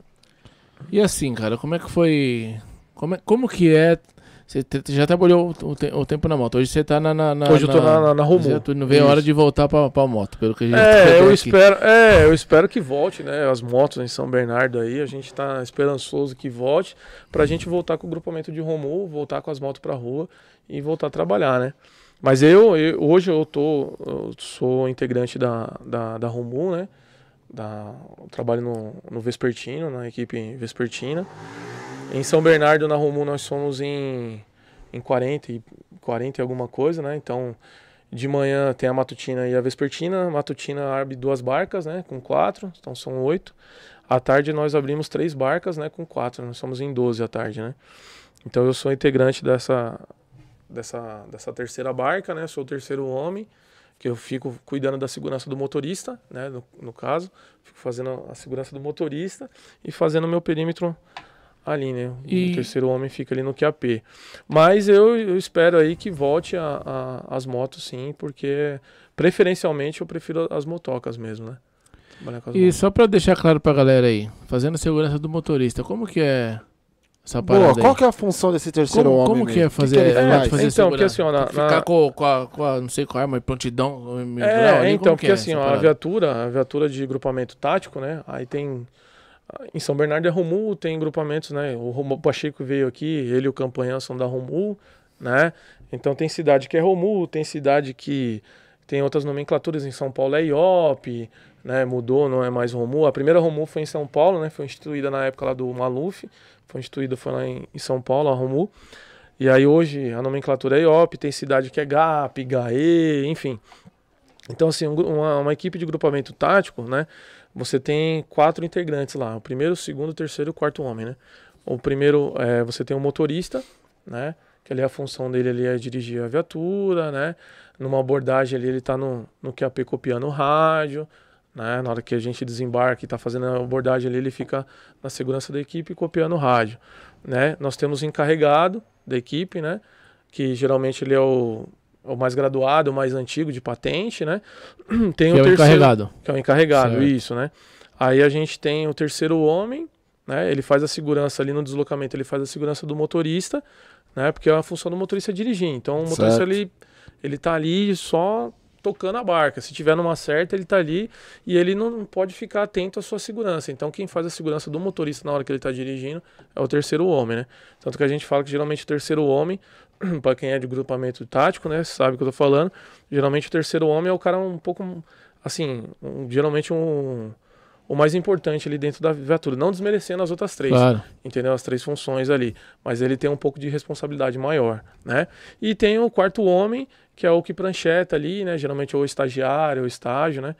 E assim, cara, como é que foi. Como, é, como que é. Você te- já trabalhou o, o te- o tempo na moto. Hoje você tá na. na, na Hoje eu tô na- na- na Romu. Já tu não vê a hora Isso. de voltar pra, pra moto, pelo que a gente É, tá eu aqui. espero, é, eu espero que volte, né? As motos em São Bernardo aí, a gente tá esperançoso que volte pra gente voltar com o grupamento de Romu, voltar com as motos pra rua e voltar a trabalhar, né? Mas eu, eu- hoje eu tô, eu sou integrante da, da, da Romu, né? Da, eu trabalho no, no Vespertino, na equipe Vespertina. Em São Bernardo, na Romu, nós somos em, em quarenta, e- quarenta e alguma coisa, né? Então, de manhã tem a matutina e a vespertina. A matutina abre duas barcas, né? Com quatro, então são oito. À tarde nós abrimos três barcas, né? Com quatro, nós somos em doze à tarde, né? Então eu sou integrante dessa, dessa, dessa terceira barca, né? Sou o terceiro homem, que eu fico cuidando da segurança do motorista, né? No, no caso, fico fazendo a segurança do motorista e fazendo o meu perímetro ali, né? E- O terceiro homem fica ali no Q A P. Mas eu, eu espero aí que volte a, a- as motos, sim, porque preferencialmente eu prefiro as motocas mesmo, né? Trabalhar com as E motos. só pra deixar claro pra galera aí, fazendo a segurança do motorista, como que é essa parada Boa, aí? qual que é a função desse terceiro Como, homem? como que é mesmo? fazer, que ele é, faz? fazer Então, porque segurança? assim, ó, na- Tem que ficar na- com, com, a, com a, não sei qual arma, prontidão, É, ali, então, como que porque é assim, essa ó, a parada? viatura, a viatura de grupamento tático, né? Aí tem. Em São Bernardo é Romu, tem grupamentos, né? O Romu Pacheco veio aqui, ele e o Campanhã são da Romu, né? Então tem cidade que é Romu, tem cidade que tem outras nomenclaturas. Em São Paulo é I O P, né? Mudou, não é mais Romu. A primeira Romu foi em São Paulo, né? Foi instituída na época lá do Maluf, foi instituída foi lá em, em São Paulo, a Romu. E aí hoje a nomenclatura é I O P, tem cidade que é G A P, G A E, enfim. Então, assim, um gru- uma, uma equipe de grupamento tático, né? Você tem quatro integrantes lá. O primeiro, o segundo, o terceiro e o quarto homem, né? O primeiro, é, você tem o motorista, né? Que ali a função dele ali é dirigir a viatura, né? Numa abordagem ali ele tá no, no Q A P copiando o rádio, né? Na hora que a gente desembarca e tá fazendo a abordagem ali, ele fica na segurança da equipe copiando o rádio, né? Nós temos o encarregado da equipe, né? Que geralmente ele é o, o mais graduado, o mais antigo de patente, né? Tem Que é o terceiro- encarregado. que é o encarregado, Certo. isso, né? Aí a gente tem o terceiro homem, né? Ele faz a segurança ali no deslocamento, ele faz a segurança do motorista, né? Porque a função do motorista é dirigir. Então o motorista, Certo. ele, ele tá ali só tocando a barca. Se tiver numa certa, ele tá ali e ele não pode ficar atento à sua segurança. Então quem faz a segurança do motorista na hora que ele tá dirigindo é o terceiro homem, né? Tanto que a gente fala que geralmente o terceiro homem, para quem é de grupamento tático, né? Sabe o que eu tô falando. Geralmente o terceiro homem é o cara um pouco, assim, um- geralmente um... o mais importante ali dentro da viatura, não desmerecendo as outras três, Claro. entendeu? As três funções ali, mas ele tem um pouco de responsabilidade maior, né? E tem o quarto homem, que é o que prancheta ali, né? Geralmente ou estagiário ou estágio, né?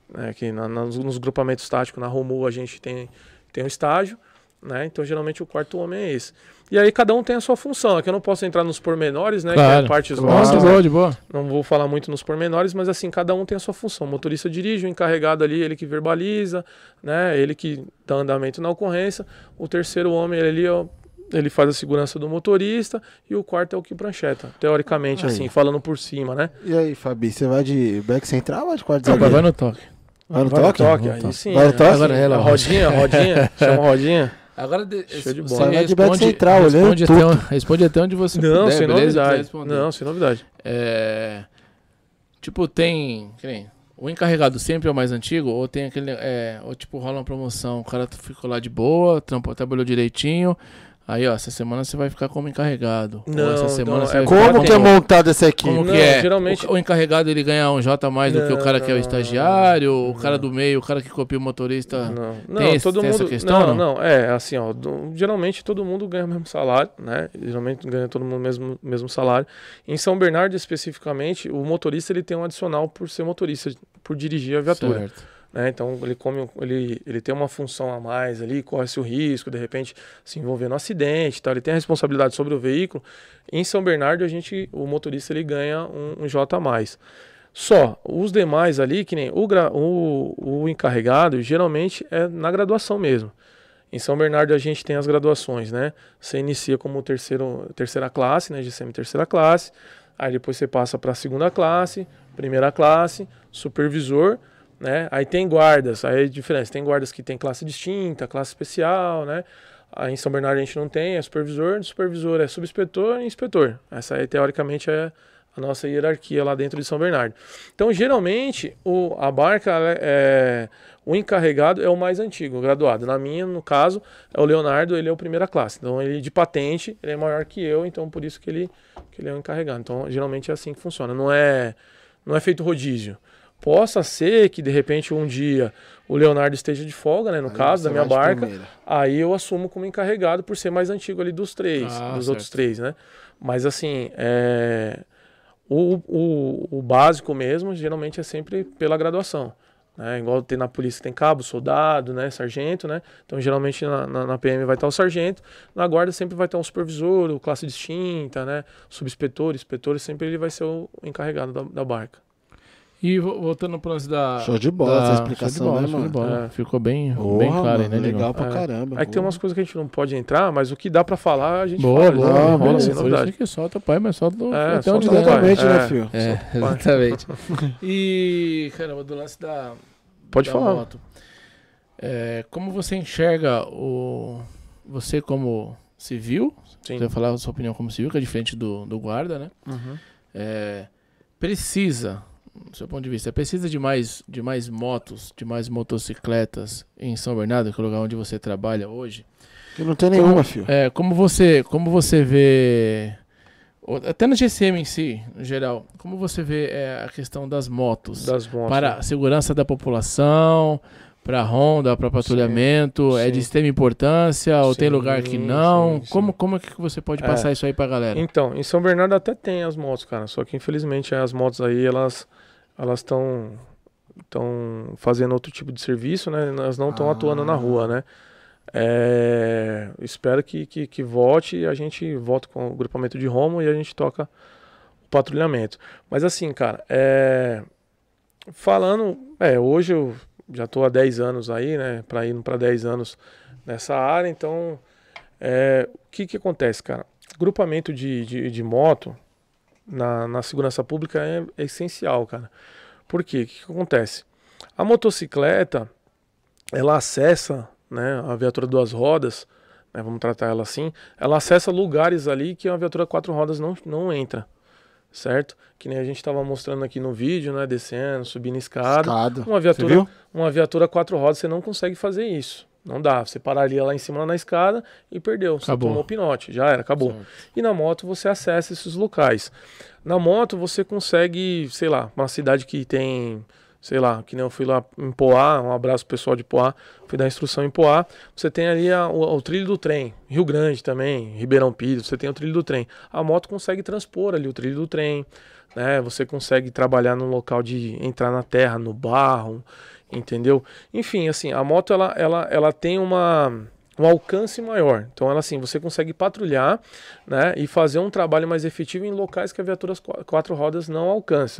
né, que na, nos, nos grupamentos táticos, na Romu, a gente tem, tem um estágio, né? Então, geralmente, o quarto homem é esse. E aí, cada um tem a sua função. Aqui eu não posso entrar nos pormenores, né? Claro. Que é partes Claro. nossas. De boa, de boa. Não vou falar muito nos pormenores, mas assim, cada um tem a sua função. O motorista dirige, o encarregado ali, ele que verbaliza, né? Ele que dá andamento na ocorrência. O terceiro homem, ele ali, ó, ele faz a segurança do motorista. E o quarto é o que prancheta, teoricamente, Aí. assim, falando por cima, né? E aí, Fabi, você vai de back central ou de quarto Não, zagueiro? vai no toque. Vai no Vai toque? no toque, Vai no aí toque. sim. Vai no né? toque? Agora, A relaxa. rodinha, rodinha, chama rodinha. Agora, de, Show de você bola. Vai de back responde, central, responde, olhando até, tudo. onde- responde até onde você Não, puder, sem beleza? Quiser novidade. responder. Não, sem novidade. É, tipo, tem... que nem, o encarregado sempre é o mais antigo? Ou tem aquele... É, ou tipo, rola uma promoção, o cara ficou lá de boa, trampou, trabalhou direitinho... Aí, ó, essa semana você vai ficar como encarregado. Ou Não, essa semana não, você é vai ficar Como que é montado essa equipe? Como Não, que é? geralmente- O, o encarregado ele ganha um J a mais do que o cara que é o Não, estagiário, o cara não. do meio, o cara que copia o motorista. Não, Tem não, esse- todo tem essa mundo. questão, não, não? não, é assim, ó. do- geralmente todo mundo ganha o mesmo salário, né? Geralmente ganha todo mundo o mesmo, mesmo salário. Em São Bernardo, especificamente, o motorista ele tem um adicional por ser motorista, por dirigir a viatura. Certo. Né? Então ele come, ele, ele tem uma função a mais ali, corre-se o risco, de repente, se envolver no acidente, tal. Ele tem a responsabilidade sobre o veículo. Em São Bernardo, a gente, o motorista ele ganha um, um J a mais. Só, os demais ali, que nem o, gra, o, o encarregado, geralmente é na graduação mesmo. Em São Bernardo a gente tem as graduações, né? Você inicia como terceiro, terceira classe, né? G C M terceira classe, aí depois você passa para a segunda classe, primeira classe, supervisor, né? Aí tem guardas, aí é diferença, tem guardas que tem classe distinta, classe especial, né? Aí em São Bernardo a gente não tem, é supervisor, supervisor é subinspetor e inspetor. Essa aí teoricamente é a nossa hierarquia lá dentro de São Bernardo. Então geralmente o, a barca, ela é, é, o encarregado é o mais antigo, o graduado. Na minha, no caso, é o Leonardo, ele é o primeira classe. Então ele de patente, ele é maior que eu, então por isso que ele, que ele é o encarregado. Então geralmente é assim que funciona, não é, não é feito rodízio. Possa ser que, de repente, um dia o Leonardo esteja de folga, né? No Aí caso você da minha vai de barca, primeira. aí eu assumo como encarregado por ser mais antigo ali dos três, Ah, dos certo. outros três, né? Mas assim, é... o, o, o básico mesmo, geralmente é sempre pela graduação. Né? Igual tem na polícia, tem cabo, soldado, né? Sargento, né? Então, geralmente na, na, na P M vai estar o sargento, na guarda sempre vai estar um supervisor, o classe distinta, né? Subinspetor, inspetor, sempre ele vai ser o encarregado da, da barca. E vo- voltando pro lance da... Show de bola da- essa explicação, show de bola, né, show de mano? bola. É. Ficou bem, Porra, bem claro aí, né, mano, Digão? legal pra É. caramba. Aí tem umas coisas que a gente não pode entrar, mas o que dá pra falar, a gente Boa, fala. boa. Não, Não, beleza, beleza. sem novidade. Isso aqui solta, pai, mas solta do- É, até onde solta der. o pai. Exatamente, né, É. filho? É, Só pai. exatamente. E, caramba, do lance da, Pode da falar. moto. É, como você enxerga o... Você como civil, Sim. você vai falar a sua opinião como civil, que é diferente do, do guarda, né? Uhum. É, precisa, do seu ponto de vista, precisa de mais, de mais motos, de mais motocicletas em São Bernardo, que é o lugar onde você trabalha hoje? Que não tem nenhuma, filho. É, como você, como você vê, ou- até no G C M em si, no geral, como você vê é, a questão das motos Das motos. para a segurança da população, para a ronda, para patrulhamento, é sim. de extrema importância ou tem Sim, lugar que não? sim, sim. Como, como é que você pode É. passar isso aí para a galera? Então, em São Bernardo até tem as motos, cara. Só que infelizmente as motos aí, elas elas estão estão fazendo outro tipo de serviço, né? Elas não estão Ah. atuando na rua, né? É, espero que, que, que volte e a gente volta com o grupamento de Romo e a gente toca o patrulhamento. Mas assim, cara, é, falando, é, hoje eu já estou há dez anos aí, né? Para ir para dez anos nessa área, então é, o que que acontece, cara? Grupamento de, de, de moto na, na segurança pública é, é essencial, cara. Por quê? O que que acontece? A motocicleta, ela acessa, né, a viatura duas rodas, né, vamos tratar ela assim, ela acessa lugares ali que a viatura quatro rodas não, não entra, certo? Que nem a gente estava mostrando aqui no vídeo, né, descendo, subindo escada. Escada. Uma Você viatura, viu? uma viatura quatro rodas, você não consegue fazer isso. Não dá. Você pararia lá em cima na escada e perdeu. Você Acabou. tomou o pinote. Já era, acabou. Certo. E na moto você acessa esses locais. Na moto você consegue, sei lá, uma cidade que tem sei lá, que nem eu fui lá em Poá, um abraço pro pessoal de Poá, fui dar instrução em Poá, você tem ali a, o, o trilho do trem, Rio Grande também, Ribeirão Pires, você tem o trilho do trem. A moto consegue transpor ali o trilho do trem, né? Você consegue trabalhar num local de entrar na terra, no barro, entendeu? Enfim, assim, a moto ela, ela, ela tem uma, um alcance maior. Então, ela assim, você consegue patrulhar, né, e fazer um trabalho mais efetivo em locais que a viatura quatro rodas não alcança.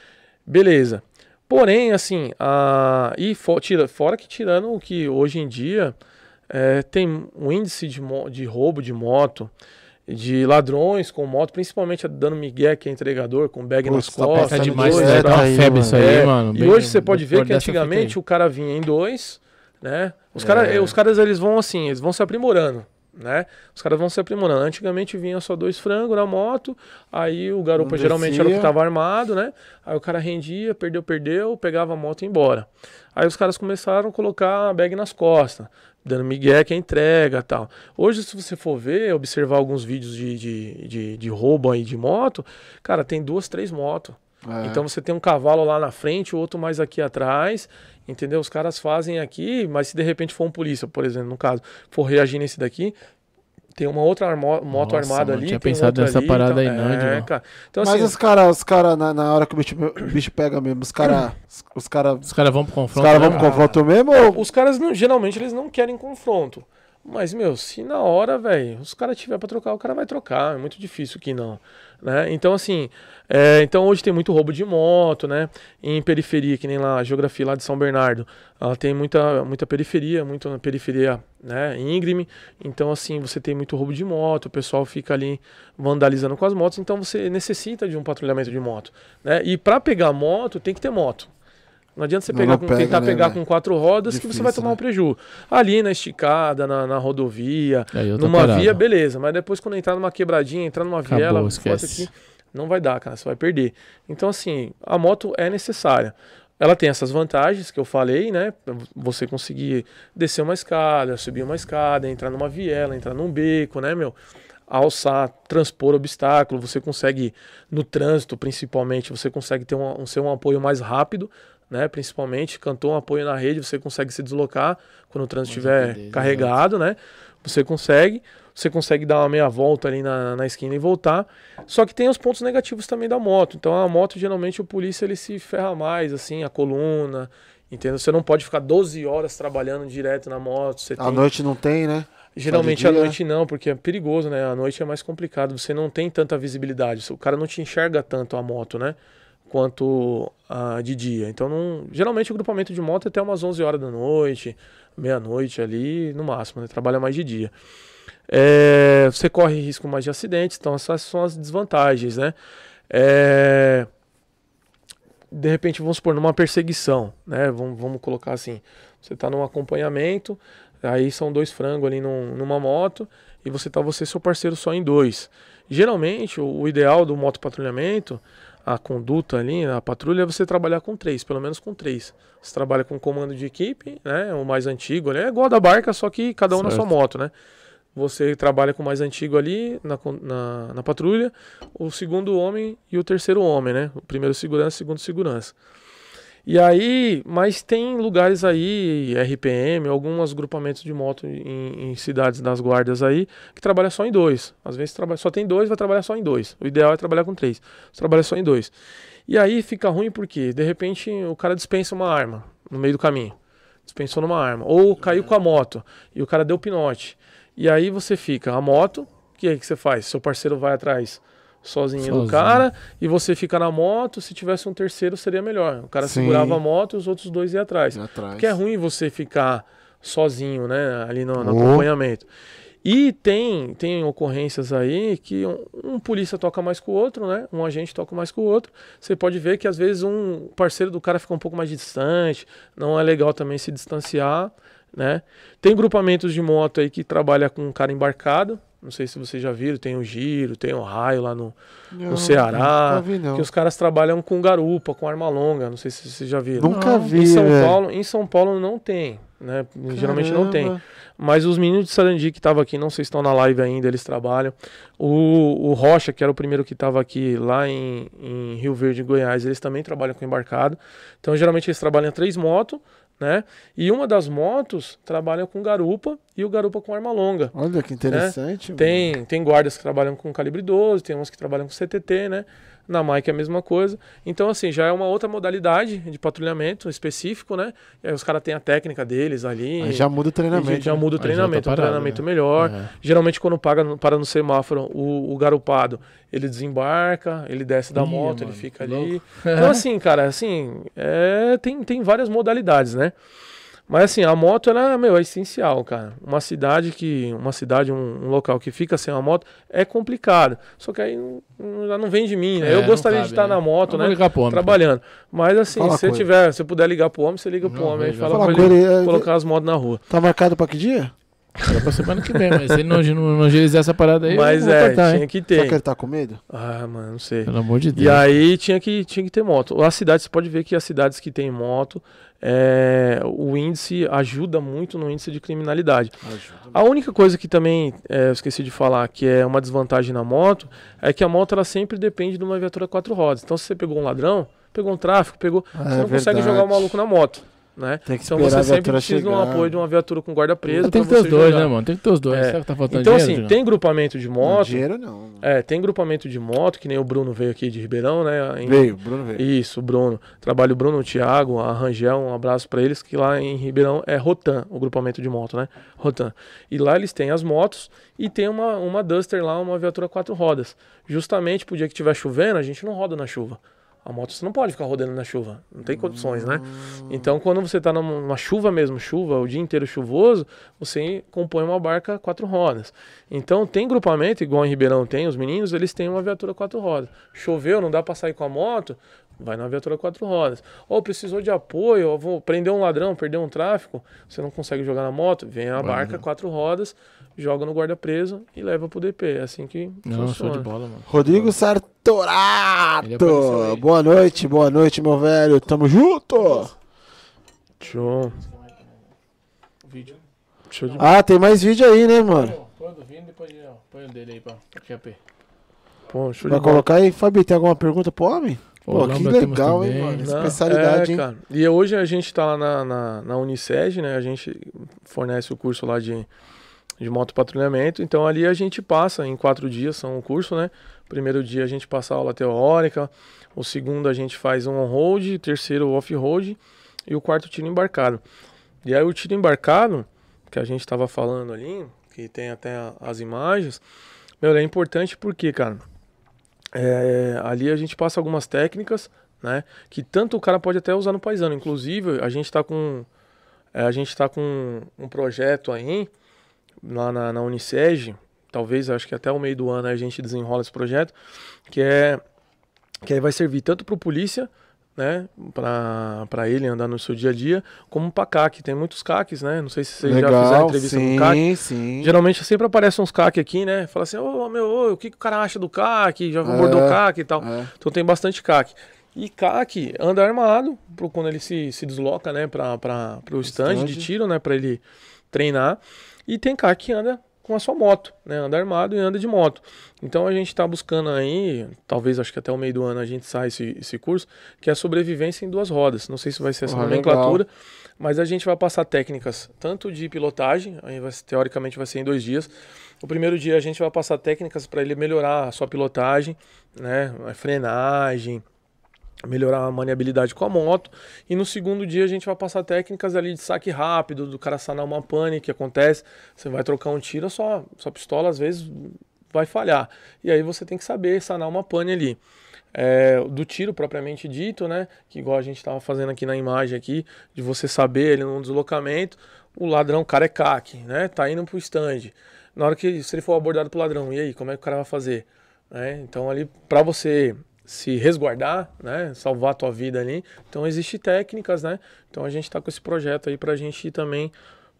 Beleza. Porém, assim, a, e for, tira, fora que tirando o que hoje em dia é, tem um índice de, de roubo de moto, de ladrões com moto, principalmente dando migué, que é entregador, com bag Putz, nas tá costas. Tá passando demais, dois, né? Tá uma aí, febre mano. isso aí, É, mano. e Bem- hoje você pode ver depois que dessa antigamente fita o cara vinha em dois, né? Os, cara, os caras, eles vão assim, eles vão se aprimorando, né? Os caras vão se aprimorando. Antigamente vinha só dois frangos na moto, aí o garupa Não geralmente era o que descia. tava armado, né? Aí o cara rendia, perdeu, perdeu, pegava a moto e ia embora. Aí os caras começaram a colocar a bag nas costas, dando migué que é entrega e tal. Hoje, se você for ver, observar alguns vídeos de, de, de, de roubo aí de moto, cara, tem duas, três motos. É. Então você tem um cavalo lá na frente, o outro mais aqui atrás, entendeu? Os caras fazem aqui, mas se de repente for um polícia, por exemplo, no caso, for reagir nesse daqui, tem uma outra armo- moto Nossa, armada mano, ali, tinha tem pensado outra nessa ali, parada então, aí não, é, Digão. cara. Então, Mas assim, os caras, os cara, na, na hora que o bicho, o bicho pega mesmo, os caras os cara, Os caras vão pro os confronto. cara né, vão pro mano? confronto mesmo ou... os caras não, geralmente eles não querem confronto. Mas, meu, se na hora, velho, os caras tiver pra trocar, o cara vai trocar. É muito difícil que não, né? Então, assim, é, então hoje tem muito roubo de moto, né? Em periferia, que nem lá, a geografia lá de São Bernardo, ela tem muita, muita periferia, muita periferia, né, íngreme. Então, assim, você tem muito roubo de moto, o pessoal fica ali vandalizando com as motos. Então, você necessita de um patrulhamento de moto, né? E pra pegar moto, tem que ter moto. Não adianta você Não, pegar não com, pega, tentar né, pegar velho? com quatro rodas que você Difícil, vai tomar né? um prejuízo. Ali na esticada, na, na rodovia, Aí outra numa parada. via, beleza. Mas depois quando entrar numa quebradinha, entrar numa Acabou, viela, esquece. foto aqui, não vai dar, cara. Você vai perder. Então, assim, a moto é necessária. Ela tem essas vantagens que eu falei, né? Você conseguir descer uma escada, subir uma escada, entrar numa viela, entrar num beco, né, meu? Alçar, transpor obstáculo, você consegue, no trânsito principalmente, você consegue ter um, um, ser um apoio mais rápido, né? Principalmente, cantou um apoio na rede, você consegue se deslocar quando o trânsito estiver rapidez, carregado, né? Você consegue, você consegue dar uma meia volta ali na, na esquina e voltar. Só que tem os pontos negativos também da moto. Então a moto, geralmente, o polícia ele se ferra mais, assim, a coluna, entendeu? Você não pode ficar doze horas trabalhando direto na moto. Você À tem... noite não tem, né? Geralmente Só à de dia? noite não, porque é perigoso, né? À noite é mais complicado, você não tem tanta visibilidade, o cara não te enxerga tanto a moto, né? Quanto a de dia. Então, não... geralmente o grupamento de moto é até umas onze horas da noite, meia-noite ali, no máximo, né? Trabalha mais de dia. É... Você corre risco mais de acidentes, então essas são as desvantagens, né? É... De repente, vamos supor, numa perseguição, né? Vamos, vamos colocar assim, você está num acompanhamento, aí são dois frangos ali num, numa moto e você tá você e seu parceiro só em dois. Geralmente, o, o ideal do motopatrulhamento, a conduta ali, a patrulha, é você trabalhar com três, pelo menos com três. Você trabalha com comando de equipe, né? O mais antigo ali, é igual a da barca, só que cada um Certo. na sua moto, né? Você trabalha com o mais antigo ali na, na, na patrulha, o segundo homem e o terceiro homem, né? O primeiro segurança, o segundo segurança. E aí, mas tem lugares aí, R P M, alguns grupamentos de moto em, em cidades das guardas aí, que trabalha só em dois. Às vezes trabalha, só tem dois, vai trabalhar só em dois. O ideal é trabalhar com três. Você trabalha só em dois. E aí fica ruim porque, de repente, o cara dispensa uma arma no meio do caminho. Dispensou numa arma. Ou caiu com a moto e o cara deu pinote. E aí você fica, a moto, o que é que você faz? Seu parceiro vai atrás sozinho, Sozinho. do cara e você fica na moto. Se tivesse um terceiro seria melhor. O cara Sim. segurava a moto e os outros dois iam atrás. E atrás. Porque é ruim você ficar sozinho, né, ali no, no Oh. acompanhamento. E tem, tem ocorrências aí que um, um polícia toca mais com o outro, né? Um agente toca mais com o outro. Você pode ver que às vezes um parceiro do cara fica um pouco mais distante. Não é legal também se distanciar, né? Tem grupamentos de moto aí que trabalha com um cara embarcado, Não sei se vocês já viram, tem o Giro, tem o Raio lá no, Não, no Ceará. nunca vi, não. Que os caras trabalham com garupa, com arma longa. Não sei se vocês já viram. Nunca vi, Em São velho. Paulo, em São Paulo não tem, né? Geralmente não tem. Caramba. Mas os meninos de Sarandi que estavam aqui, não sei se estão na live ainda, eles trabalham. O, o Rocha, que era o primeiro que estava aqui lá em, em Rio Verde, Goiás, eles também trabalham com embarcado. Então, geralmente, eles trabalham três motos, né? E uma das motos trabalha com garupa e o garupa com arma longa. Olha que interessante. mano. Tem, tem guardas que trabalham com calibre doze, tem uns que trabalham com C T T, né? Na Mike é a mesma coisa. Então, assim, já é uma outra modalidade de patrulhamento específico, né? E aí os caras têm a técnica deles ali. Aí já muda o treinamento. Já, já né? muda o Aí já tá treinamento, um parado, treinamento né? melhor. É. Geralmente, quando paga, no- para no semáforo, o, o garupado, ele desembarca, ele desce da Ih, moto, mano, ele fica que ali. louco. Então, assim, cara, assim, é, tem, tem várias modalidades, né? Mas assim, a moto, ela, meu, é essencial, cara. Uma cidade que, uma cidade, um, um local que fica sem uma moto é complicado. Só que aí não- não- já não vem de mim, né? É, eu não gostaria cabe, de estar né? na moto, Vamos né? ligar pro homem, Trabalhando. Mas assim, Fala se com você ele. tiver, se puder ligar pro homem, você liga pro Não, homem. Aí já fala fala pra com ele, ele, é, colocar as motos na rua. Tá marcado pra que dia? Era pra semana que vem, mas se ele não, não, não agilizar essa parada aí, Mas eu vou é, cortar, tinha hein? que Só ter. que ele tá com medo? Ah, mano, não sei. Pelo amor de Deus. E aí tinha que, tinha que ter moto. As cidades, você pode ver que as cidades que tem moto, é, o índice ajuda muito no índice de criminalidade. A única coisa que também, é, eu esqueci de falar, que é uma desvantagem na moto, é que a moto ela sempre depende de uma viatura quatro rodas. Então se você pegou um ladrão, pegou um tráfico, pegou, Ah, você é não consegue verdade. jogar o maluco na moto. Né? Tem que então esperar você a sempre viatura precisa de um chegar. apoio de uma viatura com guarda preso. Tem que pra ter os você dois, jogar. né, mano? Tem que ter os dois. É. Será que tá faltando Então dinheiro, assim, Digão? tem grupamento de Não, moto. dinheiro não. É, tem grupamento de moto, que nem o Bruno veio aqui de Ribeirão, né? em- Veio, Bruno veio. Isso, o Bruno. Trabalho o Bruno, o Thiago, a Rangel, um abraço pra eles, que lá em Ribeirão é Rotan, o grupamento de moto, né? Rotan. E lá eles têm as motos e tem uma, uma Duster lá, uma viatura quatro rodas. Justamente pro dia que tiver chovendo, a gente não roda na chuva. A moto você não pode ficar rodando na chuva, não tem condições, né? Então quando você tá numa, numa chuva mesmo, chuva, o dia inteiro chuvoso, você compõe uma barca quatro rodas. Então tem grupamento, igual em Ribeirão tem, os meninos, eles têm uma viatura quatro rodas. Choveu, não dá pra sair com a moto, vai na viatura quatro rodas. Ou precisou de apoio, ou vou prender um ladrão, perder um tráfico, você não consegue jogar na moto, vem a barca quatro rodas, joga no guarda-preso e leva pro D P. É assim que Não, show funciona. de bola, mano. Rodrigo Ele Sartorato! apareceu aí. Boa noite, boa noite, meu velho. Tamo junto! Show. Vídeo. Show de Ah, tem mais vídeo aí, né, mano? Põe o do Vini, depois ó, põe o dele aí pra Q P. Pô, show de Vai bola. colocar aí, Fabi, tem alguma pergunta pro homem? Pô, Ô, que Lambda temos legal, hein, também. mano? Não, Especialidade, é, hein? cara. E hoje a gente tá lá na, na, na Uniceg, né? A gente fornece o curso lá de, de motopatrulhamento. Então ali a gente passa em quatro dias, são o curso, né? Primeiro dia a gente passa a aula teórica, o segundo a gente faz um on-road, terceiro off-road e o quarto tiro embarcado. E aí o tiro embarcado, que a gente tava falando ali, que tem até a- as imagens, meu, é importante porque, cara, é, ali a gente passa algumas técnicas, né? Que tanto o cara pode até usar no paisano. Inclusive, a gente está com é, a gente tá com um projeto aí lá na, na Uniceg, talvez acho que até o meio do ano a gente desenrola esse projeto, que é que aí vai servir tanto para o polícia, né, para ele andar no seu dia a dia, como para C A C. Tem muitos C A Cs, né? Não sei se vocês já fizeram entrevista sim, com C A C. sim. Geralmente sempre aparece uns C A C aqui, né? Fala assim, ô meu, ô, o que, que o cara acha do C A C? Já abordou É, C A C e tal. é. Então tem bastante C A C. E C A C anda armado pro, quando ele se, se desloca, né, para o stand Stand. de tiro, né, para ele treinar. E tem C A C que anda com a sua moto, né, anda armado e anda de moto. Então a gente está buscando aí, talvez acho que até o meio do ano a gente sai esse, esse curso, que é a sobrevivência em duas rodas. Não sei se vai ser essa Porra, nomenclatura, mas a gente vai passar técnicas tanto de pilotagem, aí vai, teoricamente vai ser em dois dias. O primeiro dia a gente vai passar técnicas para ele melhorar a sua pilotagem, né, a frenagem, melhorar a maniabilidade com a moto. E no segundo dia a gente vai passar técnicas ali de saque rápido, do cara sanar uma pane que acontece. Você vai trocar um tiro, a sua, sua pistola às vezes vai falhar. E aí você tem que saber sanar uma pane ali. É, do tiro propriamente dito, né? Que igual a gente estava fazendo aqui na imagem aqui, de você saber ele num deslocamento, o ladrão, o cara é C A C, né? Tá indo pro stand. Na hora que se ele for abordado pelo ladrão, e aí, como é que o cara vai fazer? Né? Então ali, para você se resguardar, né, salvar a tua vida ali. Então existe técnicas, né? Então a gente tá com esse projeto aí pra gente ir também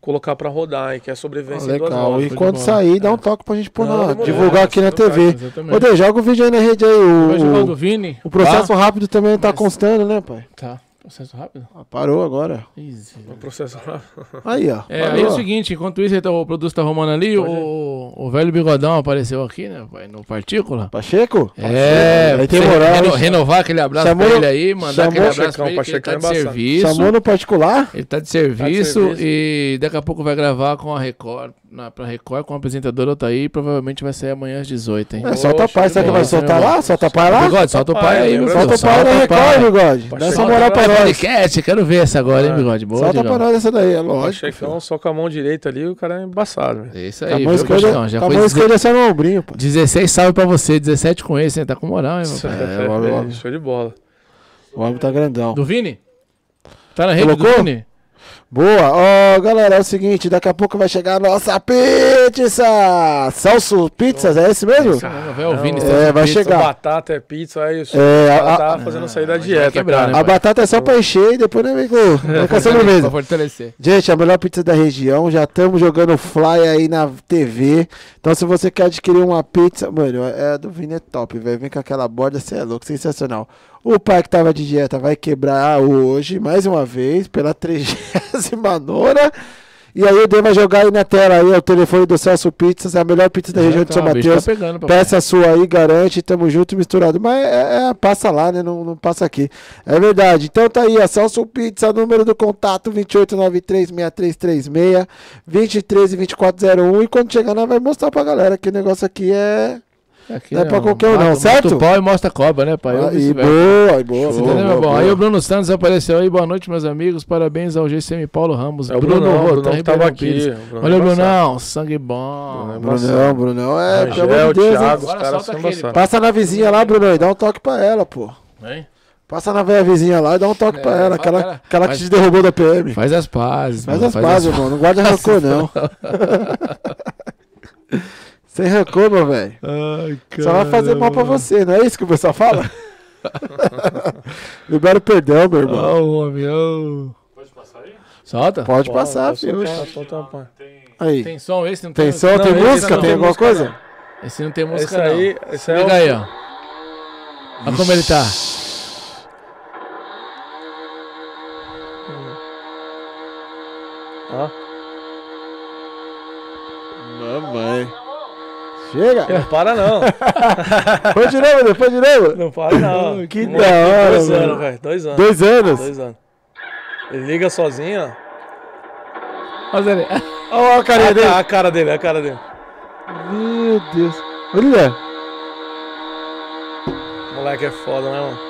colocar pra rodar e quer sobrevivência ah, em duas legal. horas. E quando sair, dá um toque pra gente pôr Não, na, demorou. divulgar É, aqui na você não T V. faz, exatamente. Ô, Dê, joga o vídeo aí na rede aí. Vai jogar o do O, Vini? o processo Tá? rápido também tá Mas- constando, né, pai? Tá. Processo rápido? Ah, parou agora. Easy. O processo Aí, ó. É, parou, aí é o ó. seguinte, enquanto isso, ele tá- o produto tá arrumando ali, o, o velho bigodão apareceu aqui, né, pai, no Partícula. Pacheco? É, Aí tem você moral, reno- hein? renovar aquele abraço Chamou- pra ele aí, mandar chamou- aquele abraço Pachecão, pra ele, que ele tá Pachecão de é embaçado. serviço. Chamou no particular? Ele tá de serviço, serviço. e daqui a pouco vai gravar com a Record, na, pra Record, com a apresentadora Otaí, e provavelmente vai sair amanhã às dezoito, hein? É, solta o Poxa, pai. Será que bom, vai seu soltar irmão. lá? Solta o pai lá? Bigode, solta o pai aí, meu Solta filho. Solta o pai na Solta o pai. Record, Bigode. Dá Pachecão essa tá moral pra nós. Podcast, quero ver essa agora, hein, Bigode? Boa, Solta Digão. pra nós essa daí, é lógico. Pachecão, só com a mão direita ali, o cara é embaçado, velho. É isso Com aí, a mão viu, esquerda, Gostão? Já com a foi mão deze- esquerda é só no ombrinho, pô. dezesseis salve pra você, dezessete com esse, hein? Tá com moral, hein, meu pai? É, o homem- o homem- Show de bola. o homem tá grandão. Do Vini? Tá na rede Colocou? do Vini? Boa, ó, galera, é o seguinte, daqui a pouco vai chegar a nossa pizza! Celso Pizzas, é esse mesmo? Caramba, velho, o Vini. Não, tá é, no vai pizza. chegar. Batata é pizza, aí o É, cara a- tá a- fazendo sair da vai dieta, quebrar, cara. né, A batata é só pra encher e depois não vem com, vem com a sobremesa. Pra fortalecer. Gente, a melhor pizza da região, já estamos jogando fly aí na T V. Então, se você quer adquirir uma pizza, mano, é a do Vini é top, velho. Vem com aquela borda, você é louco, sensacional. O pai que tava de dieta vai quebrar hoje, mais uma vez, pela trigésima nona. E aí o D vai jogar aí na tela aí, é o telefone do Celso Pizzas, é a melhor pizza da região de São Tá, o bicho Mateus. tá pegando, papai. Peça a sua aí, garante, tamo junto e misturado. Mas é, é, passa lá, né? Não, não passa aqui. É verdade. Então tá aí, a Celso Pizza, número do contato vinte e oito nove três, seis três três seis, vinte e três e vinte e quatro zero um. E quando chegar, nós vai mostrar pra galera que o negócio aqui é. Aqui, Não é pra ó, qualquer um, não, mata- certo? Mata o pau e mostra a cobra, né, pai? Eu Ah, vi e isso, velho. boa, e boa, Você boa, entendeu, boa, meu bom? boa. Aí o Bruno Santos apareceu aí, boa noite, meus amigos, parabéns ao G C M Paulo Ramos. É o Brunão, o Rotan, Brunão que tava Ribeirão aqui. Pires. o Brunão Olha o é embaçado. Brunão, sangue bom. Brunão é Brunão, Brunão, é, Rangel, pelo amor de Deus, hein? Thiago, os Agora caras solta são aquele, embaçados. Passa na vizinha lá, Brunão, e dá um toque pra ela, pô. Hein? Passa na velha vizinha lá e dá um toque É, pra ela, fala aquela, pra ela. aquela que Faz- te derrubou da P M. Faz as pazes, Faz mano, as pazes, irmão, não guarda rancor, não. Sem rancor, meu velho. Ai, Só vai fazer mal pra você, não é isso que o pessoal fala? Libera o perdão, meu irmão. Ó, o homem, ó. Solta? Pode Pô, passar, tá filho. soltando, tá soltando, pai. Aí. Tem som esse? Não Tem som, não, tem esse música, não tem alguma música, coisa? não. Esse não tem música, Esse não. aí, esse é Liga o... aí, ó. Olha como ele tá. Ó. Mamãe. Chega. Não para não. Põe de novo, depois de novo. Não para não. Que Moleque, da hora, Dois mano. anos, velho. Dois anos. Dois anos. Dois anos. Ele liga sozinho, ó. Olha ele. Olha a carinha A, dele. ca- a cara dele, a cara dele. Meu Deus. Olha. Moleque é foda, né, mano?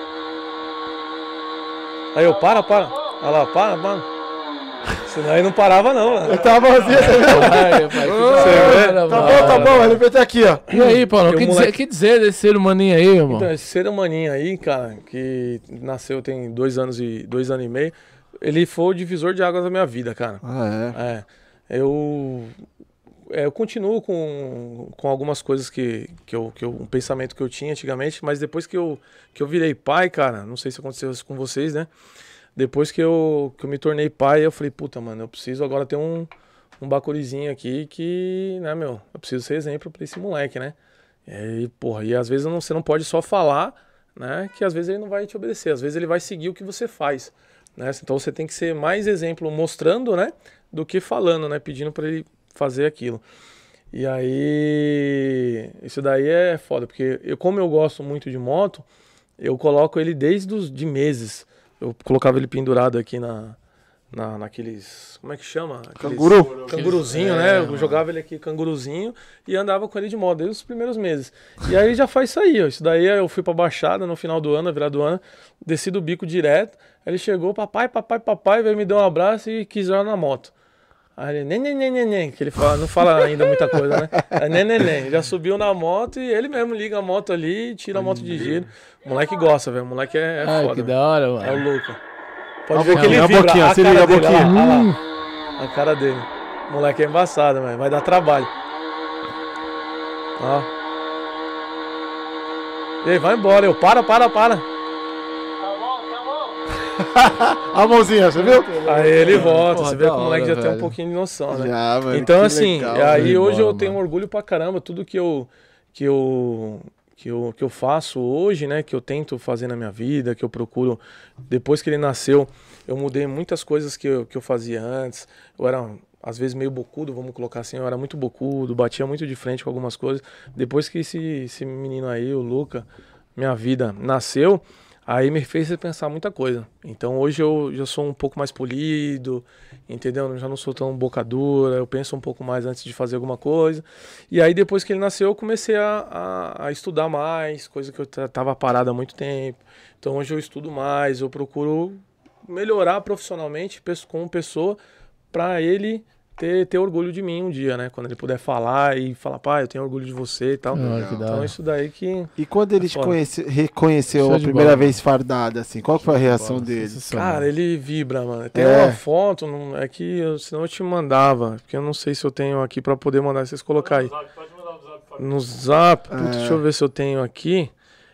Aí eu, para, para. Olha lá, para, para. Senão aí não parava, não, mano. Eu tava assim, você viu? Ai, pai, que vê? da hora, Tá bom, tá mano. bom. Ele fez aqui, ó. E aí, Paulo, o E o que, moleque- dizer, que dizer desse ser humaninho aí, irmão? Então, esse ser humaninho aí, cara, que nasceu tem dois anos e dois anos e meio, ele foi o divisor de águas da minha vida, cara. Ah, é. É, eu, é, eu continuo com, com algumas coisas que, que, eu, que eu, um pensamento que eu tinha antigamente, mas depois que eu, que eu virei pai, cara, não sei se aconteceu isso com vocês, né? Depois que eu, que eu me tornei pai, eu falei, puta, mano, eu preciso agora ter um, um bacurizinho aqui que, né, meu, eu preciso ser exemplo pra esse moleque, né? E aí, porra, e às vezes não, você não pode só falar, né, que às vezes ele não vai te obedecer, às vezes ele vai seguir o que você faz, né? Então você tem que ser mais exemplo mostrando, né, do que falando, né, pedindo pra ele fazer aquilo. E aí, isso daí é foda, porque eu, como eu gosto muito de moto, eu coloco ele desde os de meses. Eu colocava ele pendurado aqui na, na naqueles, como é que chama? Aqueles- Canguru? Canguruzinho, É, né? Eu mano. jogava ele aqui canguruzinho e andava com ele de moto desde os primeiros meses. E aí já faz isso aí, ó. Isso daí eu fui pra Baixada no final do ano, na virada do ano, desci do bico direto. Aí ele chegou, papai, papai, papai, veio me dar um abraço e quis ir na moto. Aí ele, nem, nem, nem, nem, nem, que ele fala, não fala ainda muita coisa, né? Aí, nem, nem, nem. Já subiu na moto e ele mesmo liga a moto ali e tira a moto de giro. O moleque gosta, velho. O moleque é, é Ai, foda. que velho. da hora, É mano. o louco. Pode Olha a ver que ele boquinha, olha a vibra. boquinha, a se cara liga a dele, olha boquinha. lá, olha Hum. lá. A cara dele. O moleque é embaçado, velho. Vai dar trabalho. Ó. E aí, vai embora. Eu, para, para, para. A mãozinha, você viu? Aí ele volta, Porra, você vê da que o moleque hora, já tem um velho. pouquinho de noção, né? Já, mano, Então, que assim, legal, aí velho. hoje Bola, eu tenho mano. orgulho pra caramba, tudo que eu, que eu, que eu, que eu faço hoje, né, que eu tento fazer na minha vida, que eu procuro, depois que ele nasceu, eu mudei muitas coisas que eu, que eu fazia antes, eu era, às vezes, meio bocudo, vamos colocar assim, eu era muito bocudo, batia muito de frente com algumas coisas, depois que esse, esse menino aí, o Luca, minha vida, nasceu, aí me fez repensar muita coisa. Então hoje eu já sou um pouco mais polido, entendeu? Eu já não sou tão boca dura, eu penso um pouco mais antes de fazer alguma coisa. E aí depois que ele nasceu eu comecei a, a, a estudar mais, coisa que eu estava parado há muito tempo. Então hoje eu estudo mais, eu procuro melhorar profissionalmente como pessoa para ele ter, ter orgulho de mim um dia, né? Quando ele puder falar e falar, pai, eu tenho orgulho de você e tal. Ah, que da Então hora. isso daí que... E quando ele te Foda. conhece, reconheceu Show a de primeira bola. vez fardado, assim, qual que foi a reação Bola, dele? sensacional. Cara, ele vibra, mano. Tem É. uma foto, não, é que eu, senão eu te mandava, porque eu não sei se eu tenho aqui pra poder mandar, vocês colocar aí. No zap, putz, É. deixa eu ver se eu tenho aqui.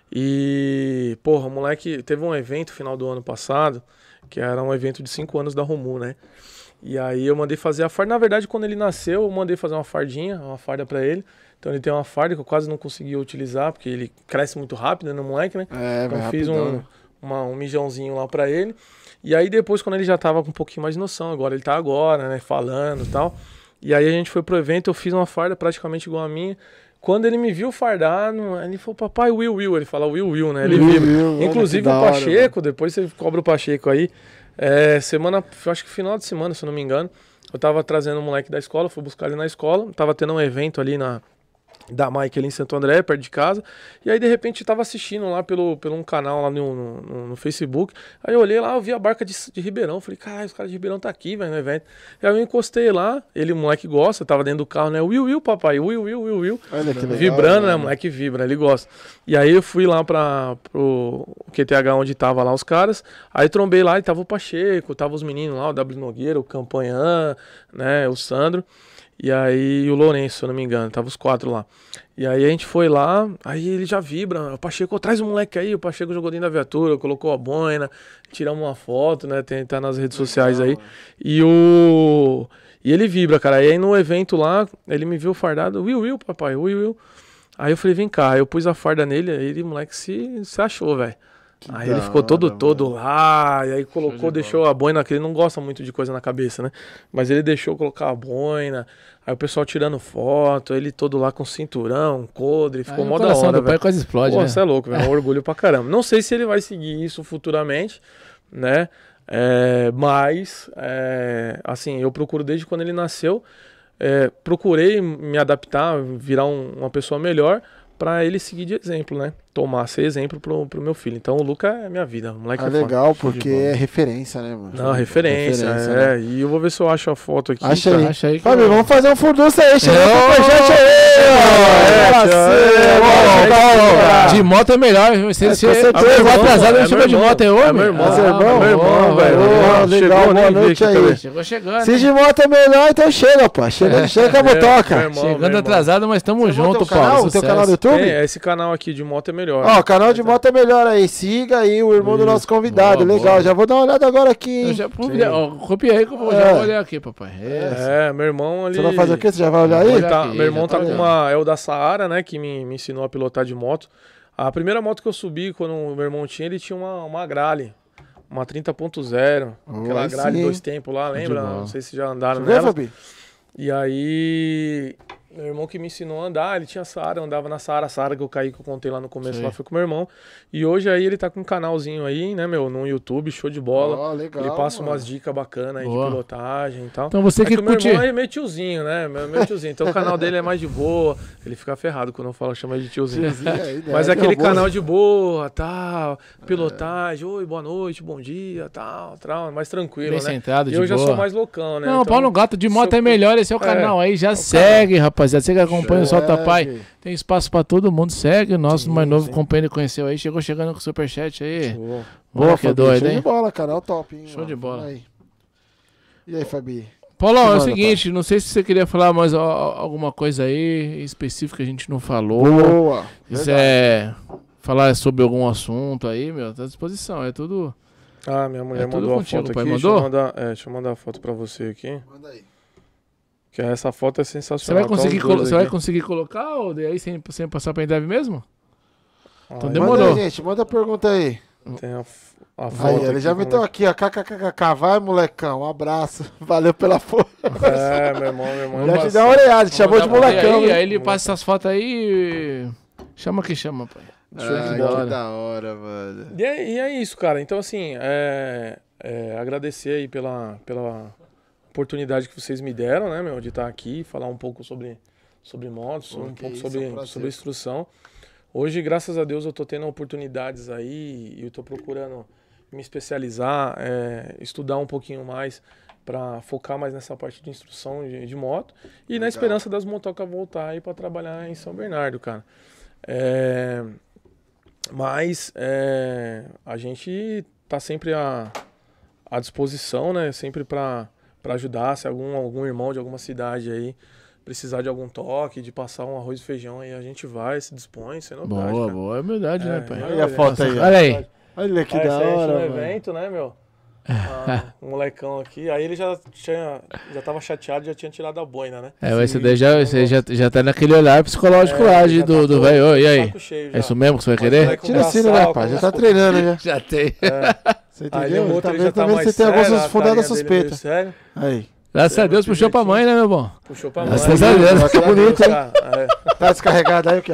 E, porra, o moleque teve um evento final do ano passado, que era um evento de cinco anos da Romu, né? E aí eu mandei fazer a farda. Na verdade, quando ele nasceu, eu mandei fazer uma fardinha, uma farda pra ele. Então ele tem uma farda que eu quase não consegui utilizar, porque ele cresce muito rápido, né, no moleque, né? É, Então vai fiz rapidão, um, né? uma, um mijãozinho lá pra ele. E aí depois, quando ele já tava com um pouquinho mais de noção, agora ele tá agora, né, falando e tal. E aí a gente foi pro evento, eu fiz uma farda praticamente igual a minha. Quando ele me viu fardar, não- ele falou, papai, Will, Will. Ele fala Will, Will, né? Ele Will, vibra. Will, olha Inclusive que o da hora, Pacheco, depois você cobra o Pacheco aí. É, semana, eu acho que final de semana, se eu não me engano, eu tava trazendo um moleque da escola, fui buscar ele na escola, tava tendo um evento ali na... da Mike ali em Santo André, perto de casa. E aí, de repente, eu tava assistindo lá pelo, pelo um canal lá no, no, no Facebook. Aí eu olhei lá, eu vi a barca de, de Ribeirão. Falei, caralho, os caras de Ribeirão tá aqui, velho, no evento. E aí eu encostei lá, ele, o moleque gosta, tava dentro do carro, né? Will, Will, papai, Will, Will, Will, Will. Olha que legal, Vibrando, né? né? O moleque vibra, ele gosta. E aí eu fui lá pra, pro Q T H onde tava lá os caras. Aí trombei lá e tava o Pacheco, tava os meninos lá, o W Nogueira, o Campanhã, né? O Sandro. E aí o Lourenço, se eu não me engano, tava os quatro lá. E aí a gente foi lá, aí ele já vibra, o Pacheco, traz o moleque aí, o Pacheco jogou dentro da viatura, colocou a boina, tiramos uma foto, né, tem, tá nas redes sociais aí. E o... E ele vibra, cara, e aí no evento lá, ele me viu fardado, Will, Will, papai, Will, Will. Aí eu falei, vem cá, aí eu pus a farda nele, aí ele, moleque, se, se achou, velho. Aí da ele ficou todo, hora, todo mano. lá, e aí colocou, de deixou a boina, que ele não gosta muito de coisa na cabeça, né? Mas ele deixou colocar a boina, aí o pessoal tirando foto, ele todo lá com cinturão, coldre, ficou Aí mó o da coração hora, do pai velho. quase explode, Pô, né? você é louco, velho, é um orgulho pra caramba. Não sei se ele vai seguir isso futuramente, né? É, mas, é, assim, eu procuro desde quando ele nasceu, é, procurei me adaptar, virar um- uma pessoa melhor, pra ele seguir de exemplo, né? Tomar, ser exemplo pro, pro meu filho. Então o Luca é minha vida, o moleque Ah, é foda. legal, Show de porque bola. é referência, né, mano? Não, referência, Referência, é. né? E eu vou ver se eu acho a foto aqui. Acha tá? aí. Acha aí que Fábio, eu- vamos fazer um furdunço aí, chega Ô, no superchat aí! é, Fala é, assim, é, ó, é, ó, De moto é melhor. Você, É, você, com certeza. você chegou É atrasado, meu ele chegou de irmão, moto aí hoje? é meu irmão, é seu irmão? meu irmão, velho. Ô, Chegou, legal, nem boa vi noite aqui, aí. cadê? Chegou chegando. Se hein? de moto é melhor, então chega, pô. Chega, chega com a É, meu motoca. irmão, meu Chegando irmão. atrasado, mas tamo Você junto, tem o Paulo. canal? O teu Sucesso. canal do YouTube? É, esse canal aqui de moto é melhor. Ó, o canal de moto é melhor aí. Siga aí o irmão do nosso convidado. Boa, Legal, boa. já vou dar uma olhada agora aqui. Eu hein? já ó, copiei que eu vou, já É. vou olhar aqui, papai. É. É, meu irmão ali. Você vai fazer o quê? Você já vai olhar aí? Olha Tá, aqui, meu irmão já tá tá com olhando. uma. É o da Saara, né? Que me, me ensinou a pilotar de moto. A primeira moto que eu subi, quando o meu irmão tinha, ele tinha uma, uma Grale. Uma trinta ponto zero. Oh, Aquela aí Grale sim, dois hein? tempos lá, lembra? bola. Não sei se já andaram Deixa eu ver, nela. Fabi? E aí, meu irmão que me ensinou a andar, ele tinha Saara, eu andava na Saara, a Saara que eu caí, que eu contei lá no começo, Sei. lá foi com meu irmão. E hoje aí ele tá com um canalzinho aí, né, meu, no YouTube, show de bola. Ó, legal, ele passa mano. umas dicas bacanas aí Boa. de pilotagem e tal. Então você É que que o meu curte. irmão é meio tiozinho, né, meu, meu tiozinho. Então o canal dele é mais de boa, ele fica ferrado quando eu falo, chama ele de tiozinho. Aí, Mas né, é aquele derrubou. canal de boa, tal, pilotagem, oi, boa noite, bom dia, tal, tal, mais tranquilo, Bem né? centrado, E de eu já boa. sou mais loucão, né? Não, Então, Paulo Gato de moto sou- é melhor, esse é o É, canal aí, já o segue, rapaziada. Você que acompanha o Solta Segue. Pai, tem espaço pra todo mundo, segue. O nosso Sim, mais novo sim. companheiro conheceu aí, chegou chegando com o superchat aí. Boa. Boa, que Fabi, doido, show hein? de bola, canal top, hein? Show mano. de bola. Aí. E aí, Fabi? Paulão, é o Manda, seguinte, não sei se você queria falar mais ó, alguma coisa aí específica que a gente não falou. Boa. Se é falar sobre algum assunto aí, meu, tá à disposição. É tudo. Ah, minha mulher É tudo mandou a contigo, foto pai, aqui. mandou? Deixa eu, mandar, é, deixa eu mandar a foto pra você aqui. Manda aí. Que essa foto é Você sensacional. vai, conseguir tá os dois colo- você vai aqui. conseguir colocar ou daí sem, sem passar pendrive mesmo? Então Aí, demorou. Manda aí, gente, manda a pergunta aí. Tem a, f- a foto Aí, ele aqui já com- meteu aqui, ó. kkkk, vai, molecão. Um abraço. Valeu pela força. É, meu irmão, meu irmão. Já é te dá uma olhada, te chamou de Vou mandar pra ele molecão. Aí, hein? aí ele passa essas fotos aí e... Chama que chama, pai. Show de Ai, bola. que da hora, mano. E é, e é isso, cara. Então, assim, é, é, agradecer aí pela, pela oportunidade que vocês me deram, né, meu, de estar aqui, falar um pouco sobre, sobre motos, Pô, um que pouco isso, é um sobre, prazer. sobre instrução. Hoje, graças a Deus, eu tô tendo oportunidades aí e eu tô procurando me especializar, é, estudar um pouquinho mais para focar mais nessa parte de instrução de, de moto e Legal. na esperança das motocas voltar aí para trabalhar em São Bernardo, cara. É, mas é, a gente tá sempre à, à disposição, né? Sempre para para ajudar, se algum, algum irmão de alguma cidade aí precisar de algum toque, de passar um arroz e feijão, aí a gente vai, se dispõe, sem novidade. Boa, cara. boa. É verdade, né, É, pai? é, Olha a foto aí, ó. Olha aí. Olha que É, da esse aí a gente hora, no mano. evento, né, meu? Ah, um molecão aqui. Aí ele já tinha, já tava chateado, já tinha tirado a boina, né? É, esse Sim, daí já, não você já, gosto. já tá naquele olhar psicológico É, lá ele de, já do tá do todo velho. Ô, e aí? saco cheio É já. isso mesmo que você vai Mas querer? vai com Tira assim, né, braçal, pai? com Já tá os- treinando, já. Já tem. É. Você Aí entendeu? o Tá outro ele vendo já tá também mais você tem sério, algumas a fundadas carinha dele meio suspeitas. sério. Aí. Graças a Deus muito puxou pra mãe, né, meu bom? Puxou pra mãe. Graças a Deus. Olha que Graças a bonito, Deus, hein? cara. É. Tá descarregado aí o que?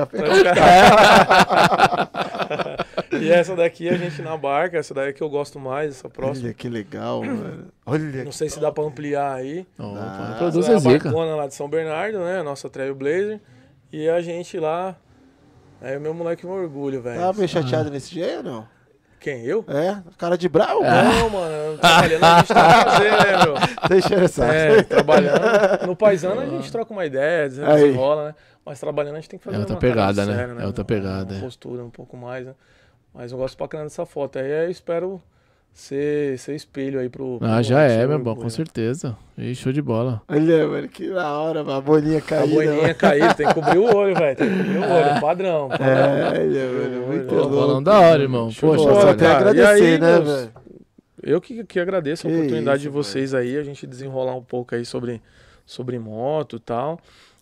E essa daqui a gente na barca, essa daí é que eu gosto mais, essa próxima. Olha que legal, mano. Olha Não sei se dá pra ampliar aí. Opa, Ah, produz Essa é a a zica. barcona lá de São Bernardo, né? A nossa Trailblazer. E a gente lá. Aí o meu moleque me orgulho, velho. Tá meio chateado nesse dia ou não? Quem? Eu? É, cara de bravo, É. né? Não, mano. Trabalhando a gente tem que fazer, né, meu? Deixa eu saber. É, trabalhando. No paisano a gente troca uma ideia, Aí. desenrola, né? Mas trabalhando a gente tem que fazer É outra uma parada pegada, né? séria, É outra Uma- pegada, Uma é. postura um pouco mais, né? Mas eu gosto pra caramba dessa foto. Aí eu espero ser, ser espelho aí pro... pro Ah, já moleque, é, ser meu bom, orgulho, com né? certeza. Ih, show de bola. Olha, mano, que da hora, mano. A bolinha A caída. boininha mano. caída, tem que cobrir o olho, velho. Tem que cobrir o olho, padrão. padrão. É, olha, mano, muito Pô, louco. bolão da hora, irmão. Show de Poxa, Pô, bola, só tem a cara. agradecer, E aí, né, meus- velho? Eu que, que agradeço a Que oportunidade isso, de vocês aí, a gente desenrolar um pouco aí sobre, sobre moto e tal.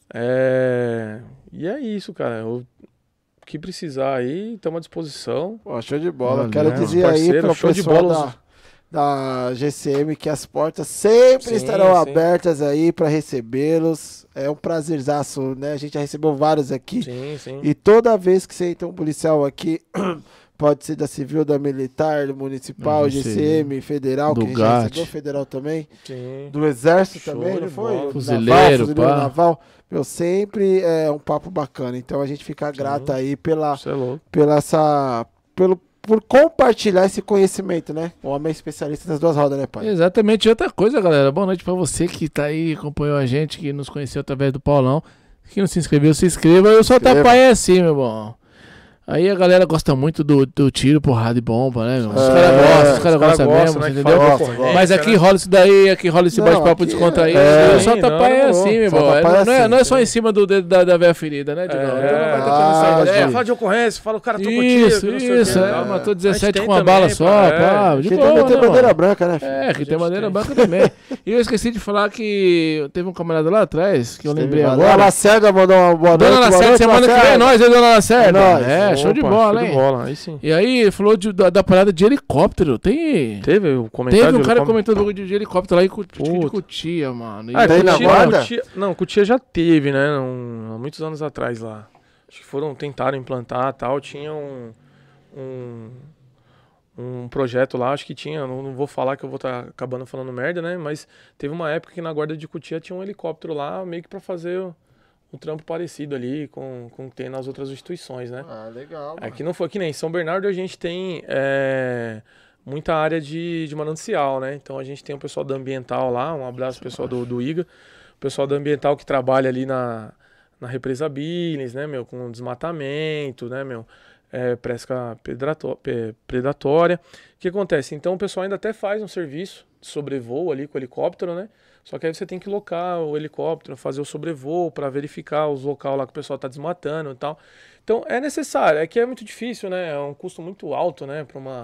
É... E é isso, cara. Eu- O que precisar aí, estamos à disposição. Pô, show de bola. Valeu, Quero meu dizer parceiro, aí pro show de pessoal bola. da, da G C M que as portas sempre Sim, estarão sim. abertas aí pra recebê-los. É um prazerzaço, né? A gente já recebeu vários aqui. Sim, sim. E toda vez que você entra um policial aqui, pode ser da civil, da militar, do municipal, Da G G C C M, federal, do que a gente já GAT. recebeu, federal também. sim. Do exército Show também, de não foi? bola. Fuzileiro, naval, fuzileiro pá. naval. Meu, sempre é um papo bacana. Então a gente fica grato aí pela, Você é louco. pela essa, pelo, por compartilhar esse conhecimento, né? O homem é especialista das duas rodas, né, pai? Exatamente. E outra coisa, galera. Boa noite pra você que tá aí, acompanhou a gente, que nos conheceu através do Paulão. Que não se inscreveu, se inscreva. Eu sou Inscreva. tapai é assim, meu bom. Aí a galera gosta muito do, do tiro, porrada e bomba, né, meu? Os É, caras gostam, os Os caras cara gostam gostam, mesmo, né, você que entendeu? fala Gosta, ocorrência, Mas aqui né? rola isso daí, aqui rola esse Não, bate-papo aqui descontraído. é- Eu só Sim, tapai não, é não. assim, meu Só irmão. tapai é Não é, assim, não é só sim. em cima do dedo da, da velha ferida, né, Digão? É, Então não vai ter ah, como sair já. dessa. Fala de ocorrência, fala o cara tocou tiro. Isso, que não sei o isso, quê. é, matou dezessete tem com uma também, bala só, pá, pá, é. de Aqui boa, também tem né, bandeira mano? branca, né, filho? É, que tem gente bandeira tem. branca também. E eu esqueci de falar que teve um camarada lá atrás, que eu lembrei A agora. Lacerda mandou uma boa noite. Dona boa Lacerda, noite, semana que vem é Lacerda. nós, hein, Dona Lacerda? É nóis. É, show de Opa, bola, show hein? de bola, aí sim. E aí, falou de- da, da parada de helicóptero. Tem. Teve o comentário? Teve um de cara helicóptero? comentando bagulho de helicóprio lá em Cu- de Puta. Cutia, mano. E Ah, Tem na Cutia, guarda? Cutia- não, Cutia já teve, né? Um- há muitos anos atrás lá. Acho que foram, tentaram implantar e tal. Tinha um, um, um projeto lá, acho que tinha, não, não vou falar que eu vou estar acabando falando merda, né? Mas teve uma época que na guarda de Cutia tinha um helicóptero lá, meio que pra fazer o- um trampo parecido ali com, com o que tem nas outras instituições, né? Ah, legal, mano. Aqui não foi que nem em São Bernardo a gente tem é, muita área de, de manancial, né? Então a gente tem o pessoal da Ambiental lá, um abraço pro pessoal do, do I G A, o pessoal da Ambiental que trabalha ali na, na represa Billings, né, meu? Com desmatamento, né, meu? É, pesca predato- pe- predatória. O que acontece? Então o pessoal ainda até faz um serviço de sobrevoo ali com o helicóptero, né? Só que aí você tem que locar o helicóptero, fazer o sobrevoo para verificar os locais lá que o pessoal está desmatando e tal. Então é necessário, é que é muito difícil, né? É um custo muito alto, né? Para uma,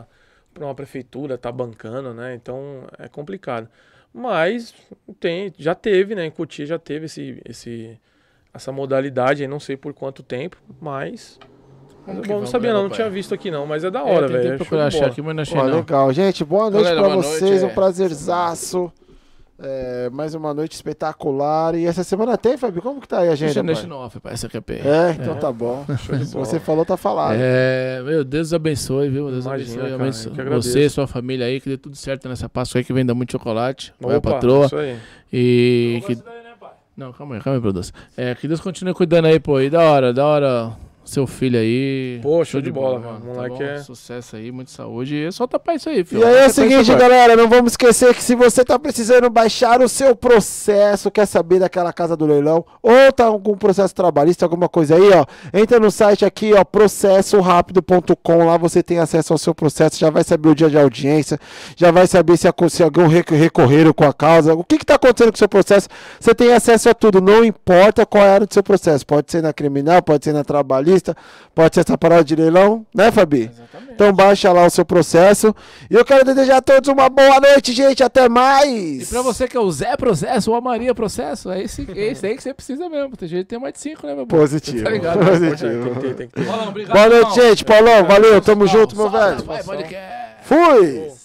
para uma prefeitura tá bancando, né? Então é complicado. Mas tem, já teve, né? Em Cotia já teve esse, esse, essa modalidade, aí não sei por quanto tempo, mas... Mas bom, não sabia não, não tinha visto aqui não, mas é da hora, velho. Eu tentei procurar achar aqui, mas não achei Ó, não. legal, gente, boa noite Galera, pra boa vocês, noite, um é. prazerzaço. É, mais uma noite espetacular. E essa semana tem, Fábio? Como que tá aí a agenda, Deixa pai? no off, pai, essa Q P. É, então tá bom. Se você falou, tá falado. É, meu Deus abençoe, viu? Deus Imagina, abençoe. cara, abençoe eu que agradeço. você, sua família aí, que dê tudo certo nessa Páscoa aí, que venda muito chocolate. Vai a Opa, patroa. isso aí. E que... Não, calma aí, calma aí, produção. É, que Deus continue cuidando aí, pô. E da hora, da hora. Seu filho aí. Pô, show de bola, mano. Tá Moleque bom? é- Sucesso aí, muito saúde. E só tapar isso aí, filho. E aí é o Tapar seguinte, isso, pai. galera, não vamos esquecer que se você tá precisando baixar o seu processo, quer saber daquela casa do leilão, ou tá com algum processo trabalhista, alguma coisa aí, ó, entra no site aqui, ó, processo rápido ponto com, lá você tem acesso ao seu processo, já vai saber o dia de audiência, já vai saber se, a, se alguém rec- recorreram com a causa, o que que tá acontecendo com o seu processo, você tem acesso a tudo, não importa qual é a área do seu processo, pode ser na criminal, pode ser na trabalhista, pode ser essa parada de leilão, né, Fabi? Exatamente. Então baixa lá o seu processo. E eu quero desejar a todos uma boa noite, gente. Até mais! E pra você que é o Zé Processo ou a Maria Processo, é esse, é esse aí que você precisa mesmo. Tem jeito de ter mais de cinco, né, meu bom? Positivo. Tá ligado? Positivo. Tem que ter, tem que ter. Paulão, obrigado, Boa noite, irmão. gente. Paulão, valeu. Tamo junto, meu Solta, velho. vai, podcast. Fui!